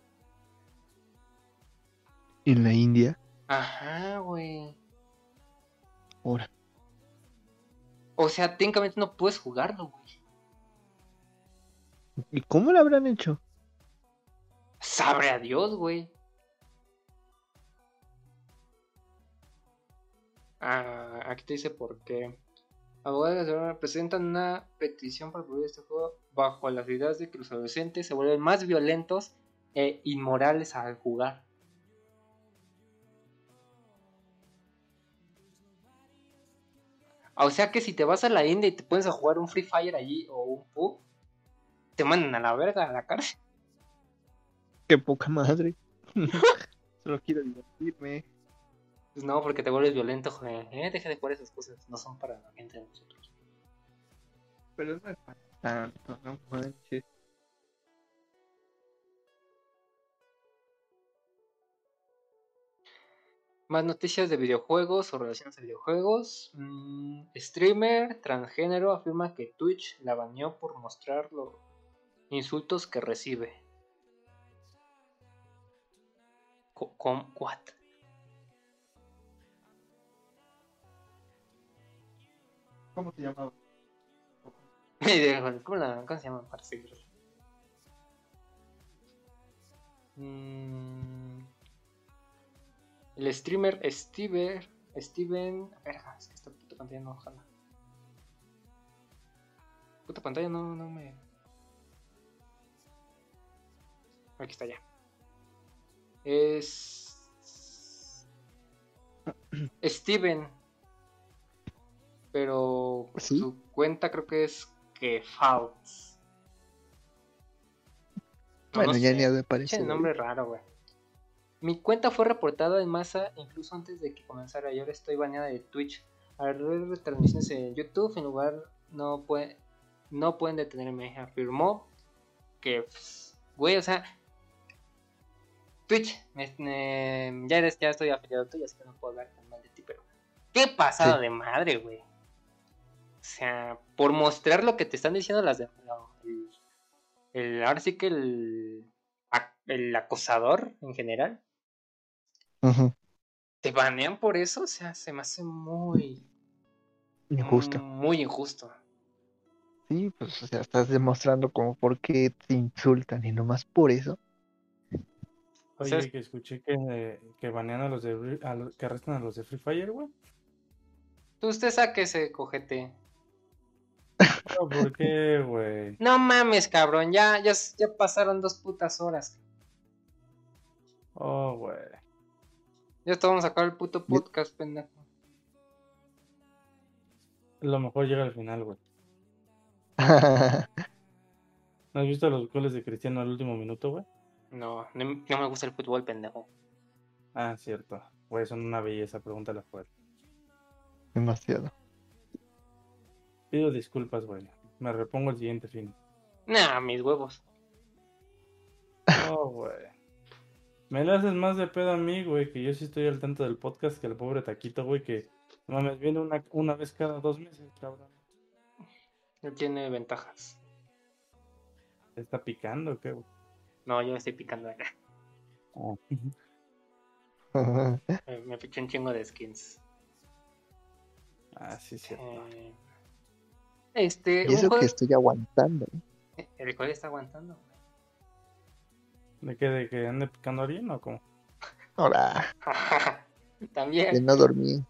En la India. Ajá, güey. Ahora. O sea, técnicamente no puedes jugarlo, güey. ¿Y cómo lo habrán hecho? Sabe a Dios, güey. Ah, aquí te dice por qué. Abogados de Barcelona presentan una petición para prohibir este juego bajo las ideas de que los adolescentes se vuelven más violentos e inmorales al jugar. O sea que si te vas a la India y te pones a jugar un Free Fire allí o un P U B, te mandan a la verga, a la cárcel. Qué poca madre. Solo quiero divertirme. Pues no, porque te vuelves violento, joder. Eh, deja de jugar esas cosas, no son para la gente de nosotros. Pero no es para tanto, no manches. Más noticias de videojuegos o relaciones a videojuegos. Mm, streamer transgénero afirma que Twitch la baneó por mostrar los insultos que recibe. ¿Con what? ¿Cómo se llama? ¿Cómo, la, ¿Cómo se llama para seguirlo? Mm, el streamer Steven. Steven. Verga, es que esta puta pantalla no jala. Puta pantalla no, no me. Aquí está ya. Es. Steven. Pero ¿Sí? su cuenta creo que es que Falls. No, Bueno, no ya sé. ni ha de Che, aparecer. nombre raro, güey. Mi cuenta fue reportada en masa incluso antes de que comenzara. Y ahora estoy baneada de Twitch. Al ver retransmisiones en YouTube, en lugar no puede, no pueden detenerme. Afirmó que, güey, o sea, Twitch, me, me, ya eres, ya estoy afiliado a Twitch, así que no puedo hablar tan mal de ti, pero qué pasada Sí. de madre, güey. O sea, por mostrar lo que te están diciendo las de, no, el, el, ahora sí que el, el acosador en general. Uh-huh. ¿Te banean por eso? O sea, se me hace muy... Injusto. Muy injusto. Sí, pues, o sea, estás demostrando como por qué te insultan y nomás por eso. O Oye, sea, que escuché que, que banean a los de a los, que arrestan a los de Free Fire, güey. tú usted saque ese cojete. Oh, ¿por qué, güey? No mames, cabrón, ya, ya, ya pasaron dos putas horas. Oh, güey. Ya te vamos a sacar el puto podcast, pendejo. Lo mejor llega al final, güey. ¿No has visto los goles de Cristiano al último minuto, güey? No, no, no me gusta el fútbol, pendejo. Ah, cierto. Güey, son una belleza, pregúntale a Fuer. Demasiado. Pido disculpas, güey. Me repongo el siguiente fin. Nah, mis huevos. Oh, güey. Me le haces más de pedo a mí, güey, que yo sí estoy al tanto del podcast que el pobre Taquito, güey, que no mames, viene una, una vez cada dos meses, cabrón. No tiene ventajas. ¿Te está picando o qué, güey? No, yo me estoy picando acá. Oh. Me, me piché un chingo de skins. Ah, sí, cierto. Eh, este, Y un eso juego... que estoy aguantando. El cual está aguantando. ¿De qué? ¿De que ande picando a alguien o cómo? Ahora, También. que no dormí.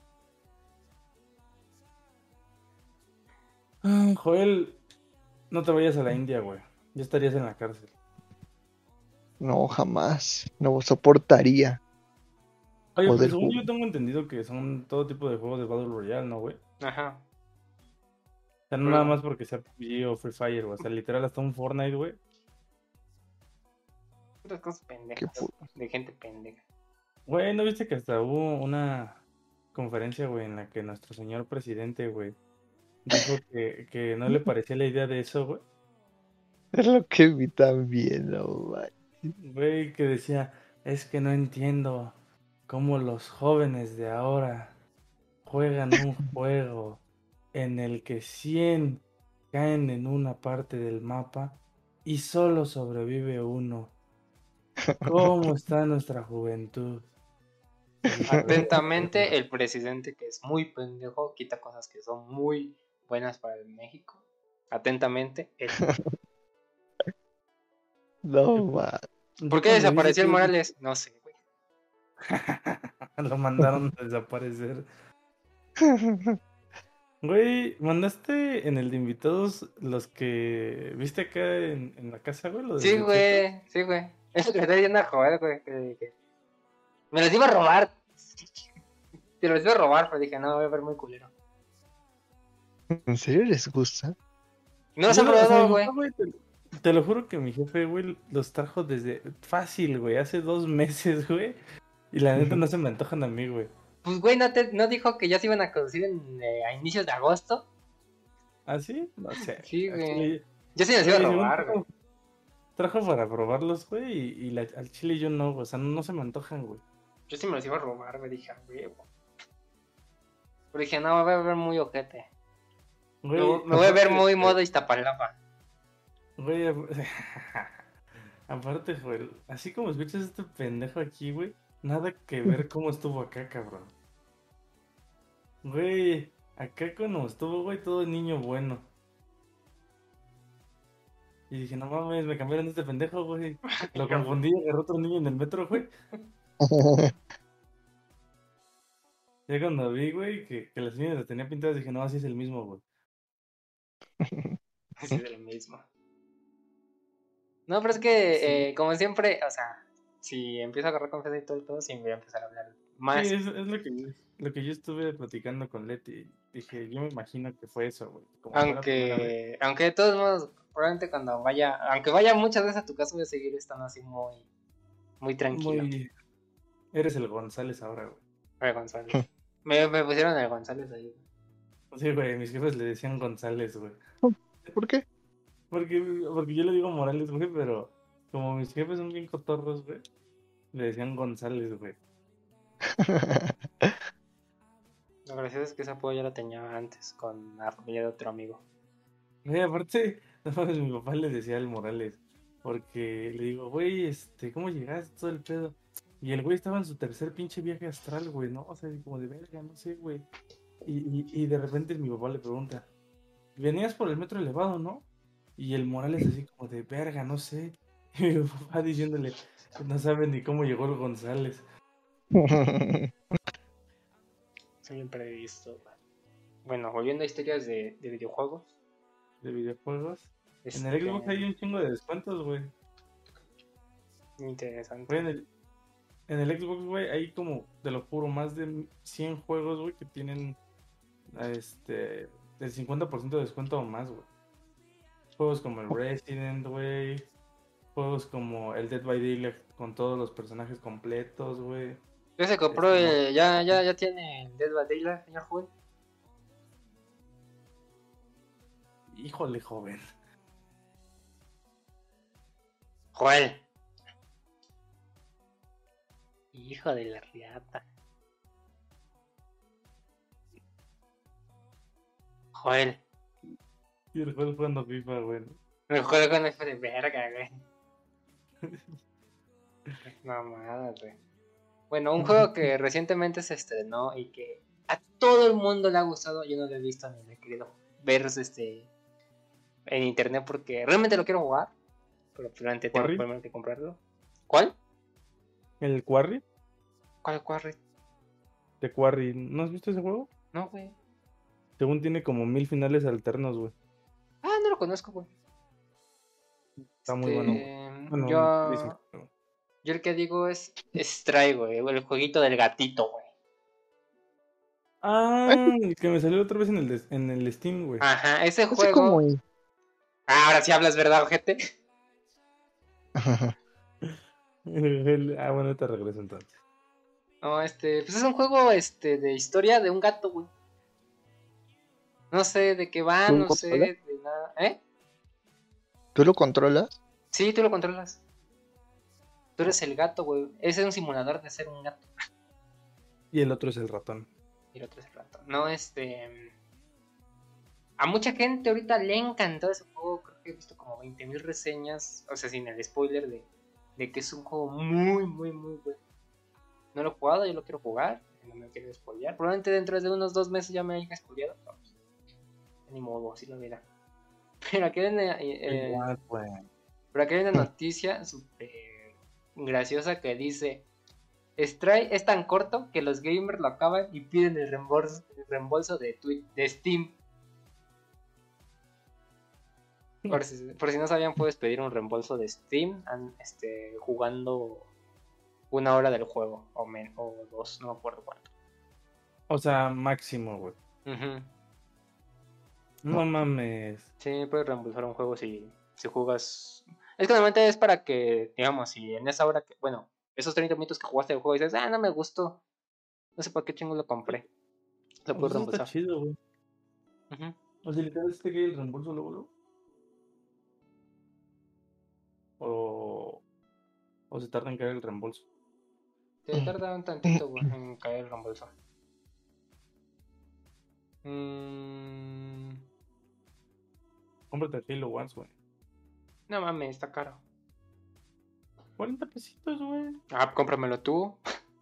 Ah, Joel, no te vayas a la India, güey. Ya estarías en la cárcel. No, jamás. No soportaría. Oye, pero poder según yo jugar. tengo entendido que son todo tipo de juegos de Battle Royale, ¿no, güey? Ajá. O sea, no nada Pero más porque sea P U B G o Free Fire, güey. O sea, literal hasta un Fortnite, güey. puras cosas ¿Qué pendejas. pu- De gente pendeja. Güey, ¿no viste que hasta hubo una conferencia, güey, en la que nuestro señor presidente, güey, dijo que, que no le parecía la idea de eso, güey? Es lo que vi también, no manches. Güey, que decía, es que no entiendo cómo los jóvenes de ahora juegan un juego en el que cien caen en una parte del mapa y solo sobrevive uno. ¿Cómo está nuestra juventud? Y dije, "Verga". Atentamente, el presidente que es muy pendejo quita cosas que son muy buenas para el México. Atentamente, él. No manches. ¿Por Yo qué cuando vi ese desapareció el tweet dije, Morales? No sé, güey. lo mandaron a desaparecer. Güey, ¿mandaste en el de invitados los que viste acá en, en la casa, güey? Lo Sí, del cheto. güey, sí, güey. Es lo que le está diciendo a Joel, güey. que- que Me los iba a robar. Te los iba a robar, pero dije, no, voy a ver muy culero. ¿En serio les gusta? No los Yo, han lo- o sea, mi robado, güey. papá, güey, te, te lo juro que mi jefe, güey, los trajo desde fácil, güey, hace dos meses, güey. Y la neta no se me antojan a mí, güey. Pues, güey, ¿no, te, no dijo que ya se iban a conducir en, eh, a inicios de agosto? ¿Ah, sí? No sé. Sí, Al güey. chile, Yo sí los iba a güey, según robar, güey. trajo, trajo para probarlos, güey, y, y la- al chile yo no, güey, o sea, no, no se me antojan, güey. Yo sí me los iba a robar, güey. Dije, güey. Pero dije, no, me voy a ver muy ojete. Me, Güey, me voy a ver aparte, muy eh, modo Iztapalapa. güey, ap- aparte, güey, así como escuchas este pendejo aquí, güey, nada que ver cómo estuvo acá, cabrón. Güey, acá cuando estuvo, güey, todo niño bueno. Y dije, no mames, me cambiaron de este pendejo, güey. Lo confundí y agarró otro niño en el metro, güey. Ya cuando vi, güey, que, que las niñas las tenía pintadas, dije, no, así es el mismo, güey. Así es el mismo. No, pero es que, Sí, eh, como siempre, o sea, si empiezo a agarrar confianza y todo y todo, sí me voy a empezar a hablar sí, más. es, es lo que, yo- lo que yo estuve platicando con Leti. Dije, yo me imagino que fue eso, güey. Como fue la primera vez. Aunque, aunque de todos modos, probablemente cuando vaya, aunque vaya muchas veces a tu casa, voy a seguir estando así muy, muy tranquilo. Muy... Eres el González ahora, güey. Oye, González. Me, me pusieron el González ahí. Sí, güey, mis jefes le decían González, güey. ¿Por qué? Porque, porque yo le digo Morales, güey, pero como mis jefes son bien cotorros, güey, le decían González, güey. Lo gracioso es que ese apodo ya lo tenía antes con la familia de otro amigo. Güey, aparte, no mames, mi papá le decía al Morales, porque le digo, güey, este, ¿cómo llegaste todo el pedo? Y el güey estaba en su tercer pinche viaje astral, güey, ¿no? O sea, como de verga, no sé, güey. Y, y, y de repente mi papá le pregunta, venías por el metro elevado, ¿no? Y el Morales así como de verga, no sé. Y mi papá diciéndole, no sabe ni cómo llegó el González. Soy imprevisto. Bueno, volviendo a historias de, de videojuegos. De videojuegos. En el Este, Xbox hay un chingo de descuentos, güey. interesante. Güey, en el, en el Xbox, güey, hay como, te lo juro, más de cien juegos, güey, que tienen este el cincuenta por ciento de descuento o más, güey. Juegos como el Resident, güey. Juegos como el Dead by Daylight con todos los personajes completos, güey. Ya se compró Este, el, ya, ya, ya tiene el Dead by Daylight, señor Joel. híjole, joven. Joel. Hijo de la riata. Joel. Y el juego jugando FIFA, güey. Me juego con F de verga, güey. Mamada, güey. Bueno, un juego que recientemente se estrenó y que a todo el mundo le ha gustado, yo no lo he visto ni lo he querido ver este, en internet porque realmente lo quiero jugar, pero realmente tengo ¿Quarry? primero que comprarlo. ¿Cuál? ¿El Quarry? ¿Cuál Quarry? De Quarry. ¿No has visto ese juego? No, güey. Según tiene como mil finales alternos, güey. Ah, no lo conozco, güey. Está muy bueno, güey. Este, Bueno, yo, buenísimo. Yo el que digo es Stray, güey, el jueguito del gatito, güey. Ah, el que me salió otra vez en el, des- en el Steam, güey. Ajá, ese Ese juego. como es. Ah, ahora sí hablas, ¿verdad, ojete? El- el- Ah, bueno, te regreso entonces. No, este, pues es un juego, este, de historia de un gato, güey. No sé de qué va, ¿Tú lo no sé controlas? de nada. ¿Eh? ¿Tú lo controlas? Sí, tú lo controlas. Tú eres el gato, güey. Ese es un simulador de ser un gato. Y el otro es el ratón. Y el otro es el gato. No, este. A mucha gente ahorita le encantó ese juego. Creo que he visto como veinte mil reseñas. O sea, sin el spoiler de, de que es un juego muy, muy, muy bueno. No lo he jugado, yo lo quiero jugar. No me quiero spoilear. Probablemente dentro de unos dos meses ya me haya spoileado. pero, pues, ni modo, así lo verá. Pero aquí hay una, eh, Igual, güey. pero aquí hay una noticia súper graciosa que dice: Stray es tan corto que los gamers lo acaban y piden el reembolso, el reembolso de, Twitch, de Steam. Por si, por si no sabían, puedes pedir un reembolso de Steam an- este, jugando una hora del juego o, men, o dos, no me acuerdo cuánto. O sea, máximo, güey. Ujú. No mames. Sí, puedes reembolsar un juego si, si jugas. Es que normalmente es para que, digamos, si en esa hora que, bueno, esos treinta minutos que jugaste el juego dices, ah, no me gustó, no sé por qué chingo lo compré, lo O puedes sea, eso está reembolsar. chido, güey. Ujú. O sea, literal, este que el reembolso luego, luego. O, o se tarda en caer el reembolso. Te tarda un tantito, güey, en caer el reembolso. Mm, Cómprate el Halo Wars, güey. no mames, está caro. cuarenta pesitos, güey. Ah, cómpramelo tú.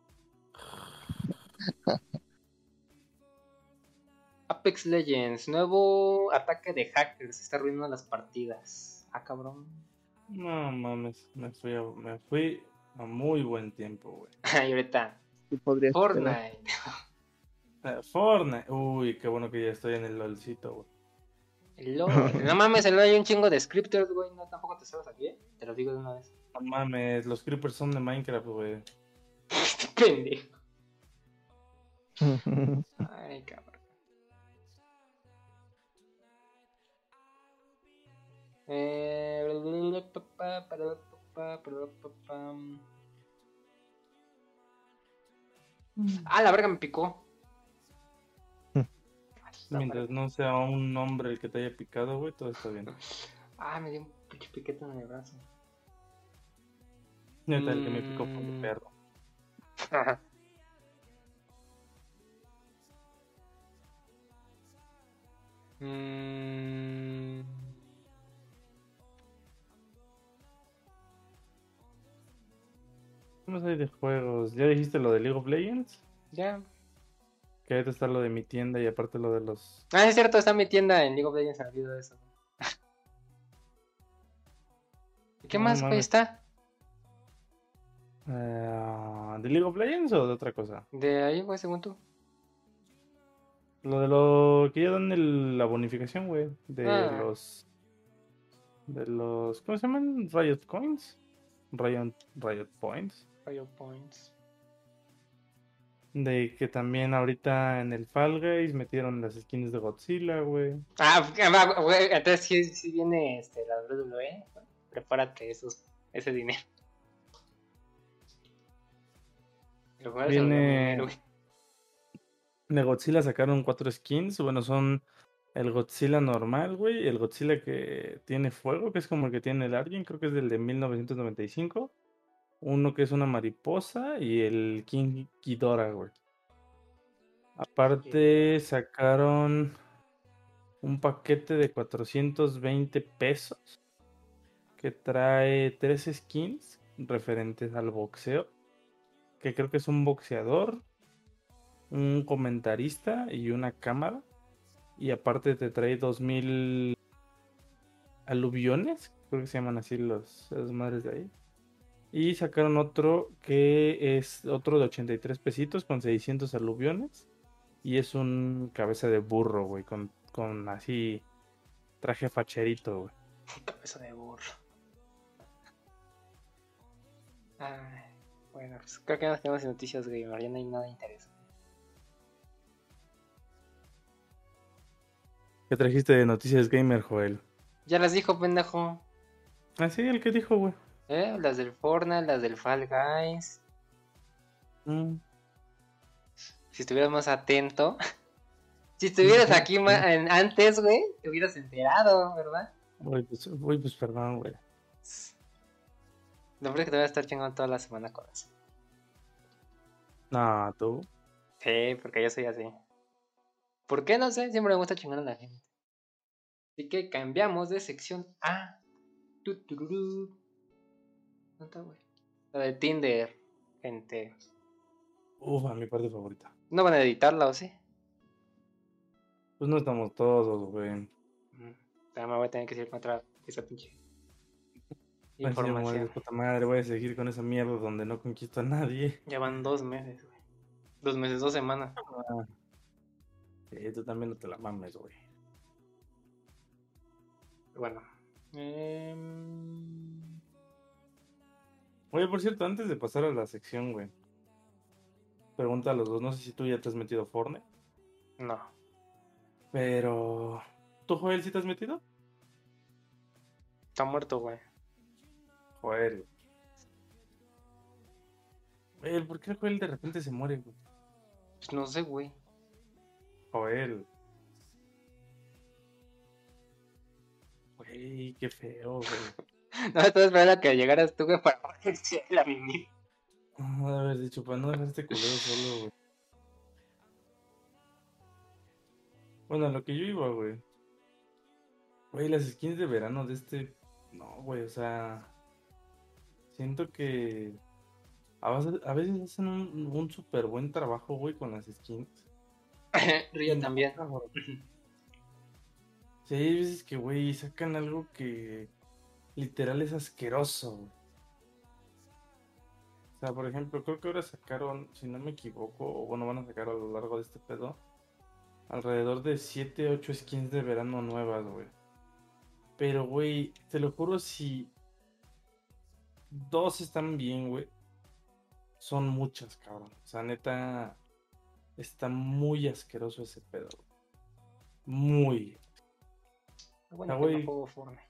Apex Legends, nuevo ataque de hackers, está arruinando las partidas. Ah, cabrón. No mames, me fui a, me fui a muy buen tiempo, güey. Y ahorita, Sí, podría esperar. Fortnite. Eh, Fortnite. Uy, qué bueno que ya estoy en el LOLcito, güey. El LOL. No mames, el LOL hay un chingo de scripters, güey. No, tampoco te sabes aquí, ¿eh? Te lo digo de una vez. No mames, los creepers son de Minecraft, güey. Este pendejo. Ay, cabrón. Eh... Ah, la verga me picó. Mientras no sea un nombre el que te haya picado, güey, todo está bien. Ah, me dio un pinche piquete en el brazo. Neta, el que me picó fue mi Mm. perro. Ajá. Mm. ¿Qué más hay de juegos? ¿Ya dijiste lo de League of Legends? Ya. Que ahorita está lo de mi tienda y aparte lo de los... Ah, es cierto, está mi tienda en League of Legends, se me olvidó de eso. ¿Y qué No más, güey, mames. está? Eh, ¿de League of Legends o de otra cosa? De ahí, güey, según tú. Lo de lo que ya dan el- la bonificación, güey. De Ah. los... De los... ¿Cómo se llaman? Riot Coins. Riot, Riot Points. Fire Points. De que también ahorita en el Fall Guys metieron las skins de Godzilla, güey. Ah, ah, güey, entonces sí, sí viene este, la W W E. Prepárate esos, ese dinero. Lo juegas en Viene... dinero, güey. De Godzilla sacaron cuatro skins. Bueno, son el Godzilla normal, güey. El Godzilla que tiene fuego, que es como el que tiene el Arjen. Creo que es del de mil novecientos noventa y cinco. Uno que es una mariposa y el King Ghidorah, güey. Aparte sacaron un paquete de cuatrocientos veinte pesos que trae tres skins referentes al boxeo. Que creo que es un boxeador, un comentarista y una cámara. Y aparte te trae dos mil aluviones, creo que se llaman así los, las madres de ahí. Y sacaron otro que es otro de ochenta y tres pesitos con seiscientos aluviones. Y es un cabeza de burro, güey, con, con así traje facherito, güey. Cabeza de burro. Ay, bueno, pues creo que nos quedamos sin noticias gamer, ya no hay nada interesante. ¿Qué trajiste de Noticias Gamer, Joel? Ya las dijo, pendejo. Ah, sí, el que dijo, güey. ¿Eh? Las del Fortnite, las del Fall Guys. Mm. Si estuvieras más atento. Si estuvieras aquí ma- en- antes, güey, te hubieras enterado, ¿verdad? Güey, pues, güey, pues perdón, güey. Lo peor es que te voy a estar chingando toda la semana con eso. No, tú. Sí, porque yo soy así. ¿Por qué? No sé, siempre me gusta chingar a la gente. Así que cambiamos de sección a... tu, tururú. ¿Dónde está, güey? La de Tinder, gente. Uf, a mi parte favorita. ¿No van a editarla o sí? Pues no estamos todos, güey. Mm, Ya me voy a tener que ir contra esa pinche Así de información. puta madre, voy a seguir con esa mierda donde no conquisto a nadie. Ya van dos meses, güey. Dos meses, dos semanas. Ah, sí, tú también no te la mames, güey. Bueno. em, Oye, por cierto, antes de pasar a la sección, güey. Pregunta a los dos, no sé si tú ya te has metido a Fortnite. No. Pero... ¿Tú, Joel, sí te has metido? Está muerto, güey. Joel. Joel, ¿por qué Joel de repente se muere, güey? Pues no sé, güey. Joel. Güey, qué feo, güey. No, estaba esperando a que llegaras tú, güey, para ponerse la mini. No de haber dicho, para no dejar este culero solo, güey. Bueno, a lo que yo iba, güey. Güey, las skins de verano de este... No, güey, o sea... Siento que... A veces, a veces hacen un, un súper buen trabajo, güey, con las skins. Río Y no, también. cabrón. Sí, hay veces que, güey, sacan algo que... Literal es asqueroso, güey. O sea, por ejemplo, creo que ahora sacaron, si no me equivoco, o bueno, van a sacar a lo largo de este pedo, alrededor de siete ocho skins de verano nuevas, güey. Pero, güey, te lo juro, si dos están bien, güey, son muchas, cabrón. O sea, neta, está muy asqueroso ese pedo, güey. Muy. Bueno, Ah, que no güey. juego Fortnite.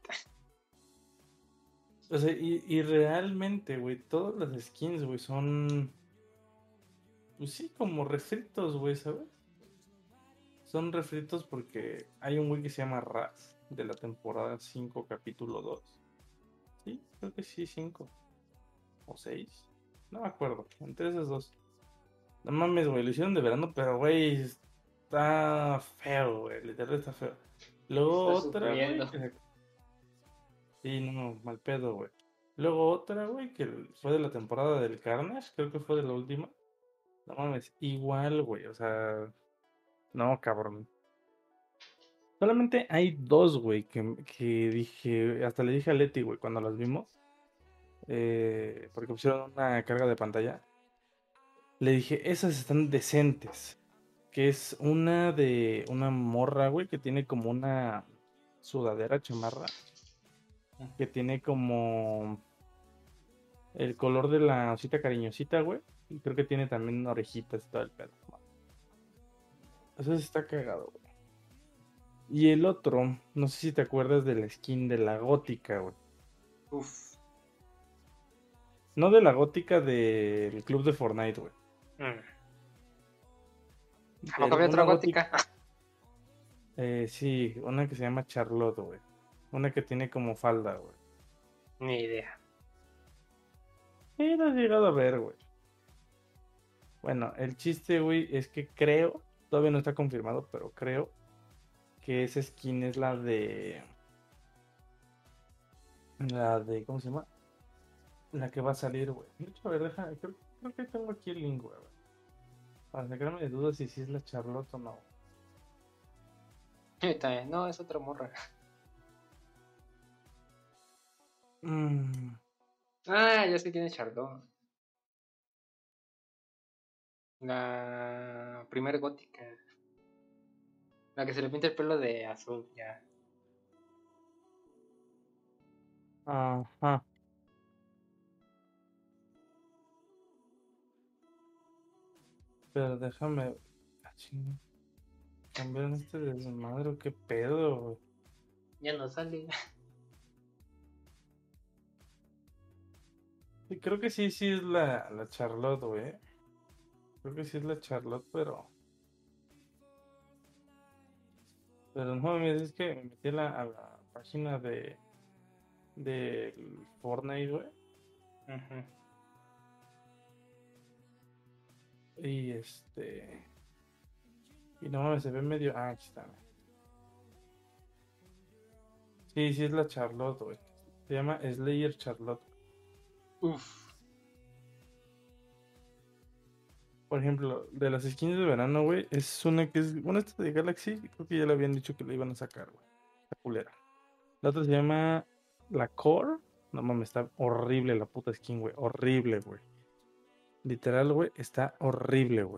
O sea, y, y realmente, güey, todas las skins, güey, son... Pues sí, como refritos, güey, ¿sabes? Son refritos porque hay un güey que se llama Raz de la temporada cinco capítulo dos. Sí, creo que sí, cinco o seis. No me acuerdo, entre esos dos. No mames, güey, lo hicieron de verano, pero güey, está feo, güey, literal está feo. Luego Estoy otra, güey, sufriendo. que... Sí, no, mal pedo, güey. Luego otra, güey, que fue de la temporada del Carnage, creo que fue de la última. No mames, igual, güey, o sea, no, cabrón. Solamente hay dos, güey, que, que dije, hasta le dije a Leti, güey, cuando las vimos, eh, porque pusieron una carga de pantalla, le dije, esas están decentes, que es una de una morra, güey, que tiene como una sudadera chamarra, que tiene como el color de la osita cariñosita, güey, y creo que tiene también orejitas y todo el pedo. Eso está cagado, güey. Y el otro, no sé si te acuerdas de la skin de la gótica, güey. Uf. No de la gótica del club de Fortnite, güey. Mm. ¿A De poco había otra una gótica. gótica? Eh, sí, una que se llama Charlotte, güey. Una que tiene como falda, güey. Ni idea. Sí, lo has llegado a ver, güey. Bueno, el chiste, güey, es que creo, todavía no está confirmado, pero creo que esa skin es la de... La de, ¿cómo se llama? La que va a salir, güey. De hecho, a ver, deja, creo, creo que tengo aquí el link, güey. Para sacarme de dudas si sí es la Charlotte o no. Y también, no, es otra morra. Mm, Ah, ya sé quién es Chardon. La primer gótica. La que se le pinta el pelo de azul, ya. ajá. Pero déjame. Ah, chinga. Cambiaron este desmadre, qué pedo, güey. Ya no sale. Sí, creo que sí, sí es la, la Charlotte, güey. Creo que sí es la Charlotte, pero. Pero no mames, es que me metí a la, a la página de. Del Fortnite, güey. Ujú. Y este. Y no mames, se ve medio. Ah, aquí está, güey. Sí, sí es la Charlotte, güey. Se llama Slayer Charlotte. Uf. Por ejemplo, de las skins de verano, güey, es una que es. Bueno, esta de Galaxy, creo que ya le habían dicho que la iban a sacar, güey. Está culera. La otra se llama la Core. No mames, está horrible la puta skin, güey. Horrible, güey. Literal, güey, está horrible, güey.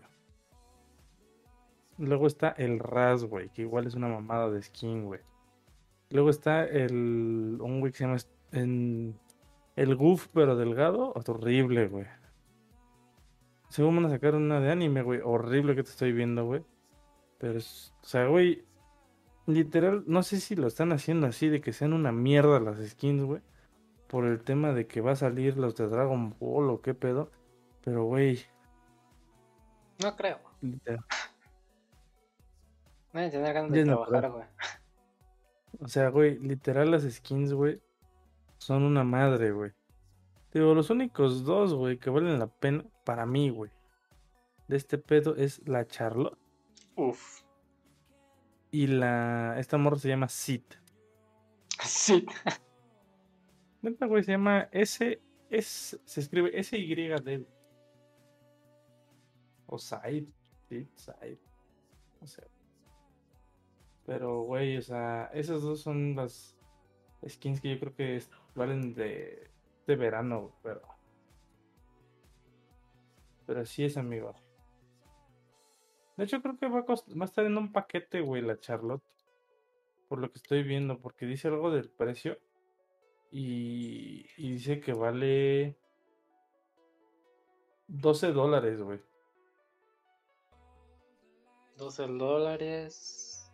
Luego está el Raz, güey, que igual es una mamada de skin, güey. Luego está el. Un güey que se llama. En, el Goof, pero delgado. Horrible, güey. Según van a sacar una de anime, güey. Horrible que te estoy viendo, güey. Pero es. O sea, güey. Literal, no sé si lo están haciendo así, de que sean una mierda las skins, güey. Por el tema de que va a salir los de Dragon Ball o qué pedo. Pero, güey. No creo. literal, No hay que tener ganas ya de es natural. trabajar, güey. O sea, güey, literal las skins, güey, son una madre, güey. Digo, los únicos dos, güey, que valen la pena para mí, güey, de este pedo es la Charlotte Uf. y la... Esta morra se llama Sid. Sí. Neta, güey, se llama S... Es, se escribe S Y D. O Side. Sid, Side. No sé. Pero, güey, o sea, esas dos son las skins que yo creo que es- valen de, de verano, pero... Pero así es, amigo. De hecho, creo que va a, cost- va a estar en un paquete, güey, la Charlotte. Por lo que estoy viendo, porque dice algo del precio. Y, y dice que vale doce dólares, güey. doce dólares.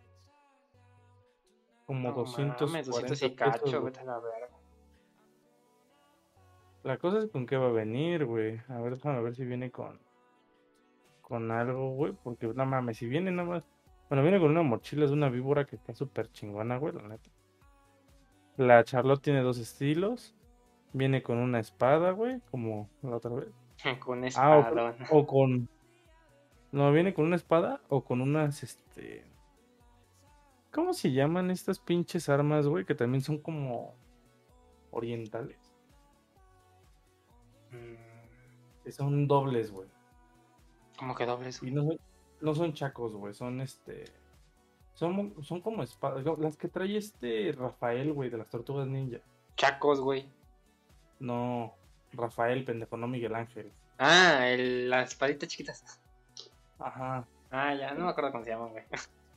Como No doscientos mames, doscientos cuarenta y pesos, cacho, güey. vete a la verga. La cosa es con qué va a venir, güey. A ver, déjame ver si viene con, con algo, güey. Porque, no mames, si viene nada más. Bueno, viene con una mochila de una víbora que está súper chingona, güey, la neta. La Charlotte tiene dos estilos. Viene con una espada, güey, como la otra vez. Con Ah, o, espadón. o con. No, viene con una espada o con unas, este. ¿Cómo se llaman estas pinches armas, güey? Que también son como orientales. Mm, Que son dobles, güey. ¿Cómo que dobles? Y no son, no son chacos, güey. Son este. Son, son como espadas. Las que trae este Rafael, güey, de las Tortugas Ninja. Chacos, güey. No, Rafael, pendejo, no Miguel Ángel. Ah, el, las palitas chiquitas. Ajá, Ah, ya, no me acuerdo cómo se llaman, güey.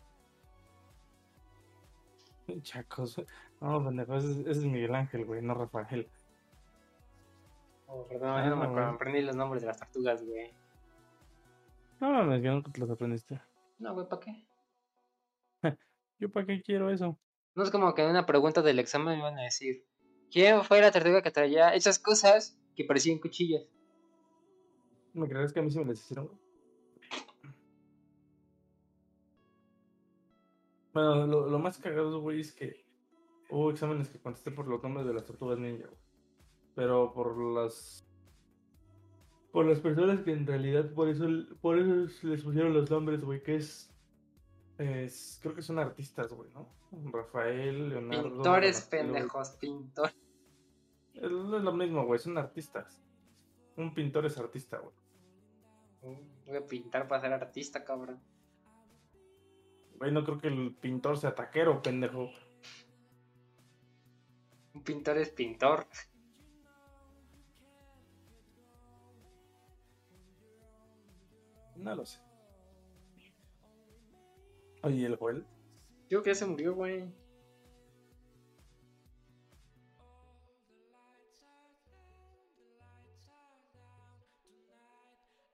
chacos. No, pendejo, ese, es- ese es Miguel Ángel, güey, no Rafael. Oh, perdón, yo no me Ah, acuerdo, güey. aprendí los nombres de las tortugas, güey. No mames, que nunca te los aprendiste. No, güey, ¿para qué? ¿Yo para qué quiero eso? No es como que en una pregunta del examen me van a decir, ¿quién fue la tortuga que traía esas cosas que parecían cuchillas? ¿Me crees que a mí sí me las hicieron, güey? Bueno, lo, lo más cagado, güey, es que hubo exámenes que contesté por los nombres de las tortugas ninja, güey. Pero por las por las personas que en realidad por eso por eso les pusieron los nombres, güey, que es, es creo que son artistas, güey, ¿no? Rafael, Leonardo, Pintores Donatello. pendejos, pintores. Es no es lo mismo, güey, son artistas. Un pintor es artista, güey. Voy a pintar para ser artista, cabrón. Güey, no creo que el pintor sea taquero, pendejo. Un pintor es pintor. No lo sé. Oye, ¿y el Joel? Yo que ya se murió, güey.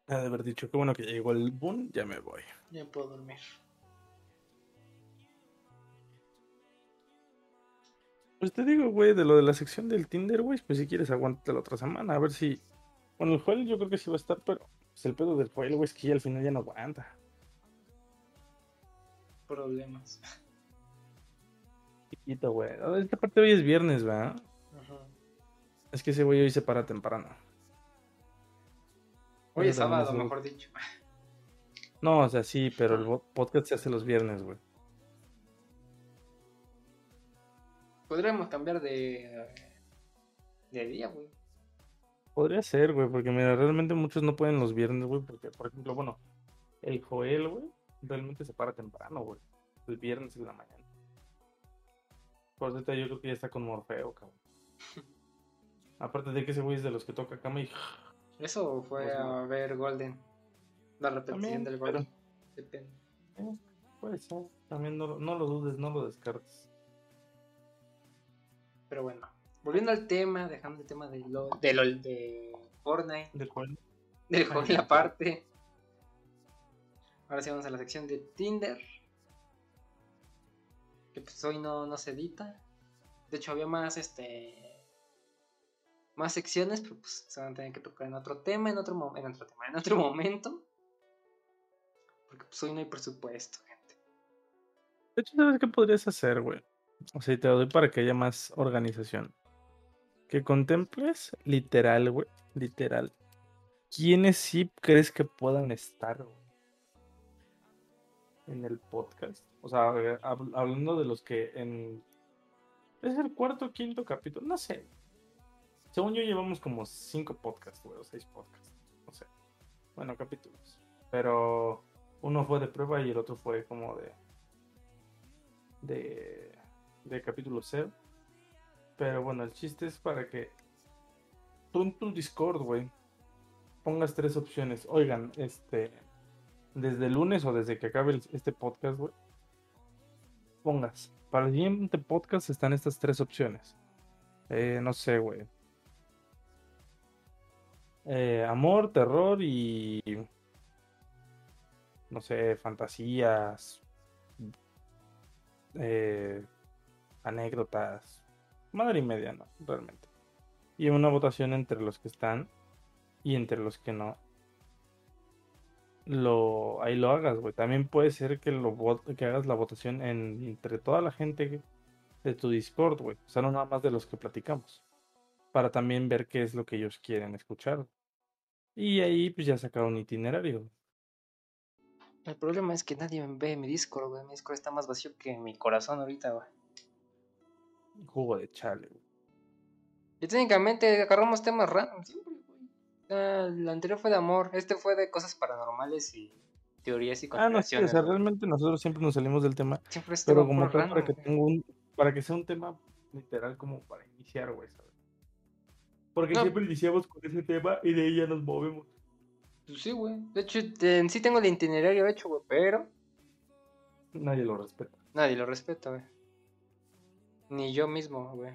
Ha de haber dicho, qué bueno que ya llegó el boom, ya me voy. Ya puedo dormir. Pues te digo, güey, de lo de la sección del Tinder, güey, pues si quieres aguántate la otra semana, a ver si... Bueno, el Joel yo creo que sí va a estar, pero pues el pedo del Joel, güey, es que ya al final ya no aguanta. Problemas. Chiquito, güey. Ah, esta parte hoy es viernes, ¿verdad? Ajá. Es que ese güey hoy se para temprano. Hoy es Eso también sábado, es algo- mejor dicho. No, o sea, sí, pero el bo- podcast se hace los viernes, güey. Podríamos cambiar de, de día, güey. Podría ser, güey, porque mira, realmente muchos no pueden los viernes, güey, porque, por ejemplo, bueno, el Joel, güey, realmente se para temprano, güey. El viernes en la mañana. Por cierto, yo creo que ya está con Morfeo, cabrón. Aparte de que ese güey es de los que toca cama y... Eso fue Pues, a ver Golden. La repetición También, del pero... Golden. Depende. eh, puede ser. También no, lo- no lo dudes, no lo descartes. Pero bueno. Volviendo al tema, dejando el tema de LOL, de LOL, de Fortnite, ¿De cuál? del Ay, Joel no. aparte. Ahora sí vamos a la sección de Tinder. Que pues hoy no, no se edita. De hecho había más este. Más secciones, pero pues se van a tener que tocar en otro tema, en otro, mo- en otro tema, en otro momento. Porque pues hoy no hay presupuesto, gente. De hecho, ¿sabes qué podrías hacer, güey? O sea, y te lo doy para que haya más organización. Que contemples, literal, güey, literal. ¿Quiénes sí crees que puedan estar, güey, en el podcast? O sea, eh, hab- hablando de los que en... Es el cuarto o quinto capítulo, no sé. Según yo llevamos como cinco podcasts, güey, o seis podcasts. No sé. Bueno, capítulos. Pero uno fue de prueba y el otro fue como de... De, de capítulo cero. Pero bueno, el chiste es para que tú en tu Discord, güey, pongas tres opciones. Oigan, este, desde el lunes o desde que acabe el- este podcast, güey, pongas. Para el siguiente podcast están estas tres opciones. Eh, no sé, güey. Eh, amor, terror y, no sé, fantasías, eh, anécdotas. Madre y media, ¿no? Realmente. Y una votación entre los que están y entre los que no. Lo, ahí lo hagas, güey. También puede ser que lo vot- que hagas la votación en, entre toda la gente de tu Discord, güey. O sea, no nada más de los que platicamos. Para también ver qué es lo que ellos quieren escuchar. Y ahí pues ya sacar un itinerario. El problema es que nadie ve mi Discord, güey. Mi Discord está más vacío que mi corazón ahorita, güey. Jugo de chale, güey. Y técnicamente agarramos temas random siempre, güey. Ah, el anterior fue de amor, este fue de cosas paranormales y teorías y Ah, no, sí, o conspiraciones, sea, güey. realmente nosotros siempre nos salimos del tema. Siempre es Pero tema como puro tal, para random, que güey. tenga un, para que sea un tema literal como para iniciar, güey, ¿sabes? Porque No, siempre iniciamos con ese tema y de ahí ya nos movemos. pues sí, güey. De hecho, te- en sí tengo el itinerario hecho, güey, pero Nadie lo respeta. nadie lo respeta, güey. Ni yo mismo, güey.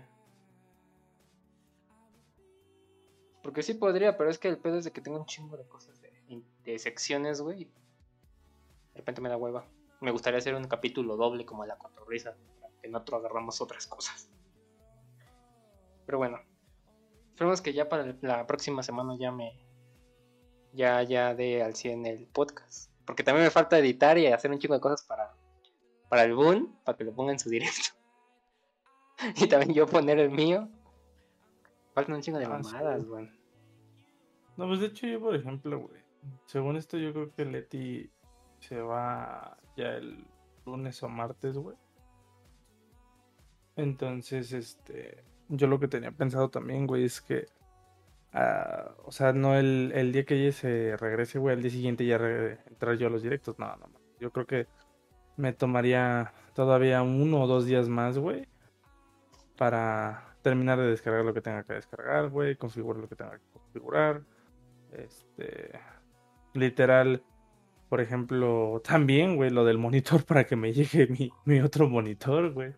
Porque sí podría, pero es que el pedo es de que tengo un chingo de cosas de, de secciones, güey. De repente me da hueva. Me gustaría hacer un capítulo doble como la cotorriza, para que en otro agarramos otras cosas. Pero bueno, esperemos que ya para el- la próxima semana ya me. Ya, ya dé al cien el podcast. Porque también me falta editar y hacer un chingo de cosas para, para el Boon, para que lo ponga en su directo. Y también yo poner el mío. Faltan un chingo de Ah, sí. mamadas, güey. No, pues de hecho yo, por ejemplo, güey, según esto yo creo que Leti se va ya el lunes o martes, güey. Entonces, este, yo lo que tenía pensado también, güey, es que, ah, o sea, no el, el día que ella se regrese, güey, al día siguiente ya re- entrar yo a los directos, no, no, no. Yo creo que me tomaría todavía uno o dos días más, güey, para terminar de descargar lo que tenga que descargar, güey, configurar lo que tenga que configurar, este, literal, por ejemplo, también, güey, lo del monitor para que me llegue mi, mi otro monitor, güey.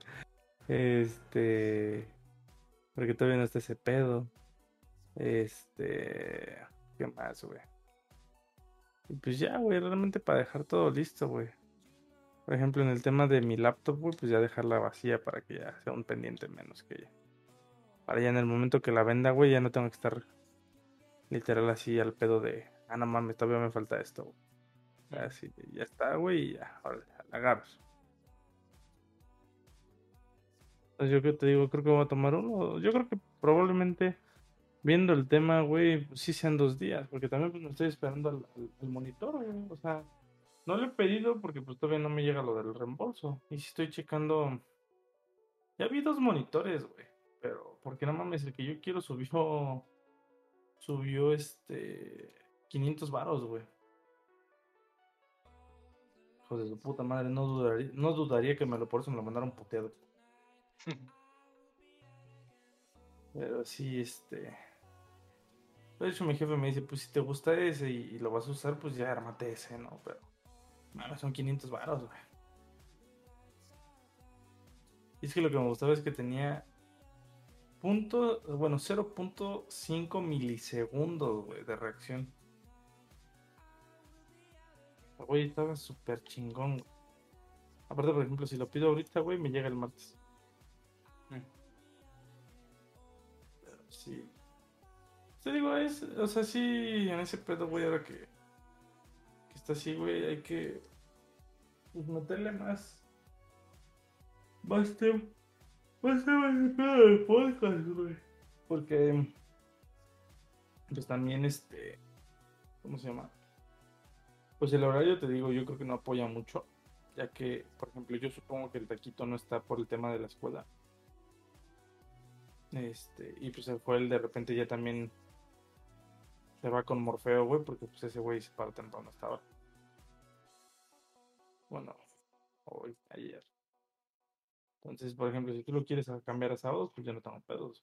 Este, porque todavía no está ese pedo. Este, ¿qué más, güey? Y pues ya, güey, realmente para dejar todo listo, güey. Por ejemplo, en el tema de mi laptop, güey, pues ya dejarla vacía para que ya sea un pendiente menos que ya. Para ya en el momento que la venda, güey, ya no tengo que estar literal así al pedo de, ah, no mames, todavía me falta esto, güey. Así, ya está, güey, y ya, órale, la agarras. Entonces yo que te digo, creo que voy a tomar uno. Yo creo que probablemente viendo el tema, güey, pues sí sean dos días, porque también pues me estoy esperando al, al- al monitor, güey. O sea, no lo he pedido porque pues todavía no me llega lo del reembolso. Y si estoy checando, ya vi dos monitores, güey, pero porque no mames, el que yo quiero subió, subió este, quinientos varos, güey. Hijo de su puta madre, no dudaría, no dudaría que me lo, por eso me lo mandaron puteado. Pero sí, este. De hecho, mi jefe me dice, pues si te gusta ese y, y lo vas a usar, pues ya armate ese, ¿no? Pero, mames, son quinientos varos, güey. Y es que lo que me gustaba es que tenía punto, bueno, cero punto cinco milisegundos, güey, de reacción. Güey, estaba súper chingón, güey. Aparte, por ejemplo, si lo pido ahorita, güey, me llega el martes. Mm. Pero sí. Te digo, es, o sea, sí, en ese pedo, güey, ahora que, que está así, güey, hay que pues, meterle más, más tiempo. Más tiempo en el pedo del podcast, güey. Porque, pues también, este, ¿cómo se llama? Pues el horario, te digo, yo creo que no apoya mucho, ya que, por ejemplo, yo supongo que el taquito no está por el tema de la escuela. Este, y pues el Joel de repente ya también se va con Morfeo, güey, porque pues ese güey se para temprano hasta ahora. Bueno, hoy, ayer. Entonces, por ejemplo, si tú lo quieres a cambiar a sábados, pues yo no tengo pedos.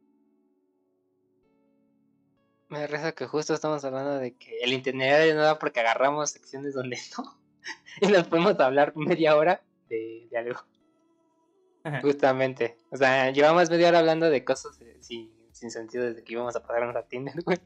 Me da risa que justo estamos hablando de que el itinerario no da porque agarramos secciones donde no. Y nos podemos hablar media hora de, de algo. Justamente. O sea, llevamos media hora hablando de cosas eh, sin, sin sentido desde que íbamos a pasarnos a Tinder, güey.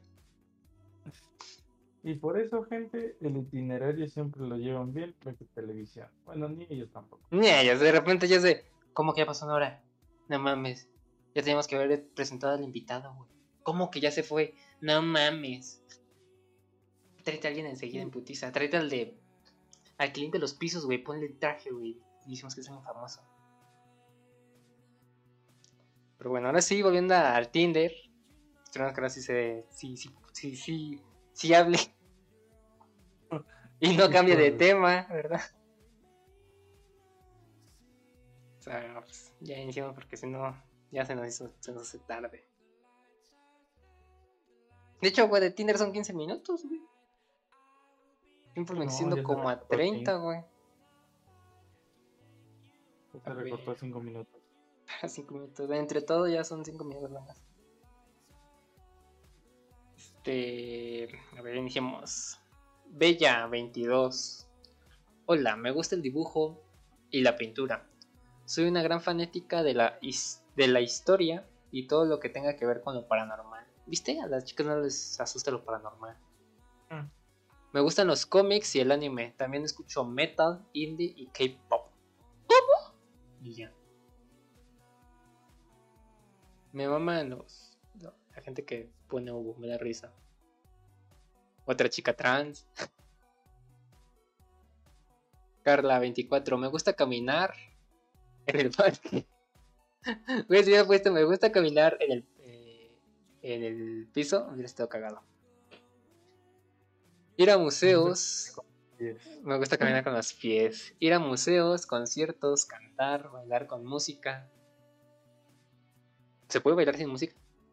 Y por eso, gente, el itinerario siempre lo llevan bien, porque televisión. Bueno, ni ellos tampoco. Ni ellos, de repente ya sé. ¿Cómo que ya pasó una hora? No mames. Ya teníamos que haber presentado al invitado, güey. ¿Cómo que ya se fue? No mames. Tráete a alguien enseguida en putiza. Tráete al de. Al cliente de los pisos, güey. Ponle el traje, güey. Y decimos que es un famoso. Pero bueno, ahora sí, volviendo al Tinder. Esperemos que ahora sí se. Sí, sí, sí, sí. Sí hable. Y no cambie de tema, ¿verdad? O sea, pues, ya iniciamos porque si no, ya se nos hizo, se nos hace tarde. De hecho, güey, de Tinder son quince minutos, güey. Siempre me No, extiendo ya se como a recortó a treinta, cinco. güey. Ya A se recortó a ver, cinco minutos. para cinco minutos. De entre todo ya son cinco minutos nada más. Este. A ver, iniciemos. Bella veintidós. Hola, me gusta el dibujo y la pintura. Soy una gran fanática de la, his- de la historia y todo lo que tenga que ver con lo paranormal. ¿Viste? A las chicas no les asusta lo paranormal. Mm. Me gustan los cómics y el anime. También escucho metal, indie y K-pop. Y ya. Me maman los, lo- la gente que pone Hugo, me da risa. Otra chica trans. Carla veinticuatro. Me gusta caminar en el parque. Güey, si hubiera puesto me gusta caminar en el, eh, en el piso, hubiera estado cagado. Ir a museos. Yes. Me gusta caminar con los pies. Ir a museos, conciertos, cantar, bailar con música. ¿Se puede bailar sin música?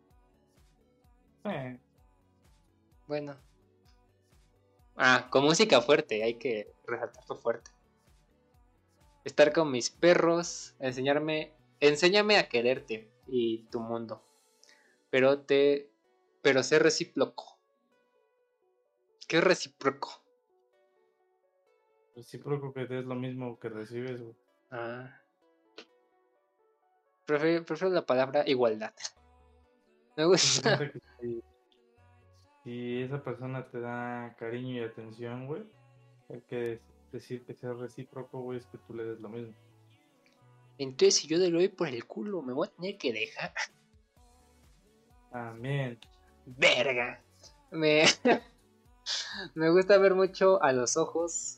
Eh, Bueno. Ah, con música fuerte, hay que resaltar lo fuerte. Estar con mis perros, enseñarme, enséñame a quererte y tu mundo. Pero te, pero sé recíproco. ¿Qué es recíproco? recíproco que des lo mismo que recibes, güey. Ah, prefiero, prefiero la palabra igualdad. Me Pues se gusta. cuenta que si, si esa persona te da cariño y atención, güey, hay que decir que sea recíproco, güey, es que tú le des lo mismo. Entonces, si yo le doy por el culo, me voy a tener que dejar. Amén. Verga. Me, me gusta ver mucho a los ojos.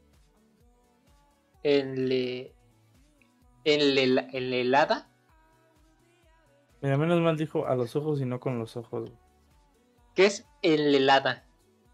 En le, en le, en la helada. Mira, menos mal dijo a los ojos y no con los ojos, güey. ¿Qué es en la helada?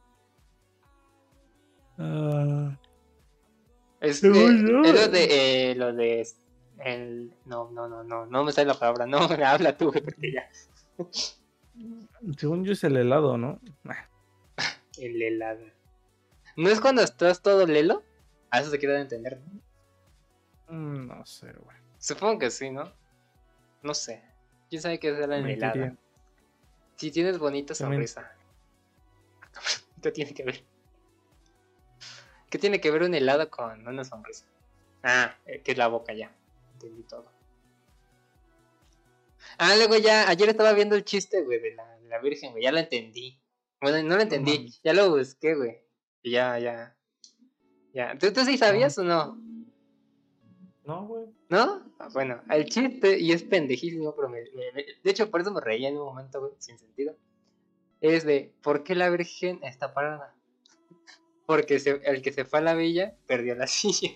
Ah, Es, Según eh, yo. es lo de, eh, lo de el, no, no, no, no, no me sale la palabra, no, habla tú, güey, porque ya. Según yo es el helado, ¿no? Nah. El helado. ¿No es cuando estás todo lelo? A eso se quiere dar a entender, ¿no? Mm, No sé, güey. Supongo que sí, ¿no? No sé. ¿Quién sabe qué es la helada? Mentiría. Si tienes bonita Te men- sonrisa. ¿Qué tiene que ver? ¿Qué tiene que ver un helado con una sonrisa? Ah, eh, que es la boca ya. Entendí todo. Ah, luego ya, ayer estaba viendo el chiste, güey, de la, de la Virgen, güey, ya lo entendí. Bueno, no lo entendí, mames. ya lo busqué, güey. Y ya, ya, ya. ¿Tú, tú sí sabías o no? No, güey. ¿No? Ah, bueno, el chiste, y es pendejísimo, pero me, me- me- de hecho por eso me reía en un momento, güey, sin sentido. Es de, ¿por qué la Virgen está parada? Porque se- el que se fue a la villa perdió la silla.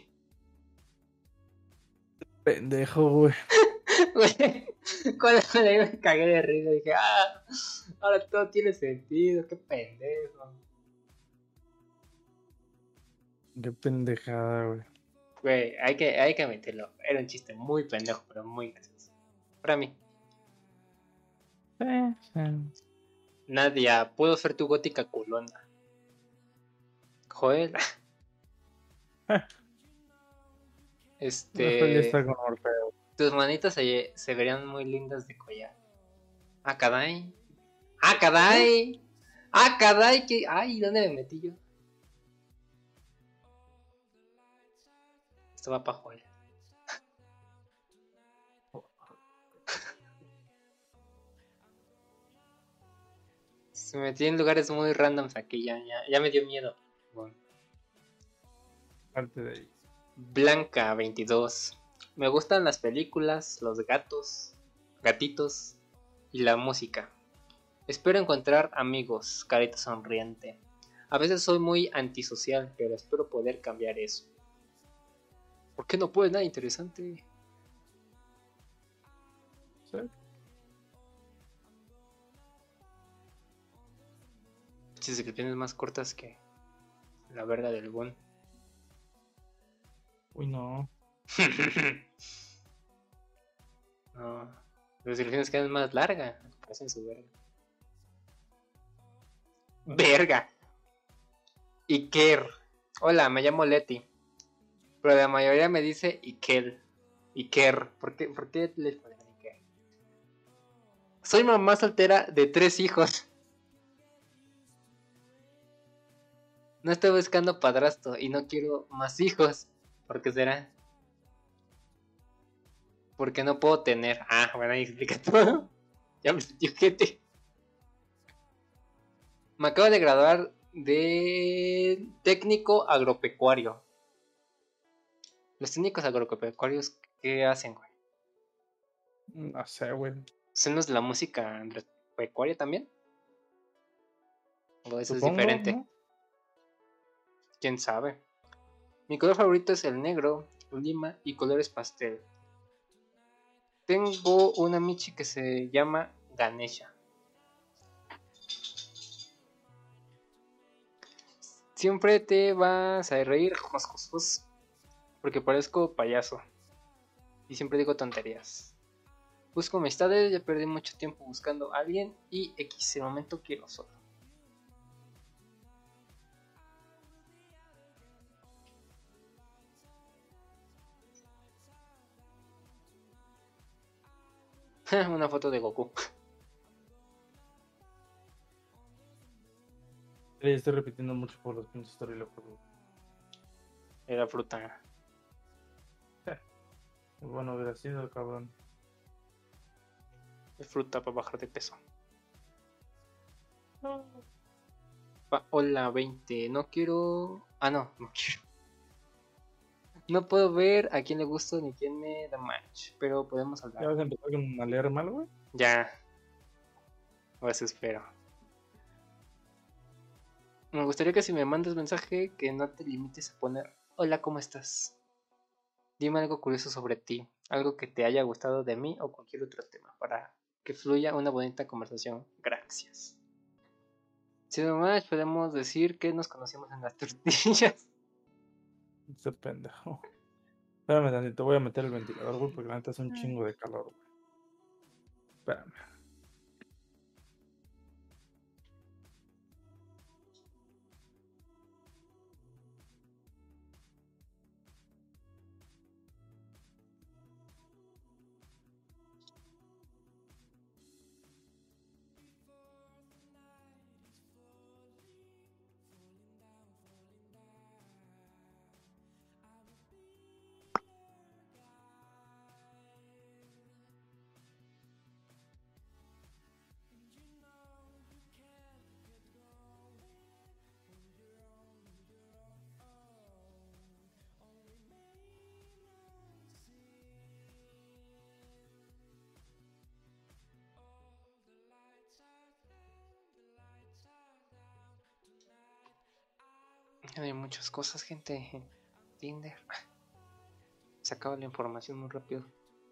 Pendejo, güey. Güey, cuando le me cagué de risa, dije, ah, ahora todo tiene sentido, qué pendejo. Qué pendejada, güey. Güey, hay que, hay que admitirlo. Era un chiste muy pendejo, pero muy gracioso. Para mí. Eh, sí. Nadia, puedo ser tu gótica culona. Joel. Mejor ya Este. está con Orfeo. Tus manitas se, se verían muy lindas de collar. Ah, caray. Ah, caray. Ah, caray. Que... Ay, ¿dónde me metí yo? Esto va para Joel. Se metí en lugares muy randoms aquí, ya, ya, ya me dio miedo. Bueno. Parte de ahí. Blanca veintidós. Me gustan las películas, los gatos, gatitos y la música. Espero encontrar amigos, carita sonriente. A veces soy muy antisocial, pero espero poder cambiar eso. ¿Por qué no puede nada interesante? ¿Sí? Muchas descripciones más cortas que la verga del Bon. Uy, no. No, las descripciones quedan más largas. Parecen su verga. Verga. Iker. Hola, me llamo Leti. Pero la mayoría me dice Ikel. Iker. ¿Por qué, por qué les ponen Iker? Soy mamá soltera de tres hijos. No estoy buscando padrastro y no quiero más hijos. ¿Por qué será? Porque no puedo tener. Ah, bueno, ahí explica todo. Ya me sentí ojete. Me acabo de graduar de técnico agropecuario. Los técnicos agropecuarios, ¿qué hacen, güey? No sé, güey. ¿Son los de la música agropecuaria también? ¿O eso es Supongo, diferente? ¿no? ¿Quién sabe? Mi color favorito es el negro, lima y colores pastel. Tengo una Michi que se llama Ganesha. Siempre te vas a reír, jos, jos, jos, porque parezco payaso. Y siempre digo tonterías. Busco amistades, ya perdí mucho tiempo buscando a alguien y X, el momento quiero solo. Una foto de Goku. Sí, estoy repitiendo mucho por los pinches storylogs. Era fruta. Bueno, hubiera sido, cabrón. Es fruta para bajar de peso. No. Paola veinte. No quiero. Ah, no, no quiero. No puedo ver a quién le gusto ni quién me da match, pero podemos ¿Ya hablar. vas a empezar con a leer mal, güey? Ya. O eso espero. Me gustaría que si me mandas mensaje que no te limites a poner hola, ¿cómo estás? Dime algo curioso sobre ti, algo que te haya gustado de mí o cualquier otro tema para que fluya una bonita conversación. Gracias. Si no más, podemos decir que nos conocimos en las tortillas. Ese pendejo. Espérame, tantito, voy a meter el ventilador, güey, porque la neta hace un chingo de calor, güey. Espérame. Hay muchas cosas, gente, en Tinder. Se acaba la información muy rápido.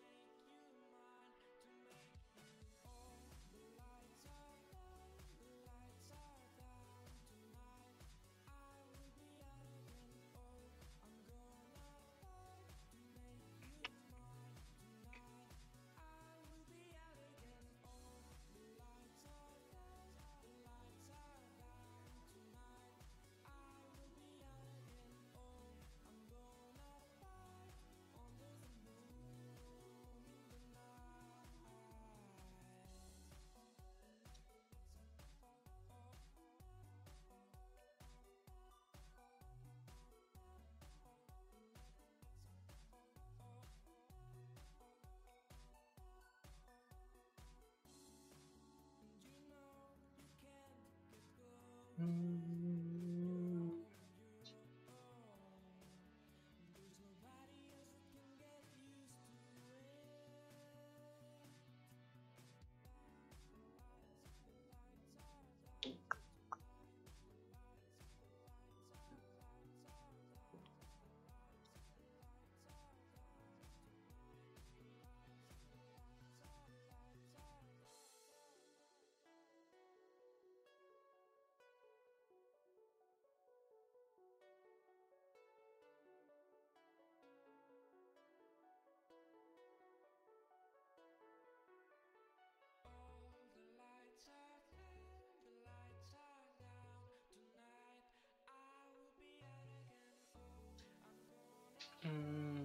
Mm.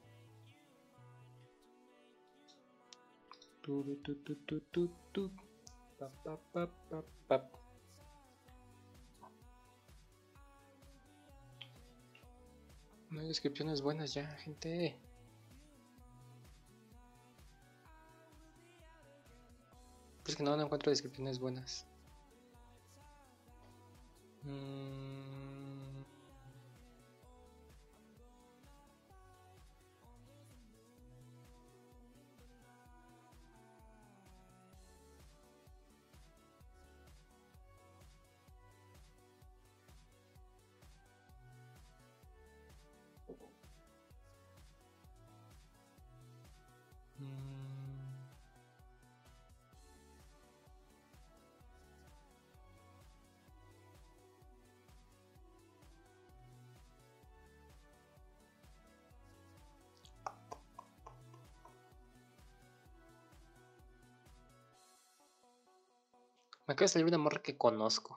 Tu, tu, tu, tu, tu, tu. Pa, pa, pa, pa, pa. No hay descripciones buenas ya, gente. Pues que no, no encuentro descripciones buenas. Mm. Mm. Me acaba de salir una morra que conozco.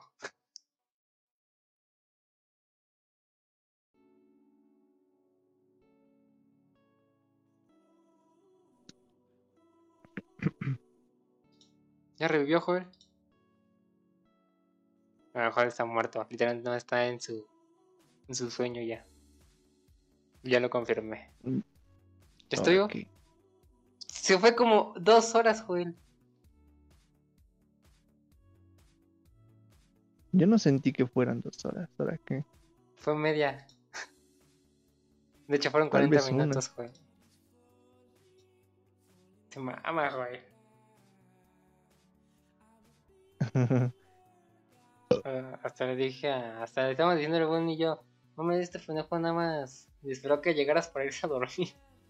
¿Ya revivió, joven? A lo mejor está muerto. Literalmente no está en su, en su sueño ya. Ya lo confirmé. Mm, ¿Ya estoy yo? ok. Se fue como dos horas, Joel. Yo no sentí que fueran dos horas, ¿ahora qué? Fue media. De hecho, fueron Tal cuarenta vez una. minutos, güey. Se mama, güey. Ah, hasta le dije, a- hasta le estamos diciendo el buen y yo, no me diste pendejo nada más. Y espero que llegaras para irse a dormir.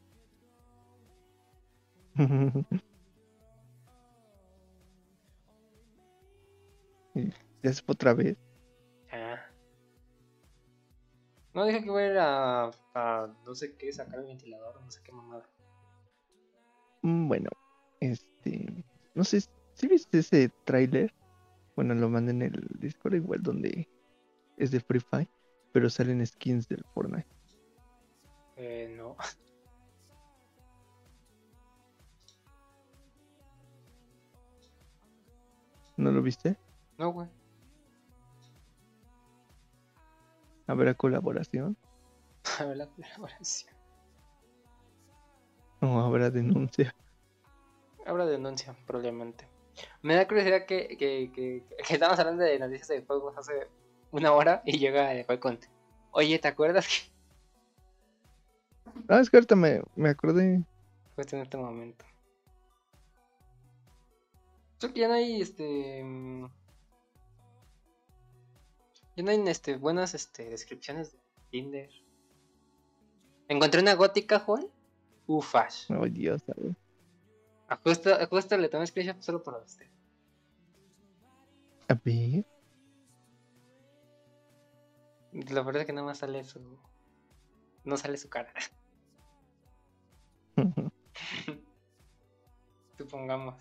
Y ya se fue otra vez. Ah. No, dije que voy a ir a, a no sé qué, sacar el ventilador, no sé qué mamada. Mm, Bueno, este, no sé si viste ese tráiler. Bueno, lo mandé en el Discord igual donde es de Free Fire, pero salen skins del Fortnite. Eh, no. ¿No lo viste? No, güey. ¿Habrá colaboración A ver la colaboración. o habrá denuncia? Habrá denuncia, probablemente. Me da curiosidad que, que, que, que estamos hablando de noticias de juegos hace una hora y llega el juego con... Oye, ¿te acuerdas que Ah, es que ahorita me, me acordé. fue en este momento? Creo que ya no hay este... mm, ya no hay este, buenas este, descripciones de Tinder. Encontré una gótica, Juan. Ufas. Oh, Dios, ¿sabes? Justo, justo le tomé screenshot solo para usted. A ver. La verdad es que nada más sale su... No sale su cara. Supongamos.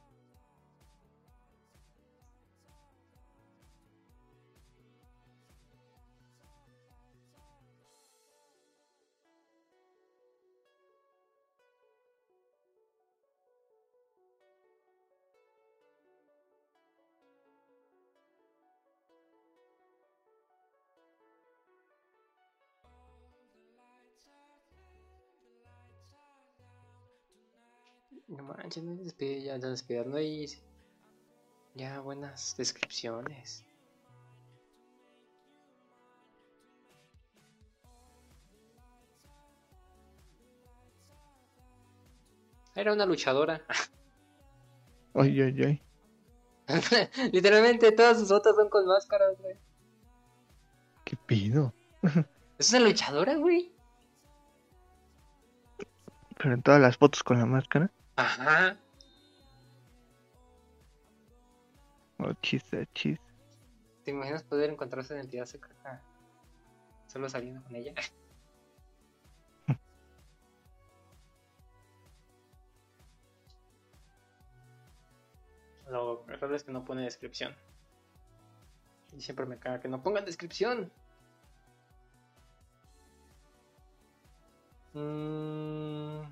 No manches, no despide, ya despidiendo no hay ya buenas descripciones. Era una luchadora. Ay, ay, ay. Literalmente todas sus fotos son con máscaras, güey. ¿Qué pido? Es una luchadora, güey. Pero en todas las fotos con la máscara. Ajá. Oh, chis, eh, chis. ¿Te imaginas poder encontrar su identidad secreta solo saliendo con ella? Lo raro es que no pone descripción. Y siempre me caga que no pongan descripción. Mm.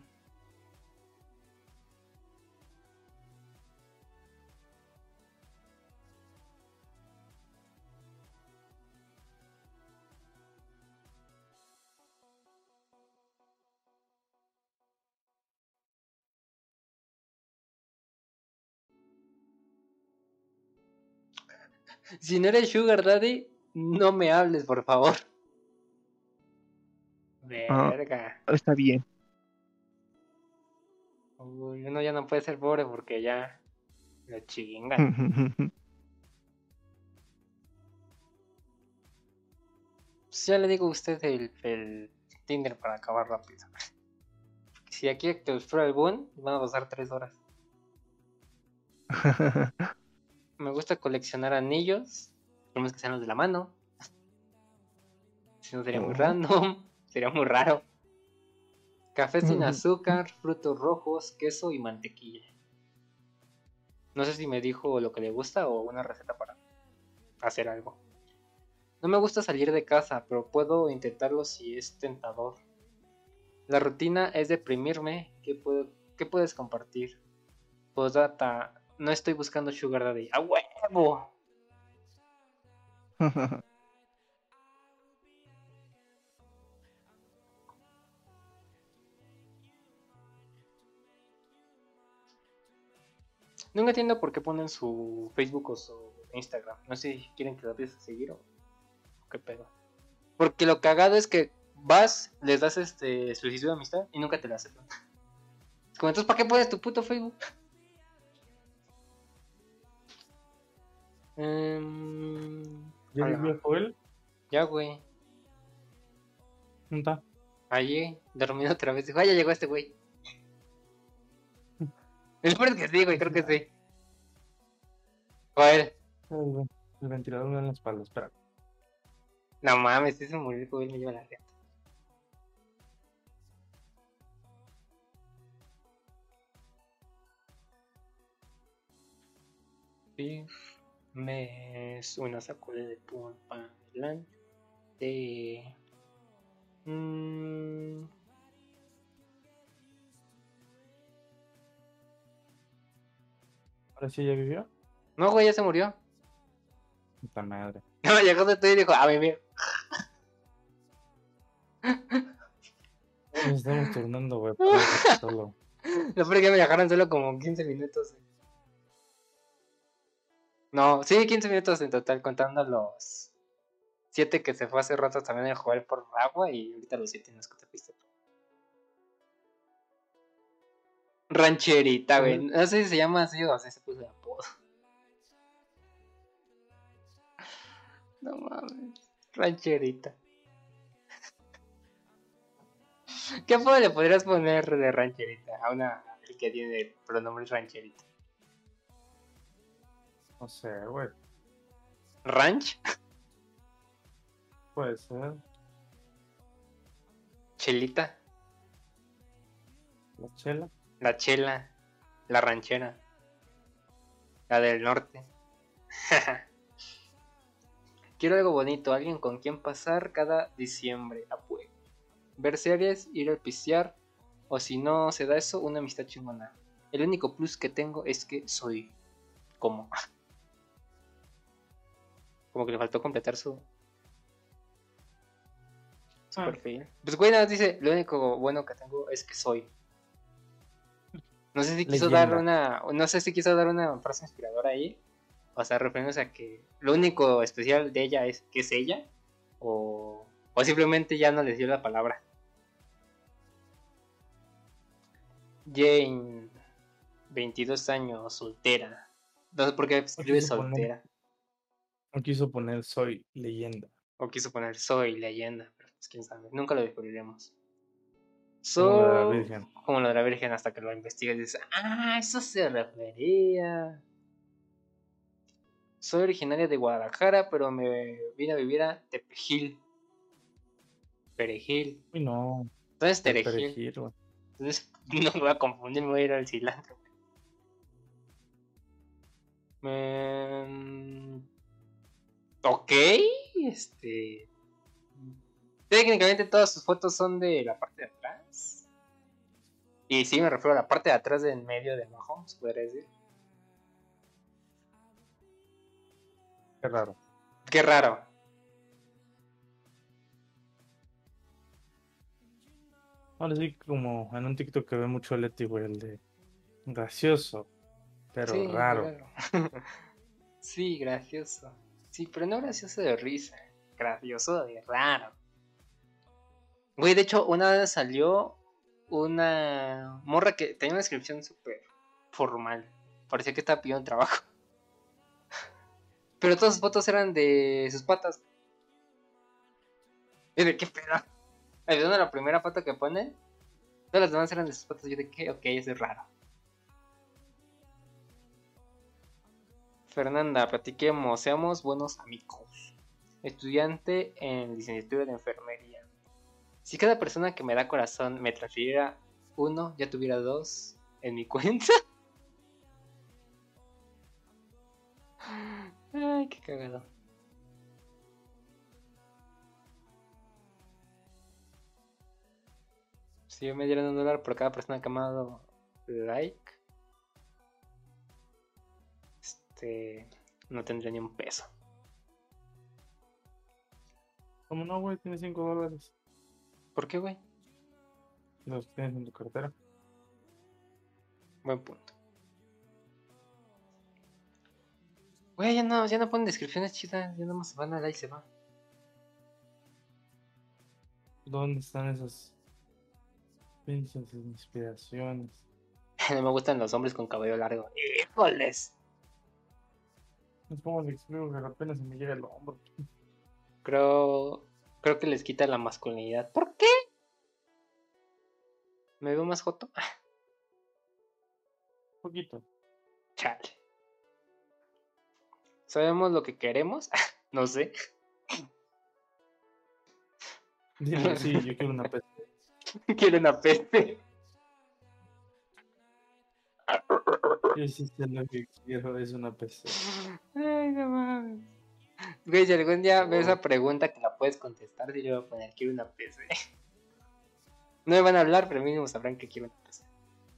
Si no eres Sugar Daddy, no me hables, por favor. Ah, Verga. está bien. Uy, uno ya no puede ser pobre porque ya lo chingan. Pues ya le digo a usted el, el Tinder para acabar rápido. Si aquí te explora el boom, van a pasar tres horas. Me gusta coleccionar anillos. Esperemos que sean los de la mano. Si no sería muy Oh. random. Sería muy raro. Café sin azúcar, frutos rojos, queso y mantequilla. No sé si me dijo lo que le gusta o una receta para hacer algo. No me gusta salir de casa, pero puedo intentarlo si es tentador. La rutina es deprimirme. ¿Qué, puedo, qué puedes compartir? Postdata, no estoy buscando Sugar Daddy. ¡A huevo! Nunca entiendo por qué ponen su Facebook o su Instagram. No sé si quieren que lo empieces a seguir o qué pedo. Porque lo cagado es que vas, les das este solicitud de amistad y nunca te la aceptan. Como entonces, ¿para qué pones tu puto Facebook? Um, ¿Ya vivió Joel? Ya, güey. ¿Dónde está? Allí, dormido otra vez. Dijo, ah, ya llegó este güey. El peor es que sí, güey, creo que sí. Joder. El, el ventilador me da en la espalda, espera. No mames, si se murió el Joel, me lleva la riata. Mes, una sacude de pulpa adelante. Mm. ¿Ahora sí ya vivió? No, güey, ya se murió. Puta madre. No, llegó de todo y dijo, a vivir. Nos estamos turnando, güey, para dejar solo. No, porque me dejaron solo como quince minutos. No, sí, quince minutos en total, contando los siete que se fue hace rato también el jugar por agua y ahorita los siete en los que te fuiste. Rancherita, güey. No sé si se llama así o así se puso de apodo. No mames. Rancherita. ¿Qué apodo le podrías poner de rancherita a una que tiene pronombre rancherita? No sé, güey. ¿Ranch? Puede ser. ¿Chelita? La chela. La chela. La ranchera. La del norte. Quiero algo bonito, alguien con quien pasar cada diciembre a Puebla. Ver series, ir al pistear, o si no se da eso, una amistad chingona. El único plus que tengo es que soy como. Como que le faltó completar su, su Ah. perfil. Pues güey, nada más dice, lo único bueno que tengo es que soy. No sé si quiso Leyenda. dar una. No sé si quiso dar una frase inspiradora ahí. O sea, refiriéndose a que lo único especial de ella es que es ella. O, o simplemente ya no les dio la palabra. Jane, veintidós años, soltera. No sé por qué escribe quiso poner- soltera. No quiso poner soy leyenda. O quiso poner soy leyenda. Pero pues quién sabe. Nunca lo descubriremos. Como lo de la So- Virgen. Como lo de la Virgen hasta que lo investigas y dices, ah, eso se refería. Soy originaria de Guadalajara, pero me vine a vivir a Tepejil. Perejil. Uy, no. Entonces El Terejil. perejil, güey. Entonces no me voy a confundir, me voy a ir al cilantro. Mm, ok, este. Técnicamente todas sus fotos son de la parte de atrás. Y sí, me refiero a la parte de atrás, del medio, de abajo, se podría decir. Qué raro. Qué raro. Ahora sí, como en un TikTok que ve mucho Leti, güey, el de gracioso, pero Sí, raro. claro. Sí, gracioso. Sí, pero no gracioso de risa. Gracioso de raro. Güey, de hecho, una vez salió una morra que tenía una descripción súper formal. Parecía que estaba pidiendo trabajo. Pero todas sus fotos eran de sus patas. ¿Y de qué pedo? Ayudando a la primera foto que pone, todas las demás eran de sus patas. Yo de qué, ok, eso es raro. Fernanda, platiquemos, seamos buenos amigos. Estudiante en licenciatura de enfermería. Si cada persona que me da corazón me transfiriera uno, ya tuviera dos en mi cuenta. Ay, qué cagado. Si yo me dieran un dólar por cada persona que me ha dado like, este, no tendría ni un peso. ¿Cómo no, güey? Tienes cinco dólares. ¿Por qué, güey? Los tienes en tu cartera. Buen punto. Güey, ya no, ya no ponen descripciones chidas, ya nomás se van a dar y se va. ¿Dónde están esas pinches inspiraciones? No me gustan los hombres con cabello largo. ¡Híjoles! Es como le explico que apenas se me llega el hombro. Creo, creo que les quita la masculinidad. ¿Por qué? ¿Me veo más joto? Un poquito. Chale. ¿Sabemos lo que queremos? No sé. Dile, sí, yo quiero una peste. Quiero una peste. Yo sí sé lo que quiero, es una peste. Ay, no mames. Güey, si algún día veo esa pregunta que la puedes contestar, si le voy a poner quiero una P C. No me van a hablar, pero mínimo sabrán que quiero una P C.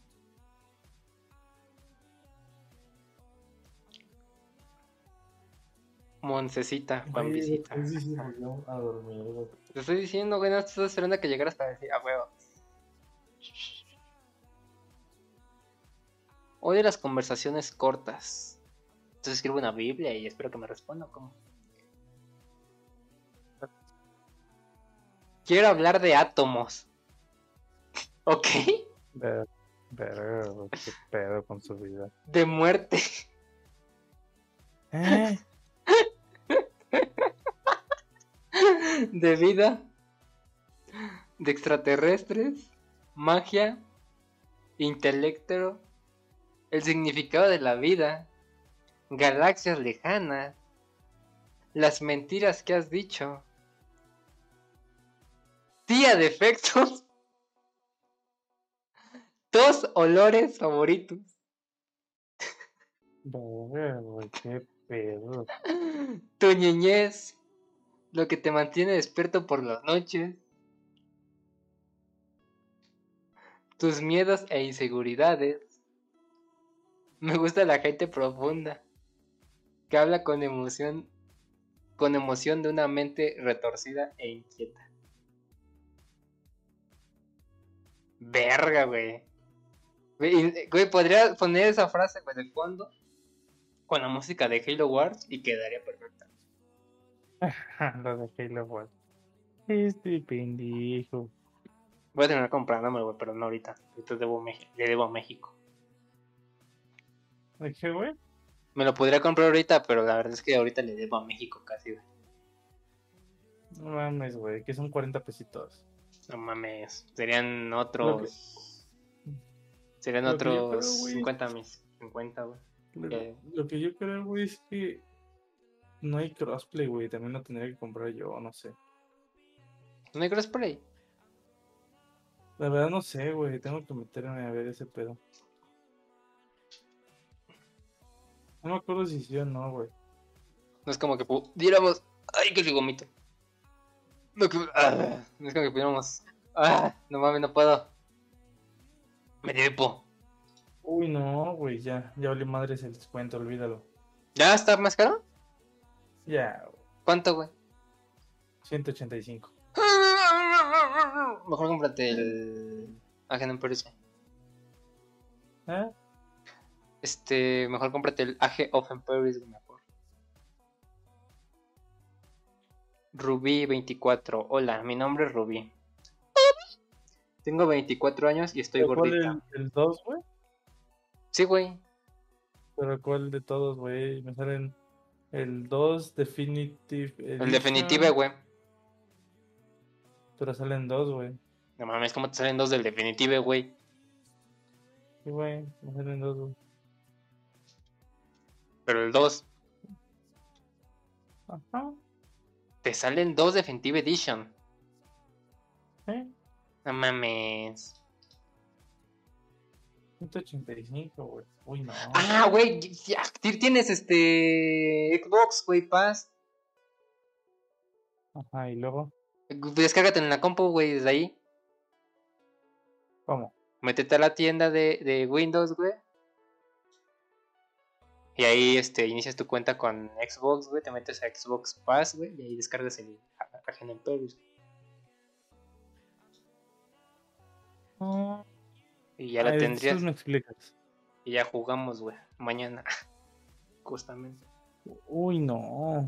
Moncecita, Bambisita. Sí, sí, sí, volvió a dormir, güey. Te estoy diciendo, güey, no te estoy esperando a que llegaras para decir, a huevo. Odio las conversaciones cortas. Entonces escribo una Biblia y espero que me responda. ¿Cómo? Quiero hablar de átomos. ¿Ok? Ver, ver, güey, qué pedo con su vida. De muerte. ¿Eh? De vida. De extraterrestres. Magia. Intelecto. El significado de la vida. Galaxias lejanas. Las mentiras que has dicho. Tía de efectos. Dos olores favoritos. Ver, güey, qué pedo. Tu niñez. Lo que te mantiene despierto por las noches. Tus miedos e inseguridades. Me gusta la gente profunda. Que habla con emoción. Con emoción de una mente retorcida e inquieta. Verga, güey. Güey, güey, podría poner esa frase, güey, de fondo. Con la música de Halo Wars y quedaría perfecta. Lo de Halo Wars. Este pendejo. Voy a terminar comprándome, güey, pero no ahorita. Ahorita debo Mex- le debo a México. ¿De qué, güey? Me lo podría comprar ahorita, pero la verdad es que ahorita le debo a México casi, güey. No mames, güey, que son cuarenta pesitos. No mames. Serían Lo que, otros. Serían lo que yo creo, otros güey, cincuenta mis. cincuenta, güey. lo, Que- lo que yo creo, güey, es que no hay crossplay, güey. También lo tendría que comprar yo, no sé. ¿No hay crossplay? La verdad no sé, güey. Tengo que meterme a ver ese pedo. No me acuerdo si sí o no, güey. No es como que pudiéramos. Ay, que vomito. No, que... ah, no es como que pudiéramos. Ah, no mames, no puedo. Me depo. Uy, no, güey, ya. Ya olí madres el descuento, olvídalo. ¿Ya está más caro? Ya, ¿Cuánto, güey? ciento ochenta y cinco. Mejor cómprate el Agent Empires. ¿Eh? Este, mejor cómprate el Age of Empires, güey, mejor. Rubí veinticuatro. Hola, mi nombre es Rubí. Tengo veinticuatro años y estoy ¿Pero cuál gordita. el, el dos, güey? Sí, güey. ¿Pero cuál de todos, güey? Me salen el dos Definitive El Edition. Definitive, güey. Pero salen dos, güey. No mames, ¿cómo te salen dos del Definitive, güey? Sí, güey, me salen dos, güey. Pero el dos. Ajá. Te salen dos Definitive Edition. ¿Eh? No mames. ciento ochenta y cinco, güey. Uy, no. Ah, güey, ya tienes este Xbox, güey, Paz. Ajá, y luego, Descárgate en la compu, güey, desde ahí. ¿cómo? Métete a la tienda de, de Windows, güey. Y ahí este, inicias tu cuenta con Xbox, güey. Te metes a Xbox Pass, güey. Y ahí descargas el Agent Empires. Ah, Y ya la ah, tendrías. Eso me explicas. Y ya jugamos, güey. Mañana. Justamente. Uy, no.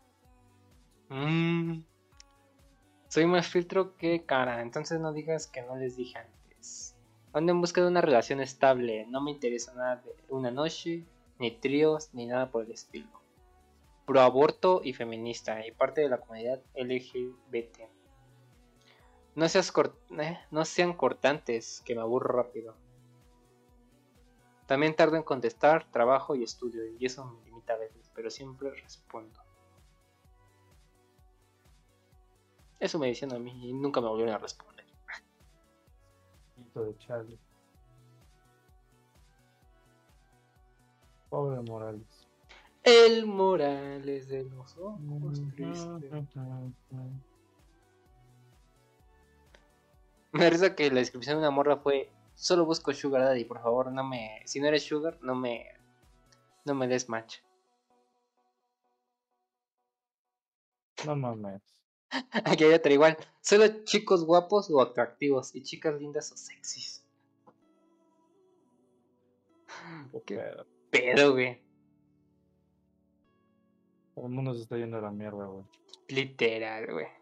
Mm, soy más filtro que cara, entonces no digas que no les dije antes. Ando en busca de una relación estable, no me interesa nada de una noche, ni tríos, ni nada por el estilo. Pro aborto y feminista, y parte de la comunidad L G B T. No, seas cort eh, no sean cortantes, que me aburro rápido. También tardo en contestar, trabajo y estudio, y eso me limita a veces, pero siempre respondo. Eso me decían a mí y nunca me volvieron a responder. Hito de Charlie. Pobre Morales. El Morales de los ojos tristes. Me parece que la descripción de una morra fue: solo busco Sugar Daddy, por favor, no me. Si no eres Sugar, no me. No me des match. No mames. Aquí hay otra igual. Solo chicos guapos o atractivos. Y chicas lindas o sexys. Qué Qué pedo. pedo, güey. El mundo se está yendo a la mierda, güey. Literal, güey.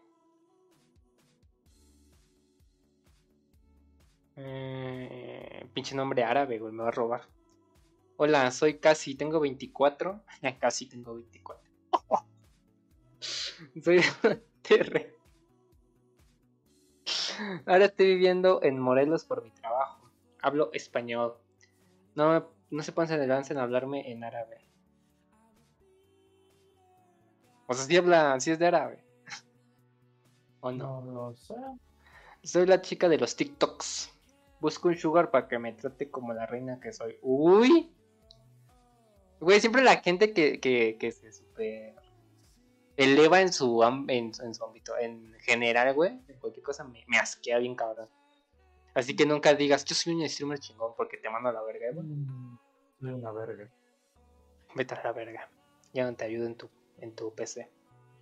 Eh, pinche nombre árabe, güey, me va a robar. Hola, soy Casi, tengo veinticuatro. Casi tengo veinticuatro. Soy de Monterrey. Ahora estoy viviendo en Morelos por mi trabajo. Hablo español. No, me- no se pasen de lanza en hablarme en árabe. O sea, si habla, si es de árabe. ¿O no? No lo sé. Soy la chica de los TikToks. Busco un sugar para que me trate como la reina que soy. Uy. Güey, siempre la gente que, que, que se super eleva en su, am- en, en su ámbito. En general, güey, en cualquier cosa me, me asquea bien cabrón. Así que nunca digas, yo soy un streamer chingón porque te mando a la verga, güey. Mm, Soy una verga. Vete a la verga. Ya no te ayudo en tu, en tu P C.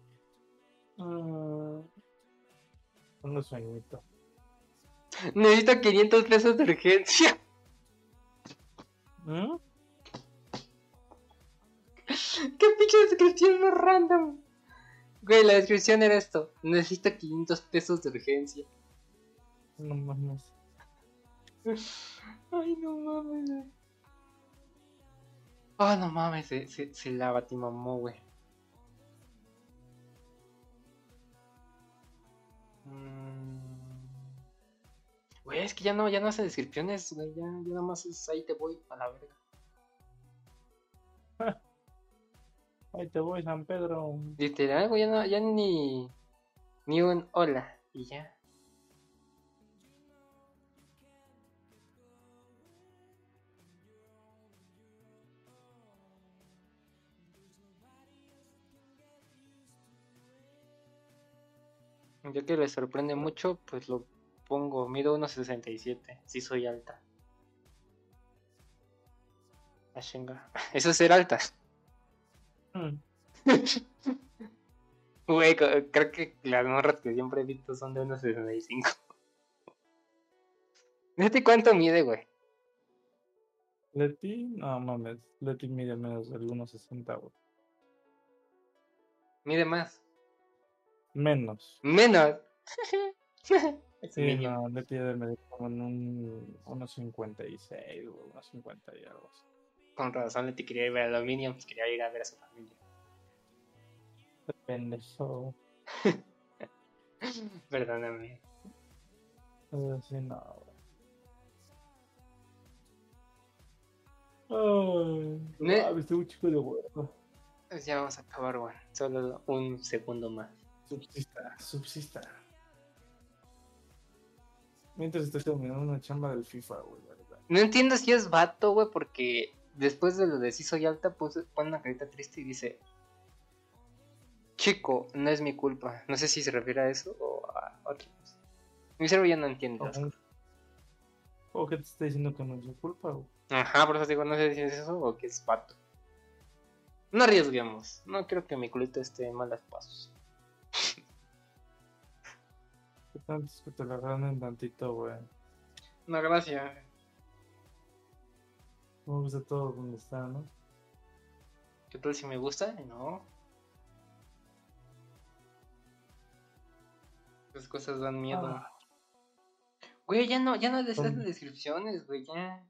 Mm, Un sueñito. Necesito quinientos pesos de urgencia. ¿Mm? ¿Qué pinche descripción más random? Güey, la descripción era esto. Necesito quinientos pesos de urgencia. No mames. Ay, no mames, güey. Ah, no mames, se, se, se la batimamó, güey. Mm. Güey, es que ya no, ya no hace descripciones, güey. Ya, ya nada más es ahí te voy a la verga. Ahí te voy, San Pedro. Literal, güey, ya, no, ya ni. Ni un hola. Y ya. Ya que les sorprende mucho, pues lo pongo. Mido uno sesenta y siete. Sí soy alta. Ah, chinga. Eso es ser alta. Mm. Güey, co- creo que las morras que siempre he visto son de uno sesenta y cinco. ¿Este cuánto mide, güey? Leti, no mames. Leti mide menos del uno sesenta, güey. Mide más. Menos. Menos. Es Sí, mínimo. no, Leti debe medir como en un uno cincuenta y seis, güey. uno cincuenta y algo así. Con razón, le te quería ir a ver a los Minions. Quería ir a ver a su familia. Pendejo. Perdóname. Eh, Sí, no, güey. Ay, Ne- ah, viste un chico de huevo. Pues ya vamos a acabar, güey. Solo un segundo más. Subsista, subsista. Mientras estoy terminando una chamba del FIFA, güey, la verdad. No entiendo si es vato, güey, porque después de lo de si soy alta, puse, pone una carita triste y dice: chico, no es mi culpa. No sé si se refiere a eso o a otra cosa. Mi cerebro ya no entiende las Ojo, cosas. ¿O qué te está diciendo que no es su culpa, güey? Ajá, por eso digo, no sé si es eso o que es vato. No arriesguemos. No creo que mi culito esté en malos pasos. ¿Qué tanto es que te la ganan tantito, güey? No, gracias. Me gusta todo donde está, ¿no? ¿Qué tal si me gusta? No. Esas cosas dan miedo. Ah. Güey, ya no, ya no les Son- hacen descripciones, güey, ya.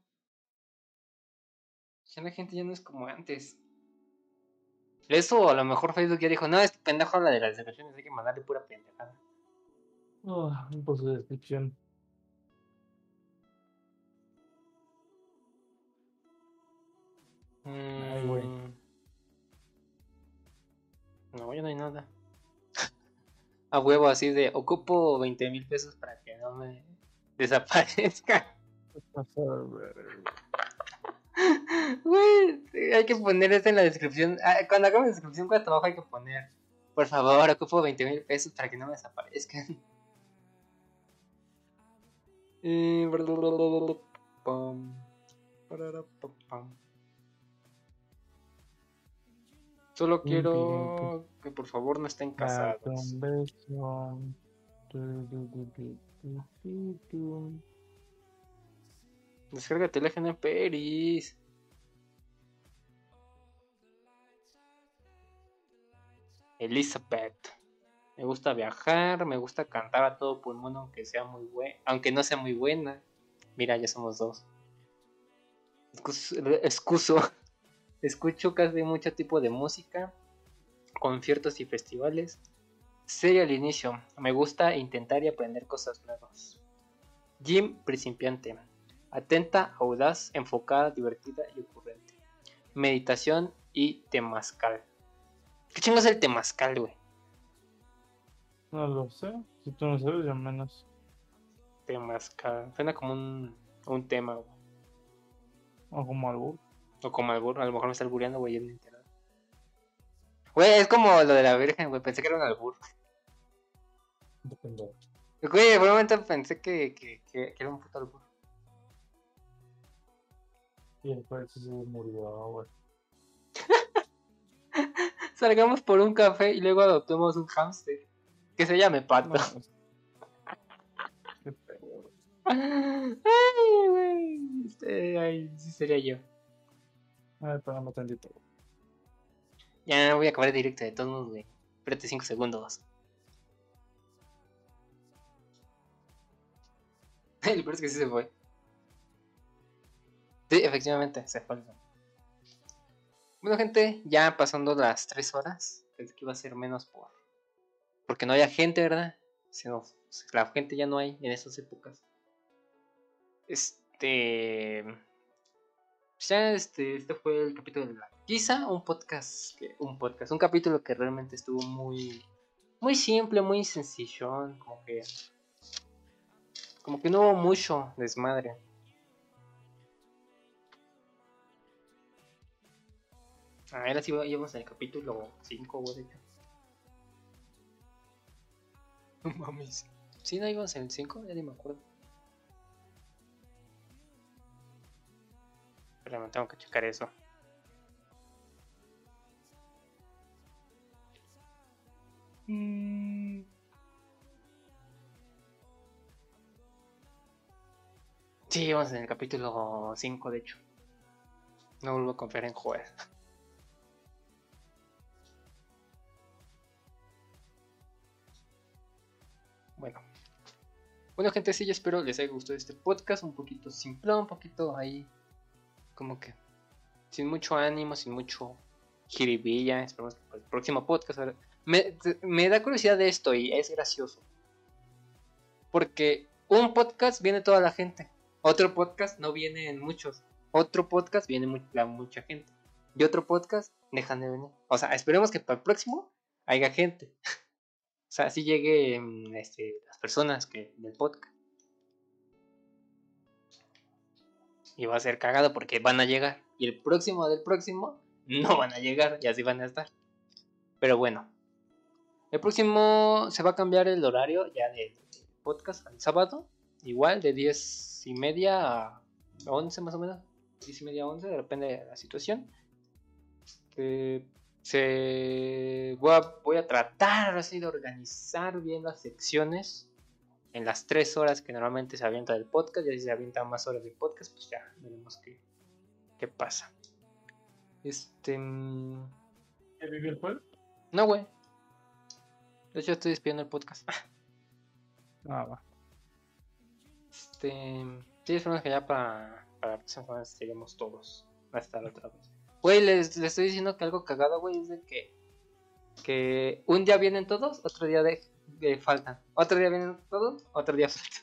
Ya la gente ya no es como antes. Eso, a lo mejor Facebook ya dijo, no, este pendejo habla de las descripciones, hay que mandarle pura pendejada. Ah, por su descripción. Ay, güey. Mm, no, ya no hay nada. A huevo así de, ocupo veinte mil pesos para que no me desaparezca. Güey, hay que poner esto en la descripción. Ah, cuando hagamos la descripción con trabajo hay que poner, por favor, ocupo veinte mil pesos para que no me desaparezcan. Y... pam, parara, pam, pam. Solo Pim, quiero que por favor no estén Date casados. un beso. Tu, tu, tu, tu, tu, tu, tu. Descárgate el G N Peris. Elizabeth. Me gusta viajar, me gusta cantar a todo pulmón aunque sea muy buena, aunque no sea muy buena. Mira, ya somos dos. Excuso, excuso. Escucho casi mucho tipo de música, conciertos y festivales. Serio al inicio, me gusta intentar y aprender cosas nuevas. Gym principiante. Atenta, audaz, enfocada, divertida y ocurrente. Meditación y temazcal. ¿Qué chingo es el temazcal, güey? No lo sé. Si tú no sabes, ya menos. Temazcal. Suena como un, un tema, güey. O como algo. O como albur. A lo mejor me está albureando, güey, en internet. Güey, es como lo de la Virgen, güey. Pensé que era un albur. Depende. Güey, por un momento pensé que, que, que, que era un puto albur. Y después se murió, güey. Salgamos por un café y luego adoptemos un hámster. Que se llame Pato. No, es- qué pedo. Ay, güey. Este, ay, sí sería yo. A ver, espérame tantito. Ya voy a acabar el directo de todos modos, güey. Espérate cinco segundos. El peor es que sí se fue. Sí, efectivamente, se fue. Bueno, gente, ya pasando las tres horas. Pensé que iba a ser menos por... porque no haya gente, ¿verdad? Sino, la gente ya no hay en esas épocas. Este... Ya este, este fue el capítulo de la quizá un podcast, que, un podcast, un capítulo que realmente estuvo muy, muy simple, muy sencillón, como que, como que no hubo mucho desmadre. A ver, así íbamos en el capítulo cinco, güey, de hecho. No mames. ¿Sí no íbamos en el cinco? Ya ni me acuerdo. Pero me tengo que checar eso. Mm. Sí, íbamos en el capítulo cinco, de hecho. No vuelvo a confiar en Joel. Bueno. Bueno, gente, sí, yo espero les haya gustado este podcast. Un poquito simplón, un poquito ahí. Como que sin mucho ánimo, sin mucho jiribilla. Esperemos que para el próximo podcast. Me, me da curiosidad de esto y es gracioso. Porque un podcast viene toda la gente. Otro podcast no vienen muchos. Otro podcast viene mu- la mucha gente. Y otro podcast dejan de venir. O sea, esperemos que para el próximo haya gente. O sea, así lleguen este, las personas que del podcast. Y va a ser cagado porque van a llegar. Y el próximo del próximo no van a llegar. Y así van a estar. Pero bueno. El próximo se va a cambiar el horario ya del podcast al sábado. Igual de diez y media a once más o menos. diez y media a once, depende de la situación. Eh, se voy a, voy a tratar así de organizar bien las secciones en las tres horas que normalmente se avienta del podcast. Ya si se avientan más horas del podcast, pues ya veremos qué, qué pasa. Este. mm, ¿Qué vive el juego? No, güey. De hecho, estoy despidiendo el podcast. Ah, va. Este. Sí, esperemos que ya para, para la próxima semana lleguemos todos a estar otra vez. Güey, les, les estoy diciendo que algo cagado, güey, es de que. Que un día vienen todos, otro día de, de faltan. Otro día vienen todos, otro día faltan.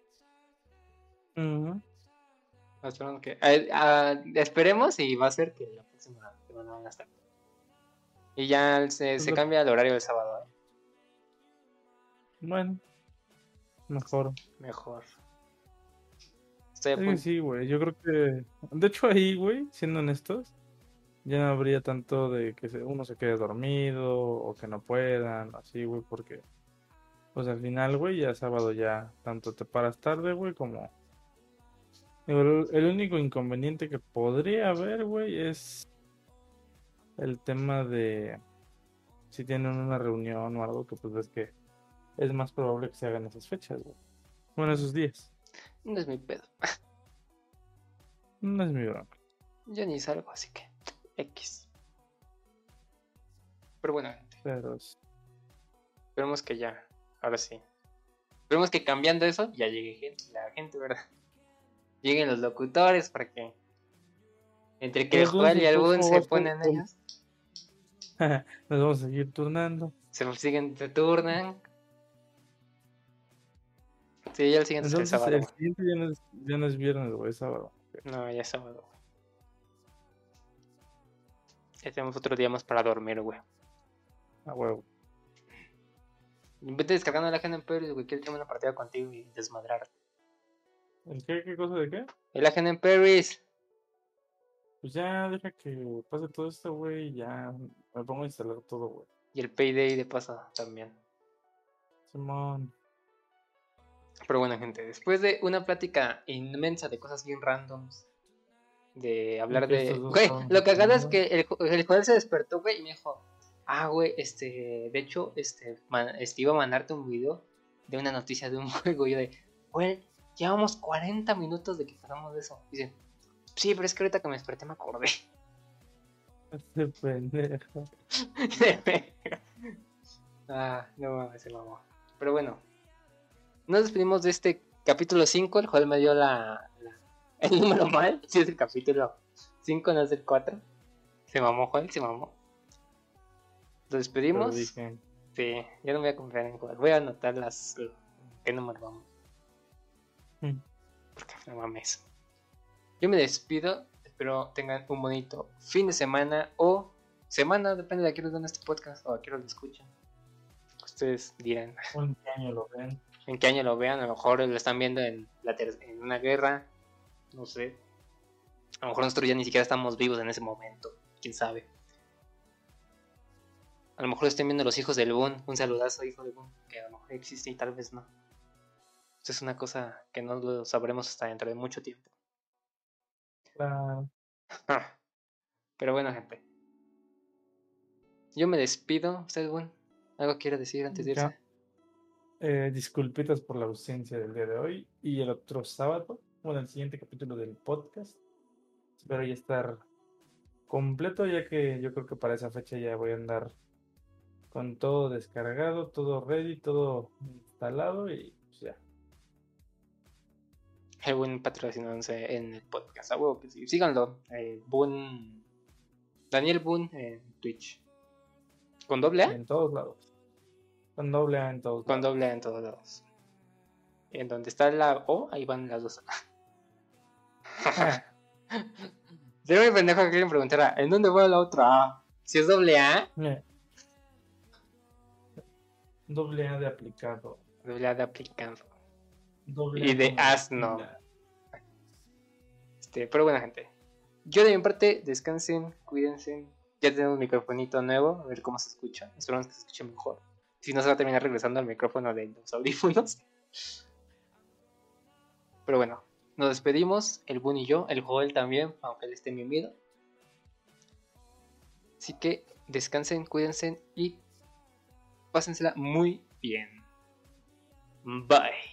Ujú. Esperemos que, eh, ah, esperemos y va a ser que la próxima semana van a estar. Y ya se, Pues se lo- cambia el horario del sábado, ¿eh? Bueno, mejor. Mejor. Estoy a Es que punto. sí, güey. Yo creo que. De hecho, ahí, güey, siendo honestos, ya no habría tanto de que se- uno se quede dormido o que no puedan, así, güey, porque. Pues al final, güey, ya sábado ya tanto te paras tarde, güey, como. Digo, el, el único inconveniente que podría haber, güey, es el tema de si tienen una reunión o algo que pues ves que es más probable que se hagan esas fechas, güey. Bueno, esos días. No es mi pedo. No es mi bronca. Yo ni salgo, así que. X. Pero bueno, gente. Pero es- Esperemos que ya. Ahora sí. Esperemos que cambiando eso ya llegue gente, la gente, ¿verdad? Lleguen los locutores para que. Entre que el Pero Joel y entonces, el ¿cómo Boon va se a ser ponen un- ellos. Nos vamos a seguir turnando. Se siguen, se turnan. Sí, ya el siguiente es el Entonces sábado. el güey. siguiente ya no es, ya no es viernes, güey, es sábado. No, ya es sábado. güey. Ya tenemos otro día más para dormir, güey. A huevo. Vete descargando la Agenda en Paris, güey. Quiero echarme una partida contigo y desmadrar. ¿El qué? ¿Qué cosa de qué? El Agenda en Paris. Pues ya deja que pase todo esto, güey, y ya me pongo a instalar todo, güey. Y el Payday de paso también. Simón. Pero bueno, gente, después de una plática inmensa de cosas bien randoms, de hablar que de... estos dos Güey, estaban lo cagado es hablando. que el, jo- el Joel se despertó, güey, y me dijo, ah, güey, este, de hecho, este, man- este, iba a mandarte un video de una noticia de un juego. Y yo de, güey, llevamos cuarenta minutos de que pasamos de eso. Y dice, sí, pero es que ahorita que me desperté me acordé. Este pendejo. Ah, no mames, se mamó. Pero bueno, nos despedimos de este capítulo cinco. El Joel me dio la, la- el número mal. Si es el capítulo cinco, no es el cuatro. Se mamó, Joel, se mamó. Nos Pero despedimos. dije, Sí, ya no me voy a confiar en Joel. Voy a anotar las. ¿Qué número vamos? mm, Porque no mames. Yo me despido. Espero tengan un bonito fin de semana o semana, depende de a qué hora vean este podcast o a qué hora lo escuchan. Ustedes dirán ¿en qué año lo ven? en qué año lo vean. A lo mejor lo están viendo en, la ter- en una guerra. No sé. A lo mejor nosotros ya ni siquiera estamos vivos en ese momento. Quién sabe. A lo mejor lo estén viendo los hijos del Boon. Un saludazo, hijo del Boon. Que a lo mejor existe y tal vez no. Esto es una cosa que no lo sabremos hasta dentro de mucho tiempo. Claro. Pero bueno, gente. Yo me despido. ¿Usted, Boon? ¿Algo quiere decir antes de irse? Ya. Eh, disculpitas por la ausencia del día de hoy y el otro sábado, bueno, el siguiente capítulo del podcast. Espero ya estar completo, ya que yo creo que para esa fecha ya voy a andar con todo descargado, todo ready, todo instalado y pues ya. El Boon patrocinándose en el podcast. A huevo que sí. Síganlo. Eh, Boon. Daniel Boon en Twitch. ¿Con doble A? En todos lados. Con doble A en todos Con lados. doble A en todos lados. En donde está la O, ahí van las dos. Sería muy pendejo que alguien preguntara, ¿en dónde va la otra A? Si es doble A, Eh. Doble A de aplicado. doble A de aplicando. Doble Y A de como asno. pila. Este, pero bueno, gente. Yo de mi parte, descansen, cuídense. Ya tenemos un microfonito nuevo, a ver cómo se escucha. Esperamos que se escuche mejor. Si no, se va a terminar regresando al micrófono de los audífonos. Pero bueno, nos despedimos, el Boon y yo, el Joel también, aunque él esté mimido. Así que descansen, cuídense y pásensela muy bien. Bye.